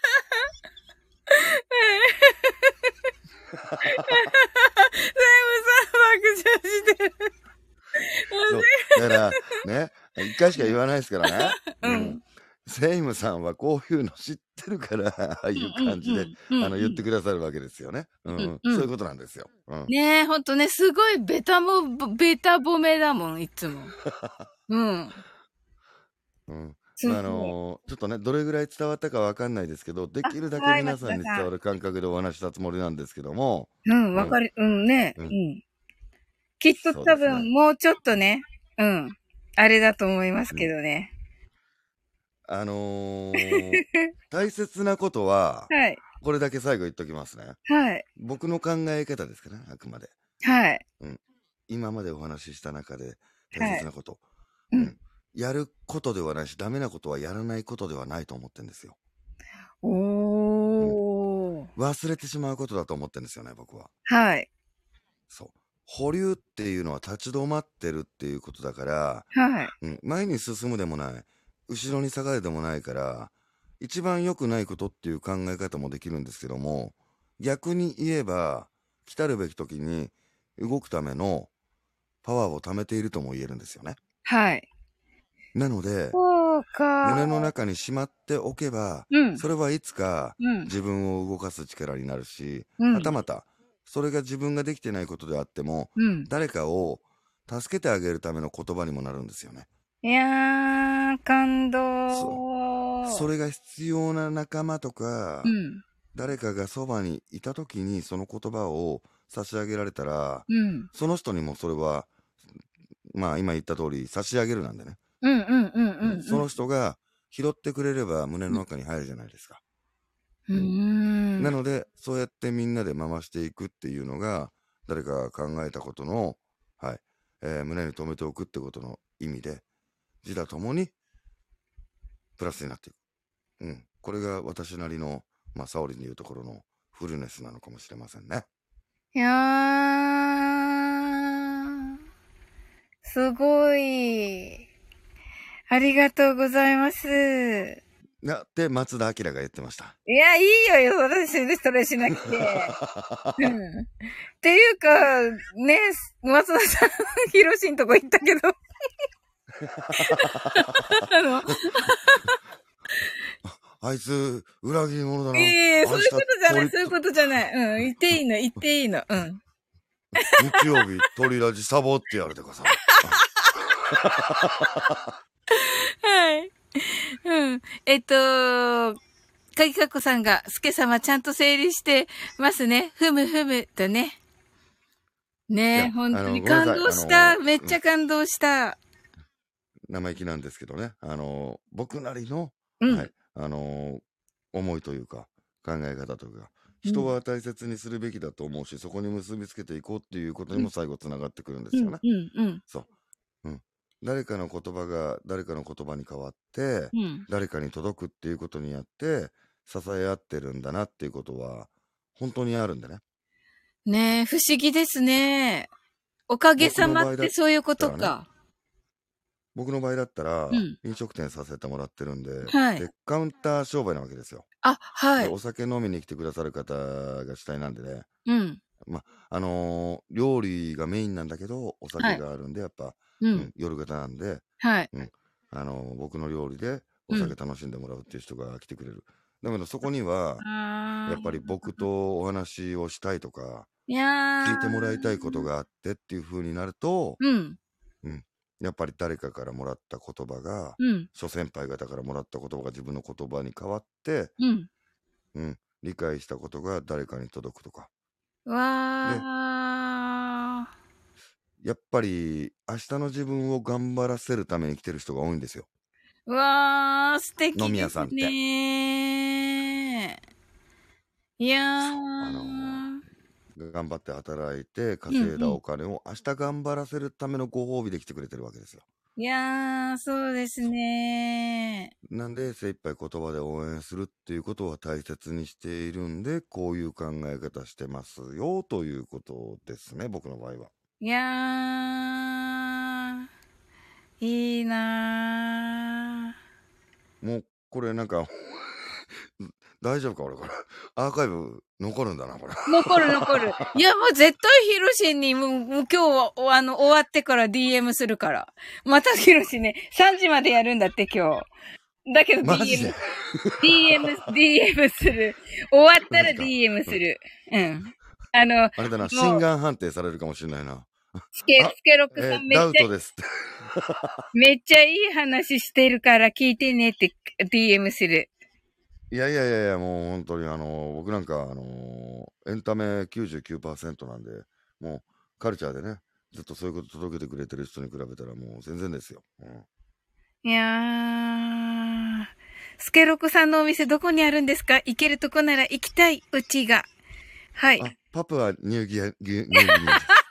全部さ、爆笑してる。 そう。だから、ね、一回しか言わないですからね。 ううんん。セイムさんはこういうの知ってるから、ああいう感じで、 うんあの、言ってくださるわけですよね。うん、うん。 うん。 そういうことなんですよ。うん。 ねえ、ほんとね、すごいベタも、ベタ褒めだもん、いつも。うん。 うん。 そうそう。 あのーちょっとね、どれぐらい伝わったかわかんないですけど、であ、 きるだけはい、 皆松田さん。 さんに伝わる感覚でお話したつもりなんですけども、 うん、 うん、 わかる、うんね、 う。 うんん。きっと多分、 そうですね。 もうちょっとね、うん。あれだと思いますうん。 けどね。 あのー大切なことは、 はい。 これだけ最後言っときますね。 はい。 僕の考え方ですからね、あくまで。 はい。 うん。今までお話しした中で大はい。 切なこと。 う。 うんん。やることではないし、ダメなことはやらないことではないと思ってるんですよ。うん。 おー。 忘れてしまうことだと思ってるんですよね、僕は。 はい。 そう。保留っていうのは立ち止まってるっていうことだから、 はい。 うん、前に進むでもない、後ろに下がるでもないから、一番良くないことっていう考え方もできるんですけども、逆に言えば、来たるべき時に動くためのパワーを貯めているとも言えるんですよね。 はい。 なので、 そうか。 胸の中にしまっておけば、 うん。 それはいつかうん。 自分を動かす力になるし、 うんはたまた、それが自分ができてないことであっても、 うん。 誰かを助けてあげるための言葉にもなるんですよね。 いやー、感動。 そそれが必要な仲間とか、 うん。 誰かがそばにいた時にその言葉を差し上げられたら、 うん。 その人にもそれは、まあ今言った通り差し上げるなんでね。 うんうんうんうんうん。 その人が拾ってくれれば胸の中に入るじゃないですか。 うーん。 なので、そうやってみんなで回していくっていうのが、誰かが考えたことの、はい、えー胸に留めておくってことの意味で、自他ともにプラスになっていく。うん。これが私なりの、まあ、サオリンでいうところのフルネスなのかもしれませんね。 いやー、すごい。ありがとうございます。 なって松田明が言ってました。 いや、いいよ、私でそれしなくて。うん。っていうか、ね、松田さん、ヒロシんとこ行ったけど。あの、 あいつ、裏切り者だな。 いやいや、そういうことじゃない、 明日そういうことじゃない。うん、言っていいの、言っていいの。うん。 日曜日、トリラジサボってやるでかさ。 はい。うん。えっと、かぎかこさんが、すけ様ちゃんと整理してますね。ふむふむとね。 いねえ、 や本当にあのごめんなさい感動した。 あのめっちゃ感動した。 生意気なんですけどね。あの、僕なりの、 うん。 はい、あの、思いというか、考え方というか、人は大切にするべきだと思うし、そこに結びつけていこうっていうことにも最後つながってくるんですうん、 よね。 うん、うん。 そう。うん。誰かの言葉が誰かの言葉に変わって、 うん。 誰かに届くっていうことによって、支え合ってるんだなっていうことは、本当にあるんでね。 ねえ、不思議ですね。おかげさまってそういうこと僕の場合だか。 僕の場合だったら、 うん飲食店させてもらってるんで、 はいで、カウンター商売なわけですよ。 あ、はい。 でお酒飲みに来てくださる方が主体なんでね、 うん。 あのー料理がメインなんだけど、お酒があるんで、やっぱ、 ううんん、夜型なんで、 はい。 あのー僕の料理でお酒楽しんでもらうっていう人が来てくれる。だけどそこには、 あーやっぱり僕とお話をしたいとか、 いやー聞いてもらいたいことがあってっていう風になると、 うん。 やっぱり誰かからもらった言葉が、 うん。 諸先輩方からもらった言葉が自分の言葉に変わって、 うん。 うん、理解したことが誰かに届くとか。 わやっぱり明日の自分を頑張らせるために来てる人が多いんですよ。 ー。わー、素敵ですね。 飲み屋さんっていやー。 あの頑張って働いて稼いだお金を明日頑張らせるためのご褒美で来てくれてるわけですよ。 いやー、そうですね。 なんで精一杯言葉で応援するっていうことは大切にしているんで、こういう考え方してますよということですね、僕の場合は。 いやー、いいなー。 もうこれなんか大丈夫か俺これアーカイブ残るんだなこれ残る残る。いや、もう絶対ヒロシにもう、もう今日、あの、終わってから ディーエム するから。またヒロシね、さんじまでやるんだって今日。だけど ディーエム、 マジでディーエム、ディーエム する。終わったら ディーエム する。うん。あの、 あれだな、心眼判定されるかもしれないな。 スケ、 あスケロックえさんめっちゃ、 ーダウトですってめっちゃいい話してるから聞いてねって ディーエム する。 いやいやいやいや、もう本当にあの、僕なんかあの、エンタメ きゅうじゅうきゅうパーセント なんで、もうカルチャーでね、ずっとそういうこと届けてくれてる人に比べたらもう全然ですよ。うん、 いやー。スケロクさんのお店どこにあるんですか？行けるとこなら行きたい、うちが。はい。 あ、パプアニューギア、ニューギニー。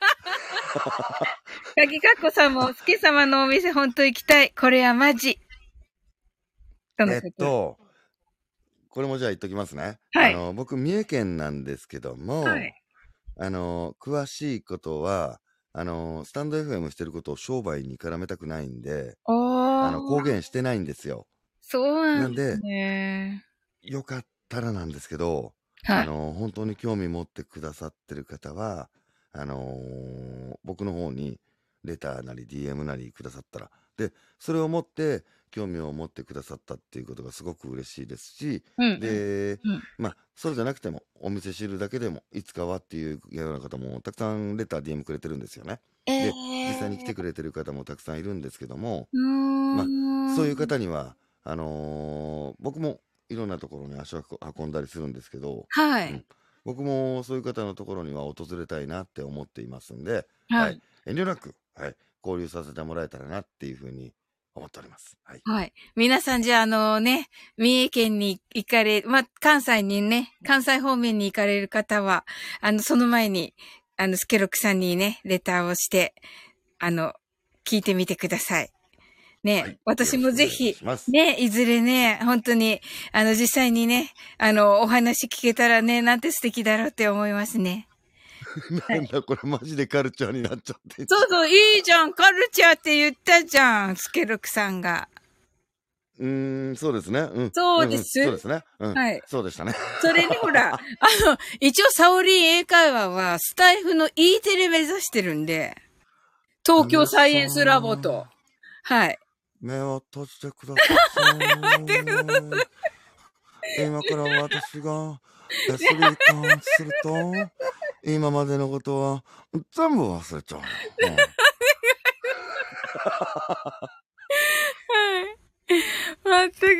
かぎかっこさんも、スケ様のお店ほんと行きたい。これはマジ。 えっと、これもじゃあ言っときますね。 はい。 あの、僕、三重県なんですけども、 はい、 あの、詳しいことは、あの、スタンド エフエム してることを商売に絡めたくないんで、あの、公言してないんですよ。 そうなんですね。 よかったらなんですけど、 はい、 あの、本当に興味持ってくださってる方は、あのー、僕の方にレターなり ディーエム なりくださったらで、それを持って興味を持ってくださったっていうことがすごく嬉しいですし、 うんうん。 で、 うん。 まあ、そうじゃなくても、お店知るだけでも、いつかはっていうような方もたくさんレター、ディーエム くれてるんですよね。 えで、実際に来てえ。 くれてる方もたくさんいるんですけども、 うまあ、 ーそういうん。 方には、あのー僕もいろんなところに足を運んだりするんですけど、うん、 はい。 僕もそういう方のところには訪れたいなって思っていますんで、 ははい、 い。 遠慮なく、はい、交流させてもらえたらなっていうふうに思っております。はい。 はい。皆さんじゃあ、あのね、三重県に行かれ、まあ、関西にね、関西方面に行かれる方は、あの、その前に、あの、スケロクさんにね、レターをして、あの、聞いてみてください。ね、 はい、 私よろしくお願いいもぜひたします。 ね、いずれね、本当に、あの、実際にね、あの、お話聞けたらね、なんて素敵だろうって思いますね。はなんい。 だこれマジでカルチャーになっちゃってんじそうそう、いいじゃん、カルチャーって言ったじゃん、スケロクさんが。 ゃん。うーん、そうですね。うん。うんうん。 そうです。 そうですね。うん。 はい。 そうでしたね。 それにほら、あの、一応サオリン英会話はスタイフの E テレ目指してるんで、東京皆さサイエンスラボと。 ん、 はい。 目を閉じてください。今から私がレスリーカンすると、今までのことは全部忘れちゃうよ。うんはい。まったく。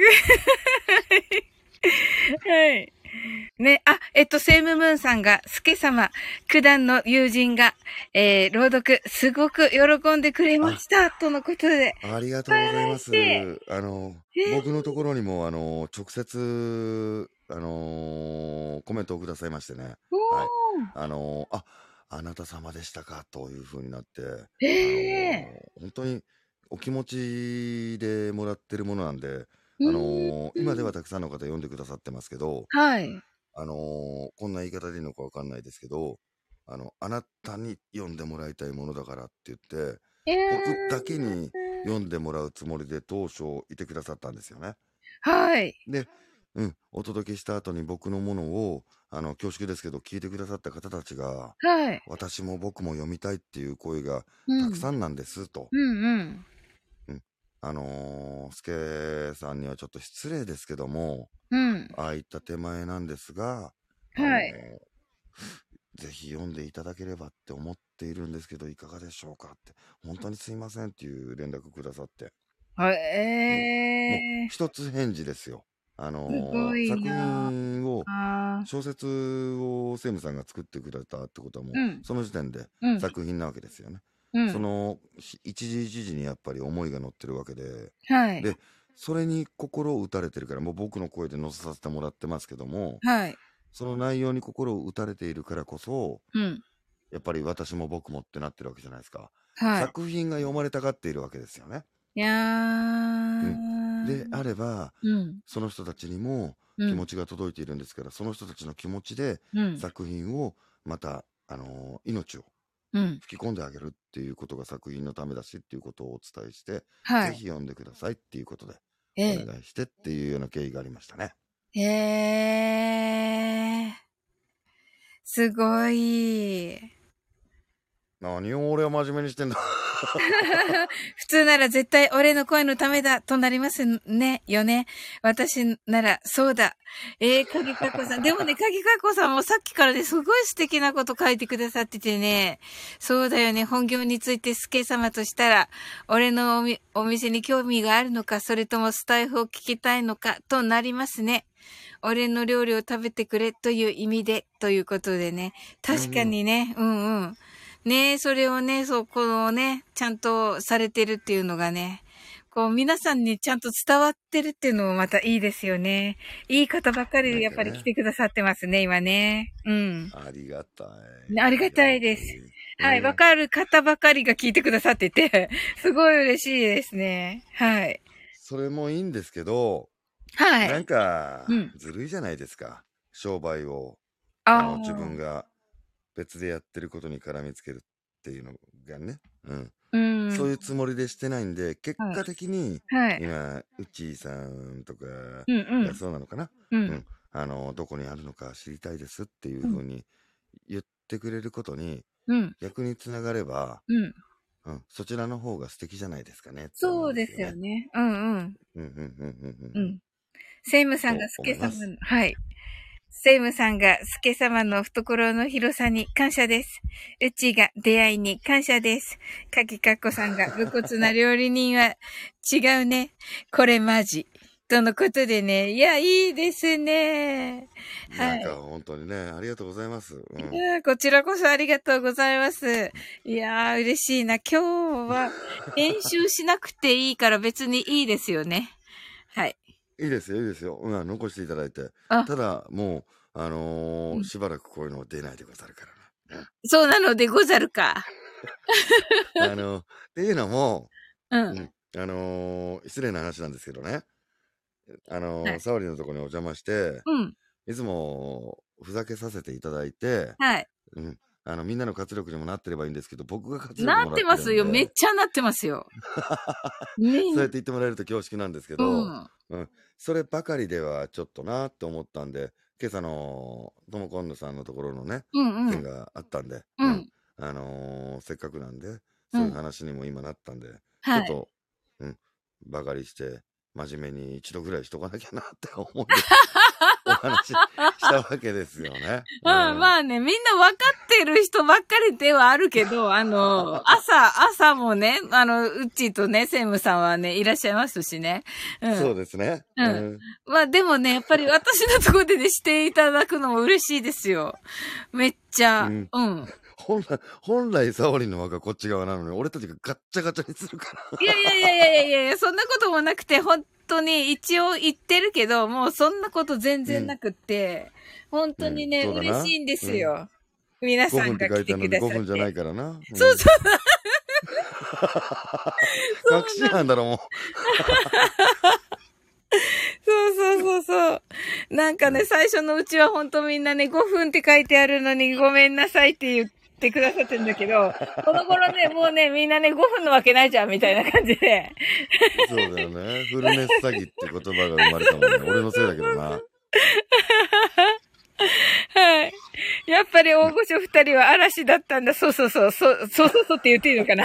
はい。ね、あ、えっと、セイムムーンさんが、スケ様、九段の友人が、えー、朗読、すごく喜んでくれまあ、 した、とのことで。 ありがとうございます。 で、 あの、 え僕のところにも、あの、直接、あの、コメントをくださいましてね。 おはい。 ー。 あの、あ、あなた様でしたか、という風になって、あええの、本当にお気持ちでもらってるものなんで、 ー。 あうの、今でーん。 はたくさんの方読んでくださってますけど、 はい。 あの、こんな言い方でいいのかわかんないですけど、あの、あなたに読んでもらいたいものだからって言って、 え僕だけー。 に読んでもらうつもりで当初いてくださったんですよね。 はい。 で、うん、お届けした後に僕のものを、あの、恐縮ですけど、聞いてくださった方たちが、 はい。 私も僕も読みたいっていう声がうん。 たくさんなんですと。 うんうん。 うん。あのー、スケさんにはちょっと失礼ですけども、 うん。 ああいった手前なんですが、あのはい。 ー、ぜひ読んでいただければって思っているんですけど、いかがでしょうかって、本当にすいませんっていう連絡くださって。 はうん。もうえー。 一つ返事ですよ。あすのー、 ごい作な品を、 あ。 小説をセイムさんが作ってくれたってことはもう、 うん。 その時点でうん。 作品なわけですよね。そうん。 の、ひ一時一時にやっぱり思いが乗ってるわけで、 はい。 で、それに心を打たれてるから、もう僕の声で乗せさせてもらってますけども、 はい。 その内容に心を打たれているからこそ、 うん。 やっぱり私も僕もってなってるわけじゃないですか。 はい。 作品が読まれたがっているわけですよね。 いやうん。 ー。 であれば、 うん。 その人たちにもうん。 気持ちが届いているんですから、その人たちの気持ちでうん。 作品をまた、あのー命をうん。 吹き込んであげるっていうことが作品のためだしっていうことをお伝えして、 はい。 ぜひ読んでくださいっていうことでええ。 お願いしてっていうような経緯がありましたね。 へえ。すごい。 何を俺は真面目にしてんだ。 普通なら絶対俺の声のためだとなりますね、よね。私ならそうだ。えー、かぎかこさん。でもね、かぎかこさんもさっきからね、すごい素敵なこと書いてくださっててね。そうだよね。本業についてスケ様としたら、俺のおみお店に興味があるのか、それともスタイフを聞きたいのかとなりますね。俺の料理を食べてくれという意味で、ということでね。確かにね、うんうん。ねえ、それをね、そう、このね、ちゃんとされてるっていうのがね、こう、皆さんにちゃんと伝わってるっていうのもまたいいですよね。いい方ばっかりでやっぱり来てくださってますね、今ね。うん。 ありがたい。 ありがたいです。はい、わかる方ばかりが聞いてくださってて、すごい嬉しいですね。はい。 それもいいんですけど、 はい。 なんか、 うん、 ずるいじゃないですか。商売を、 ああの、自分が別でやってることに絡みつけるっていうのがね。うん。うん、そういうつもりでしてないんで、結果的に、はい、今、うちーさんとかがそうなのかな、うん、うん。あの、どこにあるのか知りたいですっていうふうに言ってくれることに、うん、逆につながれば、うん、 うん、そちらの方が素敵じゃないですかね。 そうですよね。うんうん。 うんうんうんうんうん。セイムさんがスケ様の、はい。セイムさんがスケ様の懐の広さに感謝です。うちが出会いに感謝です。かきかっこさんが無骨な料理人は違うね。これマジ。とのことでね。いや、いいですね。 はい。なんか本当にね、ありがとうございます。うん、 いやこちらこそありがとうございます。いやー、嬉しいな。今日は練習しなくていいから別にいいですよね。はい。 いいですよ、いいですよ。うん、残していただいて。ただ、もう、あのーうん、しばらくこういうの出ないでござるからね。そうなのでござるか。 あの、っていうのも、 うん。 うん、あのー、失礼な話なんですけどね。あのー、はい、サオリのところにお邪魔して、うん、いつもふざけさせていただいて、 はい。 うん、あの、みんなの活力にもなってればいいんですけど、僕が活力もらってるんで。なってますよ。めっちゃなってますよ。 そうやって言ってもらえると恐縮なんですけど、うん、うん、そればかりではちょっとなって思ったんで、今朝のともこんぬさんのところのね、うんうん、件があったんで、うん、うん、あのー、せっかくなんで、そういう話にも今なったんで、うん、ちょっと、はい、うん、ばかりして、真面目に一度ぐらいしとかなきゃなって思ってお話ししたわけですよね。 うん、うん、まあね、みんな分かってる人ばっかりではあるけど、あの、朝、朝もね、あの、うっちーとね、セイムさんはね、いらっしゃいますしね。 うん、そうですね。 うん。うん、まあでもね、やっぱり私のところでね、していただくのも嬉しいですよ。めっちゃ。うん。うん本来、本来、サオリンの輪がこっち側なのに、俺たちがガッチャガチャにするから。 いやいやいやいやいやいや、そんなこともなくて、本当に一応言ってるけど、もうそんなこと全然なくって、うん、本当にね、うん、嬉しいんですよ。うん、皆さんが来てくださって。 ごふんって書いてあるのにごふんじゃないからな。うん、 そうそう。 隠しなんだろ、もう。 そうそうそうそう。なんかね、最初のうちは本当みんなね、ごふんって書いてあるのにごめんなさいって言ってくださってるんだけど、この頃ね、もうね、みんなね、ごふんのわけないじゃん、みたいな感じで。 そうだよね。フルネス詐欺って言葉が生まれたもんね。俺のせいだけどな。 はい。やっぱり大御所二人は嵐だったんだ。そうそうそう。そう、そうそうそうって言っていいのかな。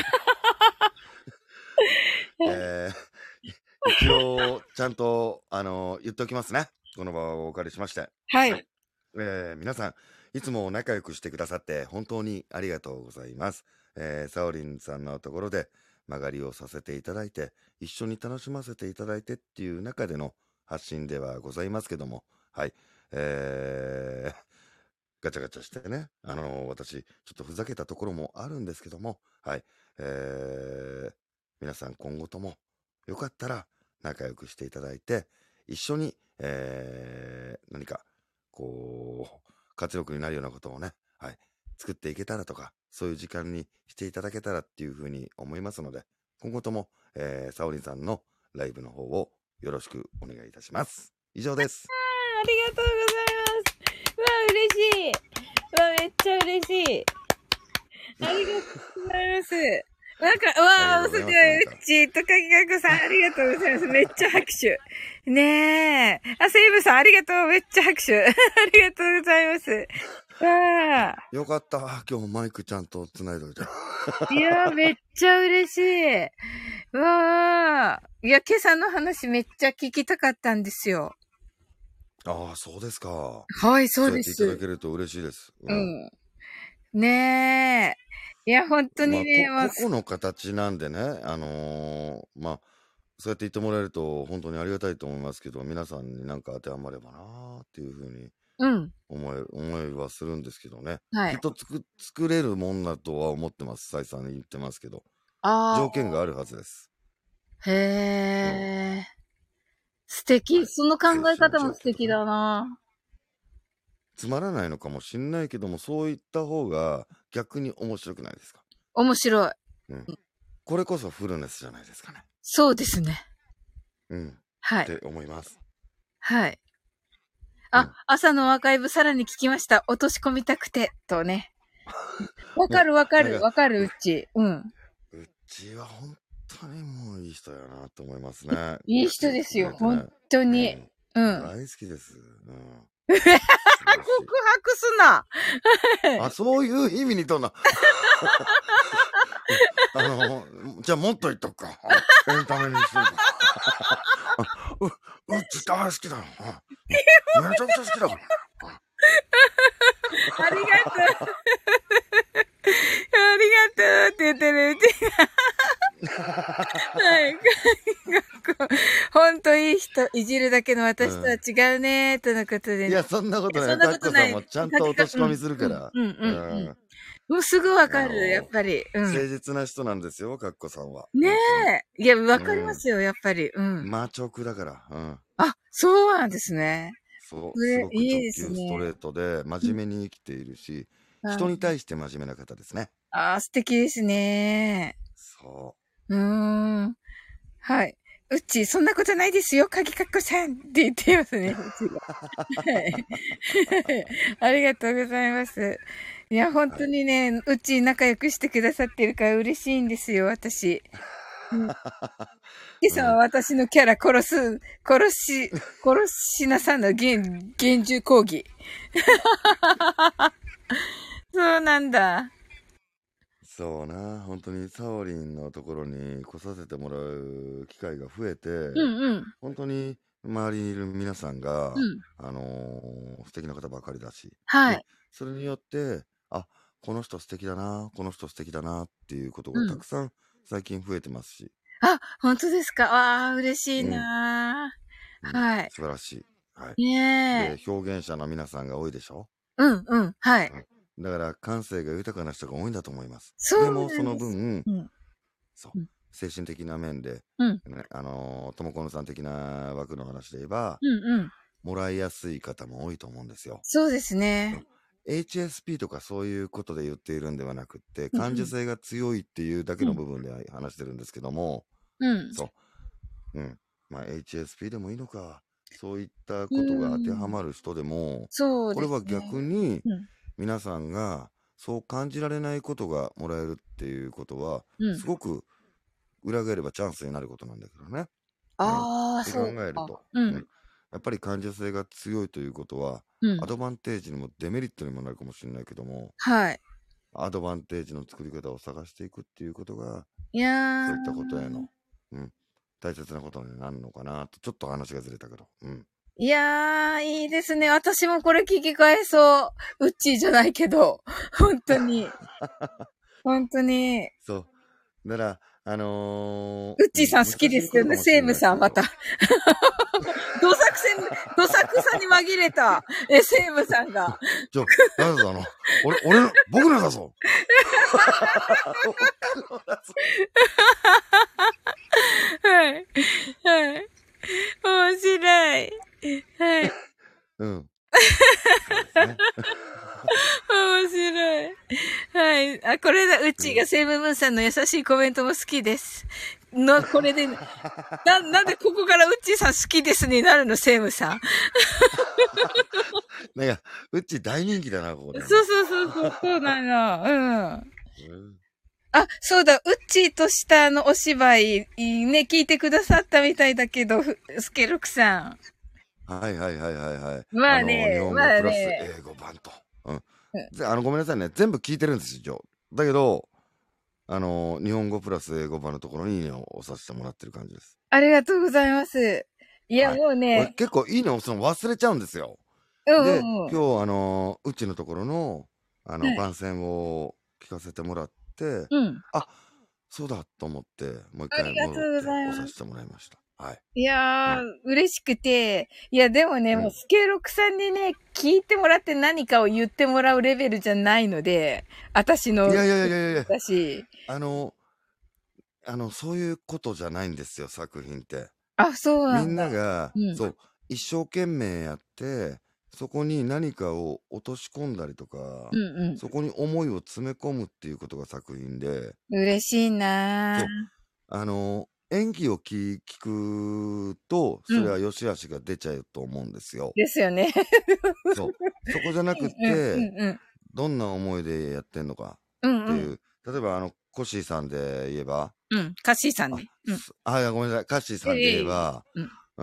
えー一応、ちゃんと、あの、言っておきますね。この場をお借りしまして。 はい。 えー、皆さん、いつも仲良くしてくださって本当にありがとうございます。えー、サオリンさんのところで曲がりをさせていただいて、一緒に楽しませていただいてっていう中での発信ではございますけども、はい。えー、ガチャガチャしてね、あのー、私、ちょっとふざけたところもあるんですけども、はい。えー、皆さん今後とも、よかったら仲良くしていただいて、一緒に、えー、何か、こう、活力になるようなことをね、はい、作っていけたらとか、そういう時間にしていただけたらっていうふうに思いますので、今後とも、えー、サオリンさんのライブの方をよろしくお願いいたします。以上です。 あ, ありがとうございます。わあ、嬉しい。わあ、めっちゃ嬉しい。ありがとうございます。なんか、うわー、おすちゃん、うっちーとかきかこさん、ありがとうございます。めっちゃ拍手。ねえ。あ、セイブさん、ありがとう。めっちゃ拍手。ありがとうございます。わあ。 よかった。今日マイクちゃんと繋いどいた。 いやー、めっちゃ嬉しい。わあ。いや、今朝の話めっちゃ聞きたかったんですよ。 ああ、そうですか。 はい、そうです。 そうやっていただけると嬉しいです。 うん。うん、ねえ。いや、本当にね、 まあ、こ、ここの形なんでね、あのー、まあ、そうやって言ってもらえると本当にありがたいと思いますけど、皆さんになんか当てはまればなーっていうふうに思い、うん、思いはするんですけどね。はい。きっと作、作れるもんだとは思ってます。サイさんに言ってますけど。ああ。条件があるはずです。 へえ、うん。素敵。その考え方も素敵だな。 つまらないのかもしんないけども、そういった方が逆に面白くないですか？ 面白い。 うん。これこそフルネスじゃないですかね。 そうですね。 うん。 はい。 って思います。 はい。あ、うん、朝のアーカイブさらに聞きました。落とし込みたくて、とね。わかるわかる、わかる、うっち。うん。 うっちは本当にもういい人やなと思いますね。 いい人ですよ、ね、本当に。うん。 うん、大好きです。うん。 告白すなあ、そういう意味にとんな。 あの、じゃあもっと言っとくか。エンタメにしとくか。う、うっち大好きだ。めちゃくちゃ好きだから。 ありがとう。ありがとうって言ってるうちが。はい。ほんといい人、いじるだけの私とは違うねー、とのことでね。 いや、そんなことない。 そんなことない。 かっこさんもちゃんと落とし込みするから。 うんうんうん、うん。もうすぐわかる、やっぱり。うん。 誠実な人なんですよ、かっこさんは。 ねえ。いや、わかりますよ、やっぱり。うん。 マ直だから。うん。 あ、そうなんですね。 そう。すごく直球ストレートで、真面目に生きているし、人に対して真面目な方ですね。 ああ、素敵ですね。 そう。うーん。はい。うち、そんなことないですよ、鍵かっこさんって言ってますね、うちが。はい。ありがとうございます。いや、本当にね、はい、うち仲良くしてくださってるから嬉しいんですよ、私。うん。今朝は私のキャラ殺す、殺し、殺しなさんの厳、厳重抗議。そうなんだ。 そうな、本当にサオリンのところに来させてもらう機会が増えて、 うんうん、 本当に周りにいる皆さんが、 うん、 あのー、素敵な方ばかりだし、 はい。 それによって、あ、この人素敵だな、この人素敵だなっていうことがたくさん最近増えてますし。 うん、あ、本当ですか。ああ、嬉しいな、うん、はい、 素晴らしい。はい。 ねえ。 で、表現者の皆さんが多いでしょ？ うんうん、はい。うん、 だから感性が豊かな人が多いんだと思います。 そうでもその分、 うん、 そう、うん、精神的な面で、 うんね、あのともこのさん的な枠の話で言えば、 うんうん、 もらいやすい方も多いと思うんですよ。 そうですね。 エイチエスピー とかそういうことで言っているんではなくって、感受性が強いっていうだけの部分で話してるんですけども、 うん、 そう、うん、まあ エイチエスピー でもいいのか、そういったことが当てはまる人でも、 そうですね、 これは逆に皆さんがそう感じられないことがもらえるっていうことは、うん、すごく裏返ればチャンスになることなんだけどね。 ああ、 そう考えると、うんうん、やっぱり感受性が強いということは、うん、アドバンテージにもデメリットにもなるかもしれないけども、 はい。 アドバンテージの作り方を探していくっていうことが、 いやそういったことへの、うん、大切なことになるのかなと、ちょっと話がずれたけど。うん、 いやー、いいですね。私もこれ聞き返そう。ウッチーじゃないけど。本当に。本当に。 そう。だから、あのー、 ウッチーさん好きですよね、セームさん、また。どさくせん、どさくさに紛れた、え、セームさんが。 ちょ、なんだぞ、あの、俺、俺、僕のだぞ。 はい。はい。面白い。はい。 うん。 面白い。はい。あ、これだ、うちがセームムーンさんの優しいコメントも好きです。の、これで、な、なんでここからうっちーさん好きですになるの、セームさん。 なんか、うっちー大人気だな、ここで。 そうそうそうそう、そうなの。うん。うん、あ、そうだ、うっちーとしたのお芝居、ね、聞いてくださったみたいだけど、スケロクさん。 はいはいはいはいはい。 まあね、 あの日本語プラス英語版と。まあね、うん。あの、ごめんなさいね。全部聞いてるんですよ。だけど、あの、日本語プラス英語版のところにいいねを押させてもらってる感じです。 ありがとうございます。いや、はい、もうね。 結構いいねを押すの忘れちゃうんですよ。うんうんうん、で、今日、あの、うちのところの、あの、はい、番宣を聞かせてもらって、うん、あ、そうだと思って、もう一回戻って押させてもらいました。はい。 いやー、うん、嬉しくて。いや、でもね、うん、もう、スケロクさんにね、聞いてもらって何かを言ってもらうレベルじゃないので、私の。 いやいやいやいやいや。 私。 あの、あの、そういうことじゃないんですよ、作品って。 あ、そうなんだ。 みんなが、うん、そう、一生懸命やって、そこに何かを落とし込んだりとか、うんうん、そこに思いを詰め込むっていうことが作品で。 嬉しいなぁ。 あの、演技を聞くと、それは良し悪しが出ちゃうと思うんですよ。うん、 ですよね。 そう。そこじゃなくって、うんうんうん、どんな思いでやってんのかっていう。うんうん、例えば、あの、コッシーさんで言えば。 うん、カッシーさんで。 うん、あ、ごめんなさい。カッシーさんで言えば、えー、うん、うん。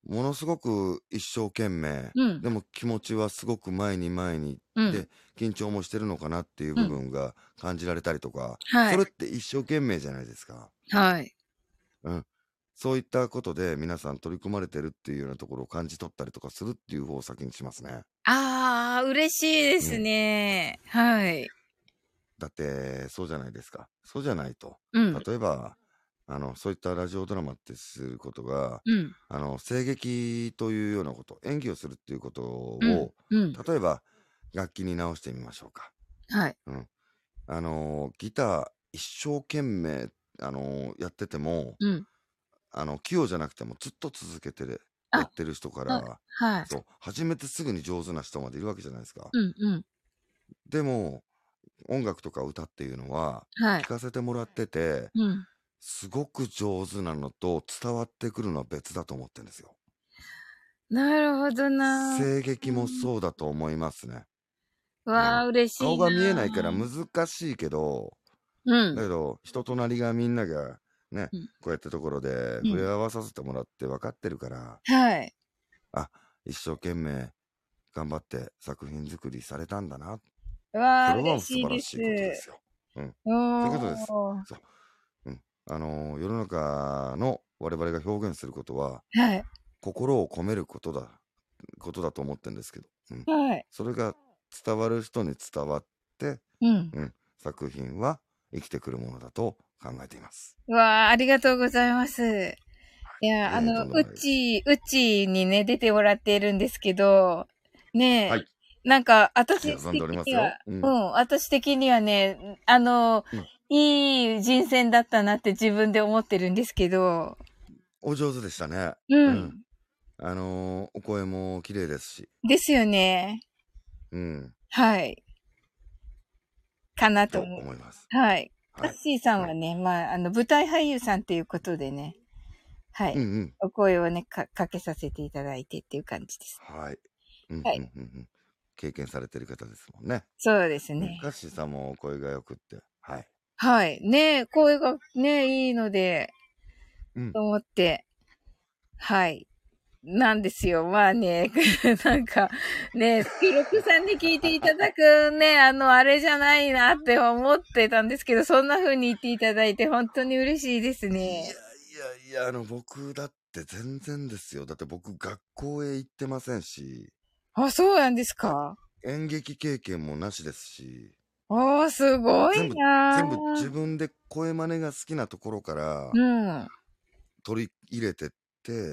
ものすごく一生懸命、 うん。 でも気持ちはすごく前に前にうん。 で緊張もしてるのかなっていう部うん。 分が感じられたりとか、 はい。 それって一生懸命じゃないですか。 はい。 うん。そういったことで皆さん取り組まれてるっていうようなところを感じ取ったりとかするっていう方を先にしますね。 ああ、嬉しいですうん。 ね。はい。 だってそうじゃないですか。そうじゃないと。 うん。 例えばあのそういったラジオドラマってすることが、 うん。 あの声劇というようなこと、演技をするっていうことうん。 を、 うん。 例えば楽器に直してみましょうか。 はい。 うん。あのギター一生懸命あのやってても、 うん。 あの器用じゃなくてもずっと続けてやあ、 ってる人かはい。 ら、 はい。 そう始めてすぐに上手な人までいるわけじゃないですか。 うんうん。 でも音楽とか歌っていうのははい。 聞かせてもらってて、 うん。 すごく上手なのと伝わってくるのは別だと思ってるんですよ。 なるほどな。 声劇もうん。 そうだと思いますね。 わあ、 うん。 嬉しい顔が見えないからな。 難しいけど、 うん。 だけど人となりがみんながね、 うん。 こうやってところで触れうん。 合わさせてもらって分かってるから、 はい。 あ、一生懸命頑張って作品作りされたんだな。 わあ、 それは嬉しいで素晴らしいことですす。 よ。うん。そういうことです。 おー。 そう。うん。あのー世の中の我々が表現することは、 はい。 心を込めることだ、ことだと思ってるんですけど、うん。 はい。 それが伝わる人に伝わって、 うん。 うん。作品は生きてくるものだと考えています。 わあ、ありがとうございます。いや、 いえいえ、 あの、うとんでもないです。 ち、うちにね、出てもらっているんですけど、ねえ、 はい。 なんか、 口私ずさんでおりますよ。 的には、 う。 うんん、私的にはね、あの、 うん。 いい人選だったなって自分で思ってるんですけど、 お上手でしたね。 ううん。 ん。 あのーお声も綺麗ですし。 ですよね。 うん。 はい。かなとと思う。 思います。 はい。カッはい。 シーさんうん。 はね、まあ、あの、舞台俳優さんっていうことでね、はうんうい。 ん。 お声をね、か、かけさせていただいてっていう感じです。 はい。うんはい。 うんうんうん。経験されてる方ですもんね。 そうですうん。 ね。 カッシーさんもお声がよくって。はい。 はい。ねえ、声がね、いいので、 うん。 と思って、はい。なんですよ。まあね、なんか、ね、スケロクさんに聞いていただくね、あの、あれじゃないなって思ってたんですけど、そんな風に言っていただいて本当に嬉しいですいやいね。 やいや、あの、僕だって全然ですよ。だって僕学校へ行ってませんし、 あ、そうなんですえか？ 演劇経験もなしですし、 ああ、すごい全部、 な全部自ー。 分で声真似が好きなところからうん。 取り入れてって、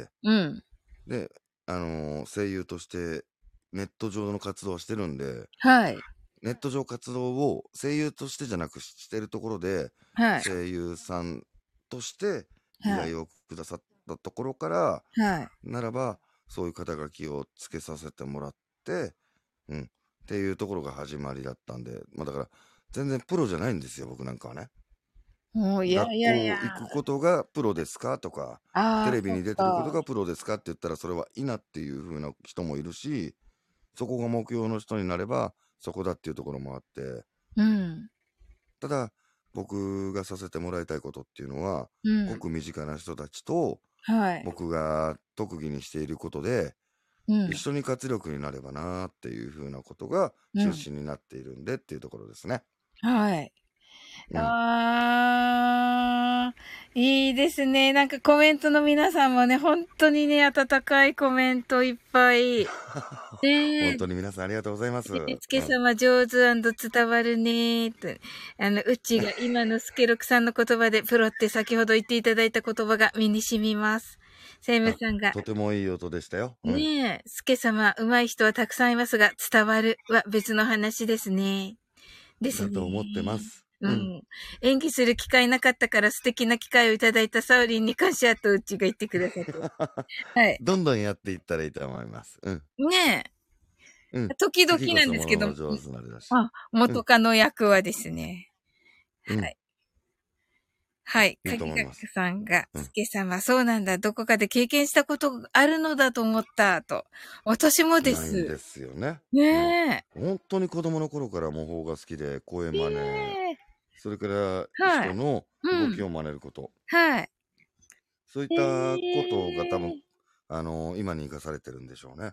うん。 で、あのー声優としてネット上の活動をしてるんで、 はい。 ネット上活動を声優としてじゃなくしてるところで、 はい。 声優さんとして依はい。 頼をくださったところから、 はい。 ならば、そういう肩書きをつけさせてもらって、うん、っていうところが始まりだったんで、まあだから、全然プロじゃないんですよ、僕なんかはね。 もう、いや学いやいや。 校行くことがプロですかとか、 ああ、 テレビそっに出てることか。 がプロですかって言ったら、それはいなっていう風な人もいるし、そこが目標の人になれば、そこだっていうところもあって、 うん。 ただ、僕がさせてもらいたいことっていうのは、 うん。 ごく身近な人たちと、 はい。 僕が特技にしていることで、 うん。 一緒に活力になればなーっていう風なことが中うん。 心になっているんでっていうところですね。 はい。 うん。 あー、いいですね。なんかコメントの皆さんもね、本当にね、温かいコメントいっぱい。 本ね当に皆さんありがとうございます。 え、 うん。 スケ様上手伝わるねーと。あの、うちが今のスケロクさんの言葉でプロって先ほど言っていただいた言葉が身に染みます。セイムあ、 さんが、 とてもいい音でしたよ。うん。 ねえ、スケ様、上手い人はたくさんいますが、伝わるは別の話ですね。ですだと思ってまね。 す。 ううん。 ん。演技する機会なかったから素敵な機会をいただいたサオリンに感謝とうちが言ってくださって。はい。 どんどんやっていったらいいと思います。うん。 ねうん。 え、時々 次こそなんですけど、 もの上手なれだし。 あ、 うん。 元カノ役はですね。 うん。 はい。はい。 いいとかぎがく思います。 さんが、 うん。 すけ様、そうなんだ。どこかで経験したことがあるのだと思った、と。私もで。 ないんですすよね。うん。 ね本当に子供の頃から模倣が好きで、声え。 真似、 ええ。 それからはい。 人のうん。 動きを真似ること。 はい。 そういっえたことが多分、 え。 あのー今に生かされてるんでしょうね。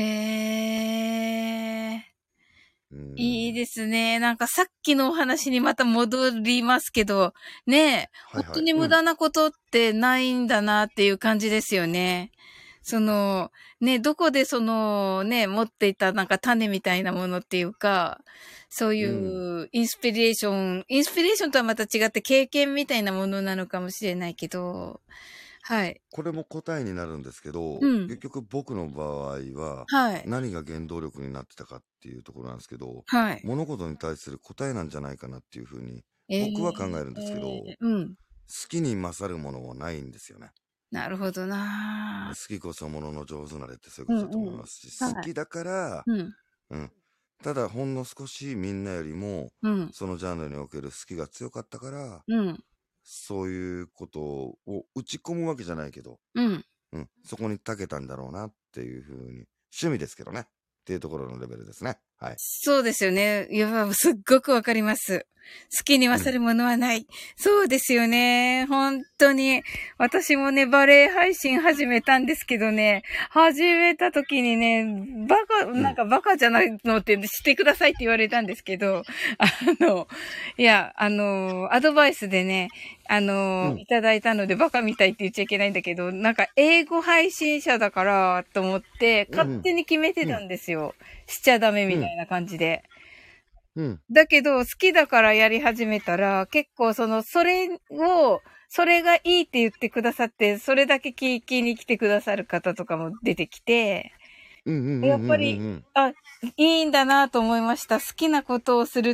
へー。 うんいいですね。なんかさっきのお話にまた戻りますけど、ねえ、 はいはい本当に無駄なことってないんだなっていう感じですよね。その、ね、どこでその、ね、持っていたなんか種みたいなものっていうか、そういうインスピレーション、インスピレーションとはまた違って経験みたいなものなのかもしれないけど、はい。 これも答えになるんですけど、 うん結局僕の場合ははい。 何が原動力になってたかっていうところなんですけど、 はい。 物事に対する答えなんじゃないかなっていうふうにえ僕は考えるんですけど、 ーうん。 好きに勝るものはないんですよね。 なるほどな好きこそものの上手なれってそういうことだと思いますし、 うんうん好きだから、 うん。 うん。ただほんの少しみんなよりもうん。 そのジャンルにおける好きが強かったから、 うん。 そういうことを打ち込むわけじゃないけど、 うん。 うん、そこに長けたんだろうなっていうふうに、趣味ですけどね。っていうところのレベルですね。はい。 そうですよね。いや、すっごくわかります。好きに勝るものはない。そうですよね。本当に。私もね、バレエ配信始めたんですけどね、始めた時にね、バカ、なんかバカじゃないのってしてくださいって言われたんですけど、あの、いや、あの、アドバイスでね、あの、 うんいただいたのでバカみたいって言っちゃいけないんだけど、なんか英語配信者だからと思って、勝手に決めてたんですよ。しちゃダメみたいな感じで。 うん。 だけど、好きだからやり始めたら、結構その、それを、それがいいって言ってくださって、それだけ聞きに来てくださる方とかも出てきて、 うんうんうんうんうん。 やっぱり、あ、いいんだなと思いました。好きなことをするって、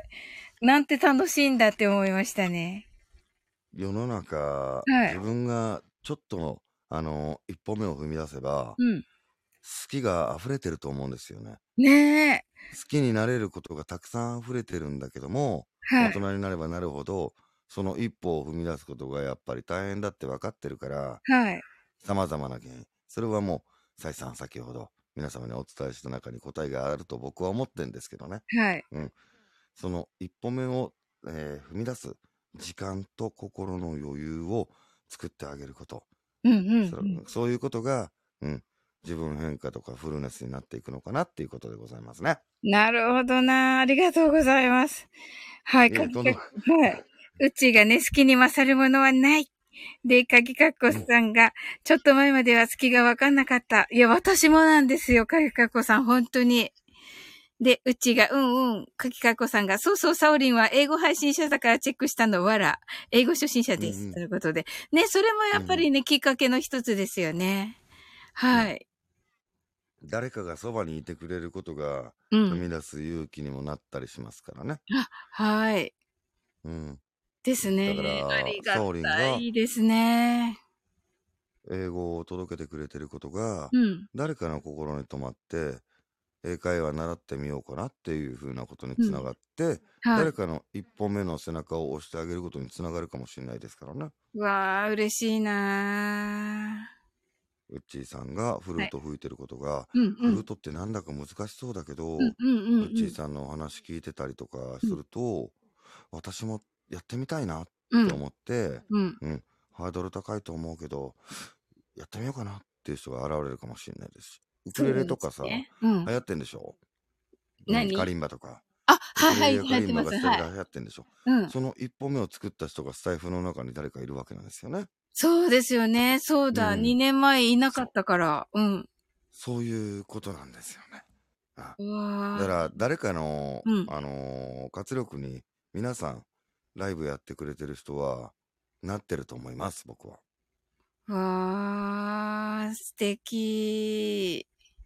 なんて楽しいんだって思いましたね。 世の中、 い自分がちょっと、あの、一歩目を踏み出せば、 うん。 好きが溢れてると思うんですよね。 ねえ。 好きになれることがたくさん溢れてるんだけども、 はい。 大人になればなるほど、その一歩を踏み出すことがやっぱり大変だって分かってるから、 はい。 様々な原因。それはもう、再三先ほど皆様にお伝えした中に答えがあると僕は思ってるんですけどね。 はい。 うん。その一歩目を、えー踏み出す時間と心の余裕を作ってあげること。 うんうん、うん。 そそういうことが、うん、自分変化とかフルネスになっていくのかなっていうことでございますね。 なるほどな。ありがとうございます。はい。 いえとんでもはい。うちがね、好きに勝るものはない。で、かぎかっこさんが、ちょっと前までは好きがわかんなかった。いや、私もなんですよ、かぎかっこさん、本当に。で、うちが、うんうん、かぎかっこさんが、そうそう、サオリンは英語配信者だからチェックしたの、わら。英語初心者です。 うんうんということで。ね、それもやっぱりね、きっかけの一つですよね。はい。 誰かがそばにいてくれることがうん。 踏み出す勇気にもなったりしますからね。 あ、はい。 うん。 ですね。 だからありがサオリンがたいですね。 英語を届けてくれてることが、 うん。 誰かの心に留まって英会話習ってみようかなっていうふうなことにつながって、 はい。 誰かの一歩目の背中を押してあげることにつながるかもしれないですからね。 わあ、嬉しいなウッチーさんがフルート吹いてることが、 ー。うんうん。 フルートってなんだか難しそうだけど、 うんうんうん、 ウッチーさんのお話聞いてたりとかすると、私もやってみたいなって思って、 うん。 うん、ハードル高いと思うけど、やってみようかなっていう人が現れるかもしれないですし。ウクレレとかさ、 ね、うん、 流行ってんでしょ、 何、 うん、カリンバとか。 あ、はいはい、 ウクレレやカリンバがはい流行ってんでしょ、 うん。 その一歩目を作った人がスタイフの中に誰かいるわけなんですよね。 そうですよね。そうだ。 うんにねんまえいなかったから。うん。 そういうことなんですよね。あうわだから誰かの、 うんあのー活力に皆さんライブやってくれてる人はなってると思います、僕は。 ー。わー、素敵。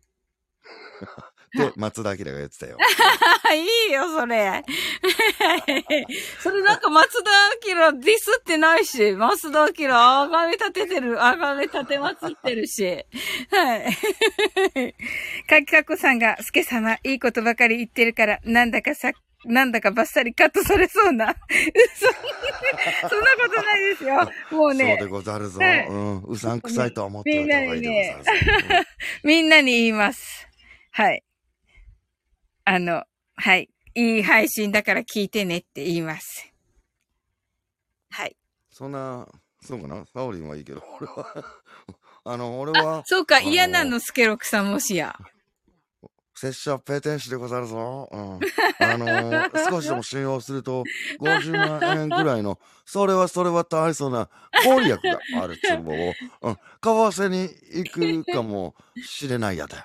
で、松田明がやってたよ。 いいよ、それ。それなんか松田明ディスってないし、松田明あがめ立ててる、あがめ立てまつってるし。はい。かきかこさんが、すけ様、いいことばかり言ってるから、なんだかさ、なんだかバッサリカットされそうな。嘘。そんなことないですよ。もうね。 そうでござるぞ。 はいうん。うさんくさいとは思っておいた方がいいでござるぞ。 みんなに言います。はい。あの、はい。いい配信だから聞いてねって言います。はい。 そんな、そうかなサオリンはいいけど、俺は、 あの、俺は、 そうか、 あの嫌なの、スケロクさんもしや。 拙者ペテン師でござるぞ。うん。あのー、少しでも信用すると、ごじゅうまんえんぐらいの、それはそれはとありそうな、ご利益がある壺を、うん、為替に行くかもしれないやで。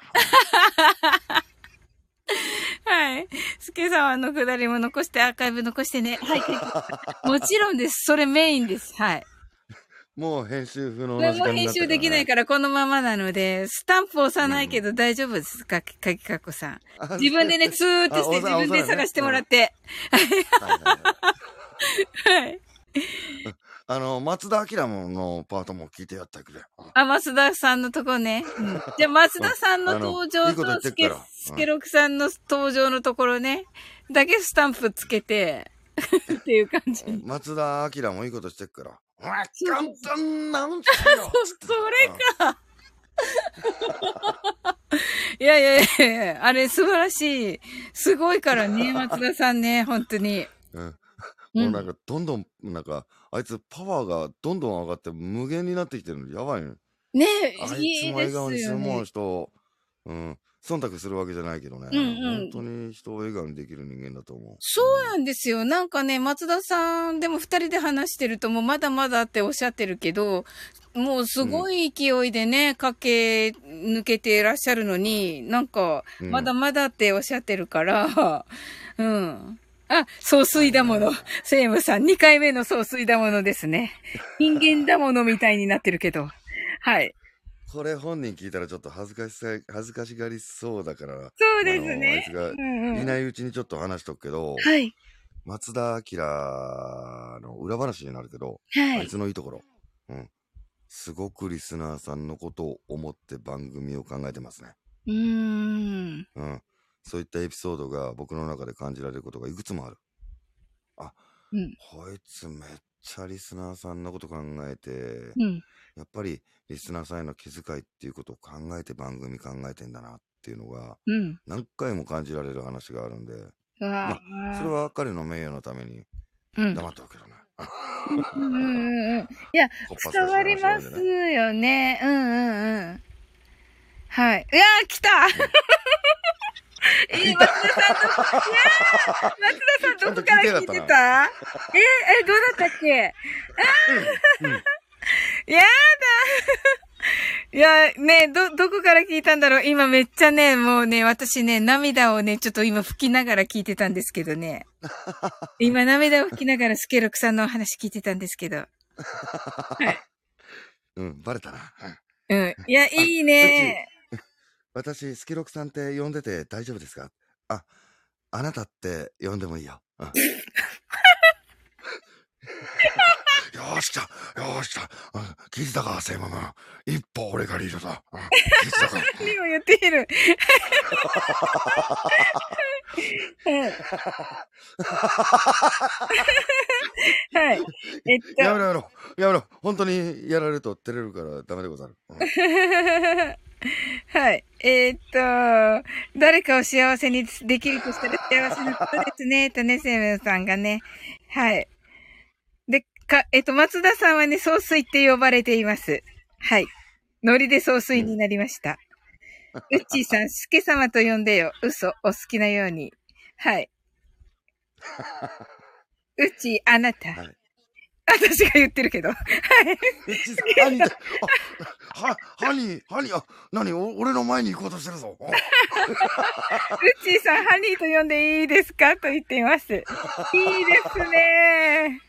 はい。スケさんのくだりも残して、アーカイブ残してね。はい。もちろんです。それメインです。はい。 もう編集不能これもな時間にな編集できないからこのままなので、スタンプ押さないけど大丈夫です。かきかきかこさん。自分でね、ツーってして自分で探してもらって。はい。 あの、松田明のパートも聞いてやってくれ。 あ、増田さんのとこね。うん、じゃあ、増田さんの登場とスケ、スケロクさんの登場のところね、だけスタンプつけて、っていう感じ。 松田明もいいことしてっから。簡単なんすよ。 それか。いやいやいや、あれ素晴らしい。すごいからね、松田さんね、本当に。 うん。もうなんか、どんどん、なんか、あいつパワーがどんどん上がって無限になってきてるの。やばいね。 ねえ、あいつも笑顔にするもん人、うん。忖度するわけじゃないけどね。うんうん、本当に人を笑顔にできる人間だと思う。 そうなんですよ。なんかね、松田さんでも二人で話してるともうまだまだっておっしゃってるけど、もうすごい勢いでね、うん、駆け抜けていらっしゃるのに、なんか、まだまだっておっしゃってるから、うん。うん、あ、総帥だもの。セイムさん、二回目の総帥だものですね。人間だものみたいになってるけど。はい。 これ本人聞いたらちょっと恥ずかしさ、恥ずかしがりそうだから。 そうですね。 あいつがいないうちにちょっと話しとくけど、 はい。 松田明の裏話になるけど、 はい。 あいつのいいところ、うん。すごくリスナーさんのことを思って番組を考えてますね。 うーん。 うん。そういったエピソードが僕の中で感じられることがいくつもある。あ、 うん、 こいつめっちゃリスナーさんのこと考えて、 うん、 やっぱりリスナーさんへの気遣いっていうことを考えて番組考えてんだなっていうのが、 うん、 何回も感じられる話があるんで、 まあ、それは彼の名誉のために黙っておけどね。 うんうんうん、いや、伝わりますよね。うんうんうん。はい。いやー、来たえー、松田さんの、いやー、松田さんどこから聞いてたえー、え、どうだったっけあー、うんうん、やだいや、ね、ど、どこから聞いたんだろう今めっちゃね、もうね、私ね、涙をね、ちょっと今吹きながら聞いてたんですけどね。今涙を吹きながらスケロクさんのお話聞いてたんですけど。はい。 うん、バレたな。 うん。いや、いいね。 私、スケロクさんって呼んでて大丈夫ですか？あ、あなたって呼んでもいいよ。うん、よーし、じゃ、よーし、じゃ、聞いてたか、セイママ。一歩俺がリードだ。うん、聞いてたか。 何を言っている。はい。えっと。 やめろやめろ。やめろ。本当にやられると照れるからダメでござる。うん、 はい。えー、っと、誰かを幸せにできるとしたら幸せなことですね。とね、セムさんがね。はい。で、か、えっと、松田さんはね、総帥って呼ばれています。はい。ノリで総帥になりました。うっちーさん、すけ様と呼んでよ。嘘、お好きなように。はい。うっちー、あなた。はい、私が言ってるけど。はい。 ハニー、は、ハニー、ハニー、あ、何俺の前に行こうとしてるぞ。うっちーさん、ハニーと呼んでいいですかと言っています。いいですね。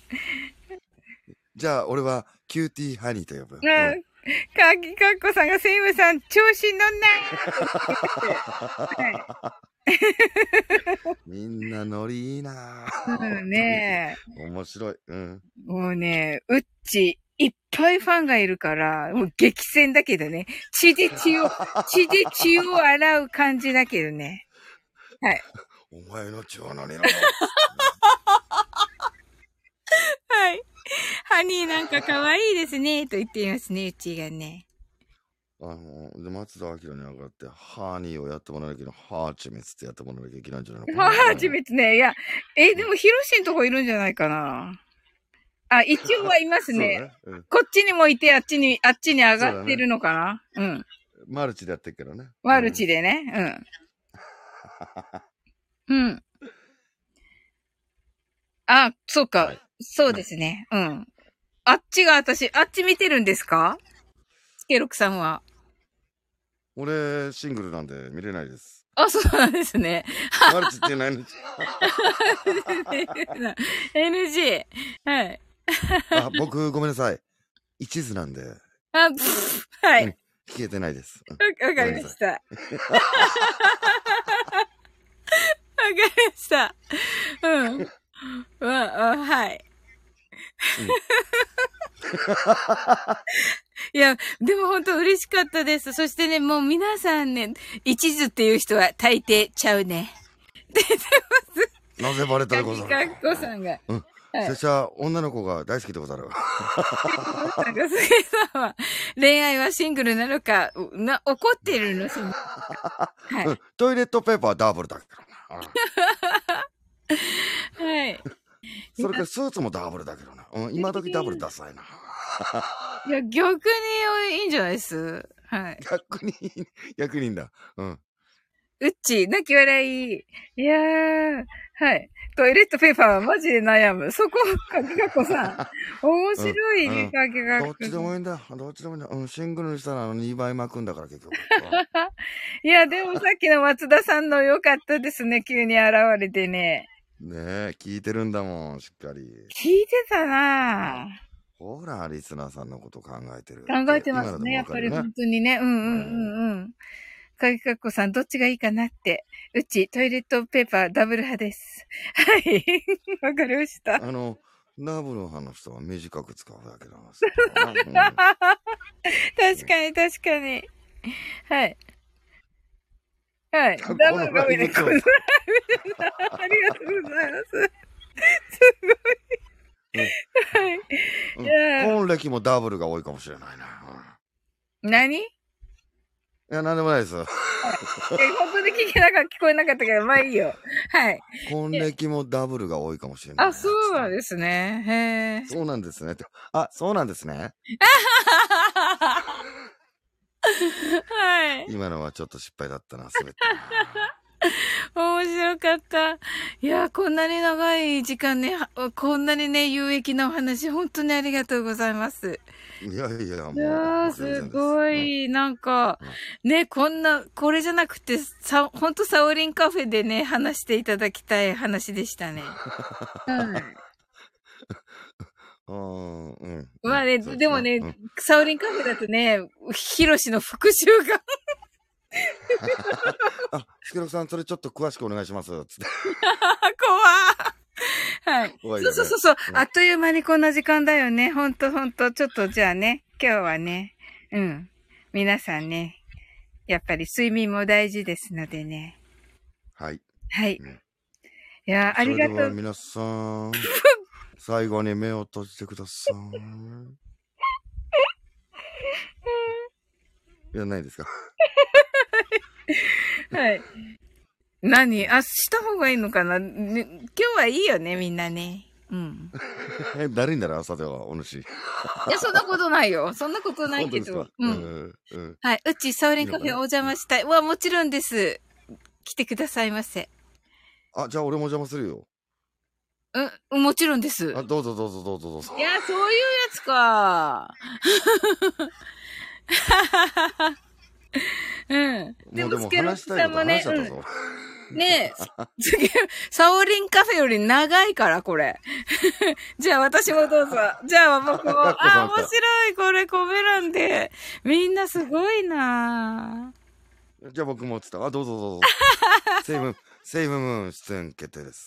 じゃあ、俺は、キューティーハニーと呼ぶ。うん。 かきかっこさんが、セイムさん、調子乗んなはい。 みんなノリいいなぁ。うんねえ。面白い。うん。 もうね、うっち、いっぱいファンがいるから、もう激戦だけどね。血で血を、血で血を洗う感じだけどね。はい。 お前の血は何なのはい。ハニーなんか可愛いですね、と言っていますね、うちがね。 あの、で、松田明に上がって、ハニーをやってもらわなきゃいけない。ハーチメツってやってもらわなきゃいけないんじゃないのかな。 ハーチメツね。いや、え、でもヒロシのとこいるんじゃないかな。 あ、一応はいますね。 そうだねうん、 こっちにもいて、あっちに、あっちに上がってるのかなう,、ね、うん。 マルチでやってるけどね。 マルチでね。うん。うん。あ、そうか。はい、そうですね。うん。あっちが私、あっち見てるんですかスケロクさんは。 俺、シングルなんで見れないです。 あ、そうなんですね。 マルチって何エヌジー。はい。 あ、僕、ごめんなさい。一途なんで。 あ、はい、うん。 聞けてないです。 わ、うん、かりました。わかりました。うん。わ、あ、はい。うん、いや、でも本当嬉しかったです。そしてね、もう皆さんね、一途っていう人は大抵ちゃうね。出てます。なぜバレたでござる。 かっこさんが。 うん。はい、拙者、女の子が大好きでござる。なんか、 杉さんは、恋愛はシングルなのか、な、怒ってるの、その。はい、 うん。トイレットペーパーはダブルだけどな。はい。 それからスーツもダブルだけどな。うん、今時ダブルダサいな。 いや、逆にいいんじゃないです。はい。 逆に、逆にいいんだ。うん。 うっち、泣き笑い。いやー、はい。トイレットペーパーはマジで悩む。そこ、かきがこさん。面白いね、かきがこさん。 どっちでもいいんだ。どっちでもいいんだ。うん、シングルにしたらあのにばい巻くんだから結局。 いや、でもさっきの松田さんの良かったですね。急に現れてね。 ねえ、聞いてるんだもん、しっかり。 聞いてたなぁ。 ほら、リスナーさんのこと考えてる。 考えてますね。やっぱり本当にね。うんうんうんうん。かぎかっこさん、どっちがいいかなって。うち、トイレットペーパーダブル派です。はい。わかりました。 あの、ダブル派の人は短く使うだけなんですよ。 確かに、確かに。はい。はい。ダブルが多いです。ありがとうございます。すごい。はい。 本歴もダブルが多いかもしれないな。 何？ いや、なんでもないです。本当に聞けなかった、聞こえなかったけど、まあいいよ。はい。 本歴もダブルが多いかもしれない。 あ、そうなんですね。 へえ。そうなんですね。あ、そうなんですね。 はい。 今のはちょっと失敗だったな、すべて。 面白かった。いや、こんなに長い時間ね、こんなにね、有益なお話、本当にありがとうございます。 いやいや、もう。 いやすごい、うん、なんか、うん、ね、こんな、これじゃなくて、さ、ほんとサオリンカフェでね、話していただきたい話でしたね。 うん。うん。 まあね、でもね、うん、サオリンカフェだとね、ヒロシの復讐が。 あ、スケロクさん、それちょっと詳しくお願いします。つって。 怖はい。ね、そうそうそうそう、うん。あっという間にこんな時間だよね。ほんとほんと。ちょっとじゃあね、今日はね、うん。皆さんね、やっぱり睡眠も大事ですのでね。 はい。 はい。うん、いや、ありがとう。 それでは皆さん、最後に目を閉じてください。いや、ないですか。 はい。何あ、した方がいいのかな、ね、今日はいいよね、みんなね。うん。 だるいんだろ、朝では、お主。いや、そんなことないよ。そんなことないけど。うん。うん。はい。うち、サウリンカフェお邪魔したい。うわ、もちろんです。来てくださいませ。 あ、じゃあ俺も邪魔するよ。 うん、もちろんです。 あ、どうぞどうぞどうぞどうぞ。 いや、そういうやつか。うん。 でも、でも話したいこと話しちゃったぞ。 ねえ、サオリンカフェより長いから、これ。じゃあ私もどうぞ。じゃあ僕も。あ、面白い。これコメ欄で。みんなすごいなぁ。じゃあ僕もつった。あ、どうぞどうぞ。セイム、セイムムーン出演決定です。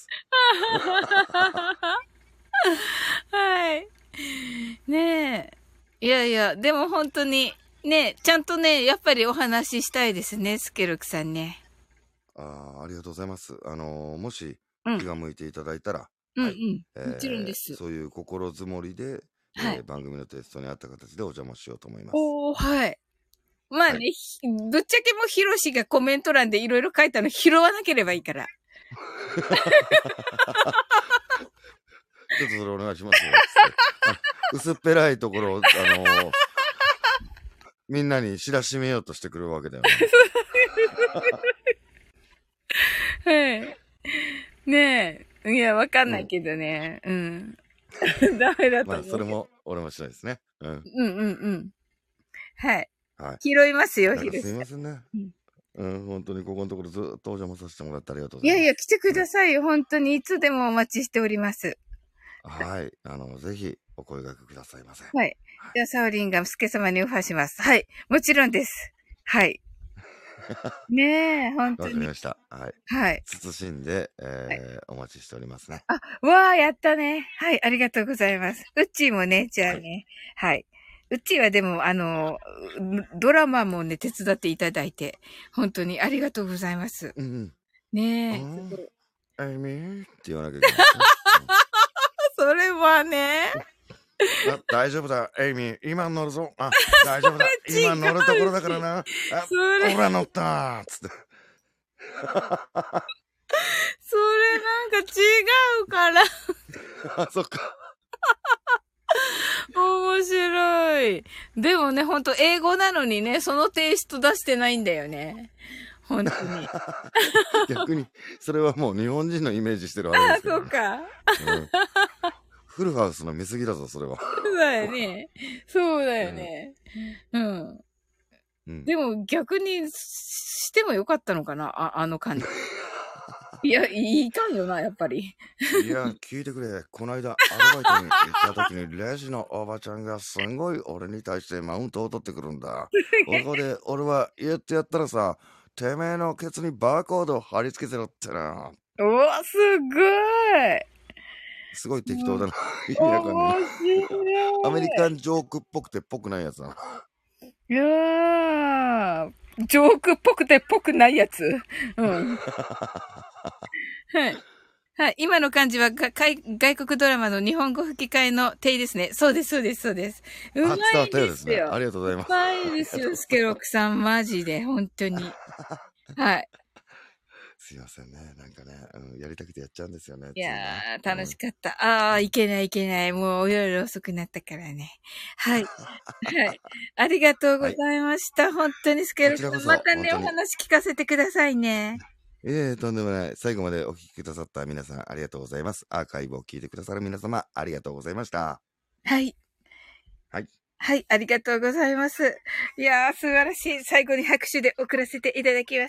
はい。ねえ。いやいや、でも本当に、ね、ちゃんとね、やっぱりお話ししたいですね、スケルクさんね。 ああ、ありがとうございます。あのー、もし気が向いていただいたら、 うん、はい、うんうん、えー、もちろんです。 そういう心づもりで、はい、えー、番組のテストにあった形でお邪魔しようと思います。 おー、はい。まあね、はい、ぶっちゃけもヒロシがコメント欄でいろいろ書いたの拾わなければいいから。 ちょっとそれお願いしますよ。つってあ薄っぺらいところを、あのーみんなに知らしめようとしてくるわけだよね。 はい。ねえ。いや、わかんないけどね。うん。ダメだとまあ、 思う。 それも、俺もしたいですね。うん。 うんうんうん。はい。 はい。 拾いますよ、 なんかすいヒルさん。 ませんね。 うんうん、本当にここのところずっとお邪魔させてもらってありがとうございます。 いやいや、来てくださいよ。本当にいつでもお待ちしております。 はい。あの、ぜひ、お声掛けくださいませ。 はい。じゃあ、サオリンがスケ様にオファーします。はい。もちろんです。はい。ねえ、本当に。 わかりました。はい。 はい。 謹んで、えーはいお待ちしておりますね。 あ、わあ、やったね。はい、ありがとうございます。うっちーもね、じゃあね。はい。うっちーはでも、あの、ドラマもね、手伝っていただいて、本当にありがとうございます。 うんうん。 ねえ。 うんエイミーって言わなきゃいけないですね。 それはね。 うんあ大丈夫だ、エイミー。今乗るぞ。あ、大丈夫だ。 それ違う今乗るところだからな。あ、 それ、 ほら乗ったつって。 それなんか違うから。 あ、そっか。 面白い。でもね、ほんと英語なのにね、そのテイスト出してないんだよね。本当に。 逆に、それはもう日本人のイメージしてるあれああ、 ですけど、ね。 そうか。 うんフルハウスの見過ぎだぞ、それは。 そうだよね。そうだよね。うん。 うん、 でも逆にしてもよかったのかなあ、あの感じ。いや、いかんよな、やっぱり。 いや、聞いてくれ。この間、アルバイトに行った時に、レジのおばちゃんがすごい俺に対してマウントを取ってくるんだ。そこで、俺は言ってやったらさ、てめえのケツにバーコードを貼り付けてろってな。 おー、すごい。 すごい適当だな。意味わかんない。 面白い。 アメリカンジョークっぽくてっぽくないやつだな。 いやー、ジョークっぽくてっぽくないやつ。うん。はい。はい。今の漢字はが外外国ドラマの日本語吹き替えの定ですね。そうです、そうです、そうです。うまあ、伝わいったようですね。 ですよ。 ありがとうございます。 うまいですよ、スケロクさん。マジで、本当に。はい。 すいませんね。なんかね、うん、やりたくてやっちゃうんですよね。 いやー、 ついね楽しかった。ああ、いけないいけない。もう夜遅くなったからね。はい。はい。ありがとうございました。本当にスケロクさん。 こちらこそまたね、お本当に話聞かせてくださいね。 うん、ええとんでもない。最後までお聞きくださった皆さんありがとうございます。アーカイブを聞いてくださる皆様ありがとうございました。 はい。 はい。 はい、ありがとうございます。いやー、素晴らしい。最後に拍手で送らせていただきます。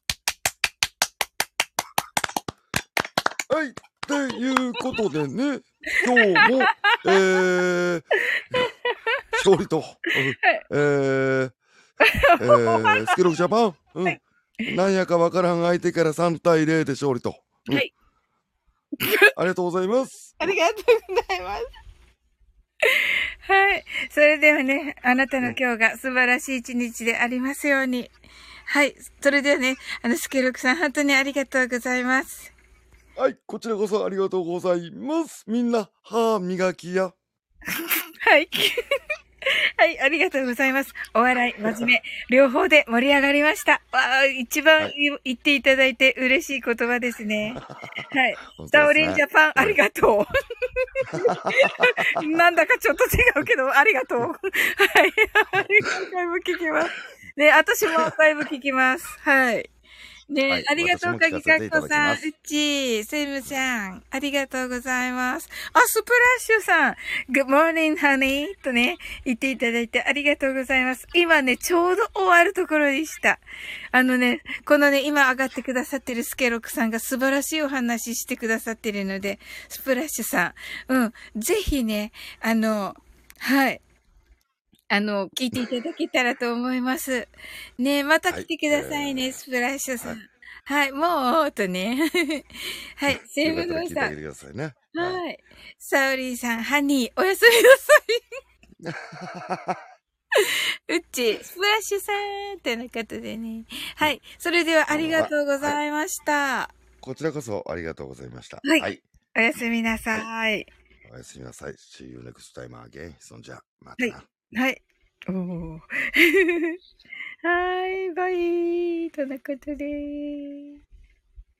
はい。 はい。ということでね、今日も、えー、勝利と、えー、えー、スケロクジャパン、うん、はい、なんやかわからん相手からさんたいゼロで勝利と。うん、はい。ありがとうございます。 ありがとうございます。はい。それではね、あなたの今日が素晴らしい一日でありますように。はい。それではね、あの、スケロクさん、本当にありがとうございます。 はい。こちらこそありがとうございます。みんな、歯磨きや。 はい。はい、ありがとうございます。お笑い、真面目、両方で盛り上がりました。わあ、一番言っていただいて嬉しい言葉ですね。はい。サオリンジャパン、ありがとう。なんだかちょっと違うけど、ありがとう。はい。アーカイブ聞きます。ね、私もアーカイブ聞きます。はい。ね、はい、ありがとう、かぎかっこさん、うち、セムさん、ありがとうございます。あ、スプラッシュさん、Good morning, honey とね、言っていただいてありがとうございます。今ね、ちょうど終わるところでした。あのね、このね、今上がってくださってるスケロクさんが素晴らしいお話してくださってるので、スプラッシュさん、うん、ぜひね、あの、はい。あの、聞いていただけたらと思います。ね、また来てくださいね、はい、スプラッシュさん。はい、はい、もう、とね。はい、セーブドさん。ね、はい。サウリーさん、ハニー、おやすみなさい。うっち、スプラッシュさん、ということでね。はい、それではありがとうございました。はい、 こちらこそありがとうございました。 はい。はい、おやすみなさい。はい、 おやすみなさい。See you next time again. そんじゃ、またな。はいはい。おー。はい、バイとのことでーす。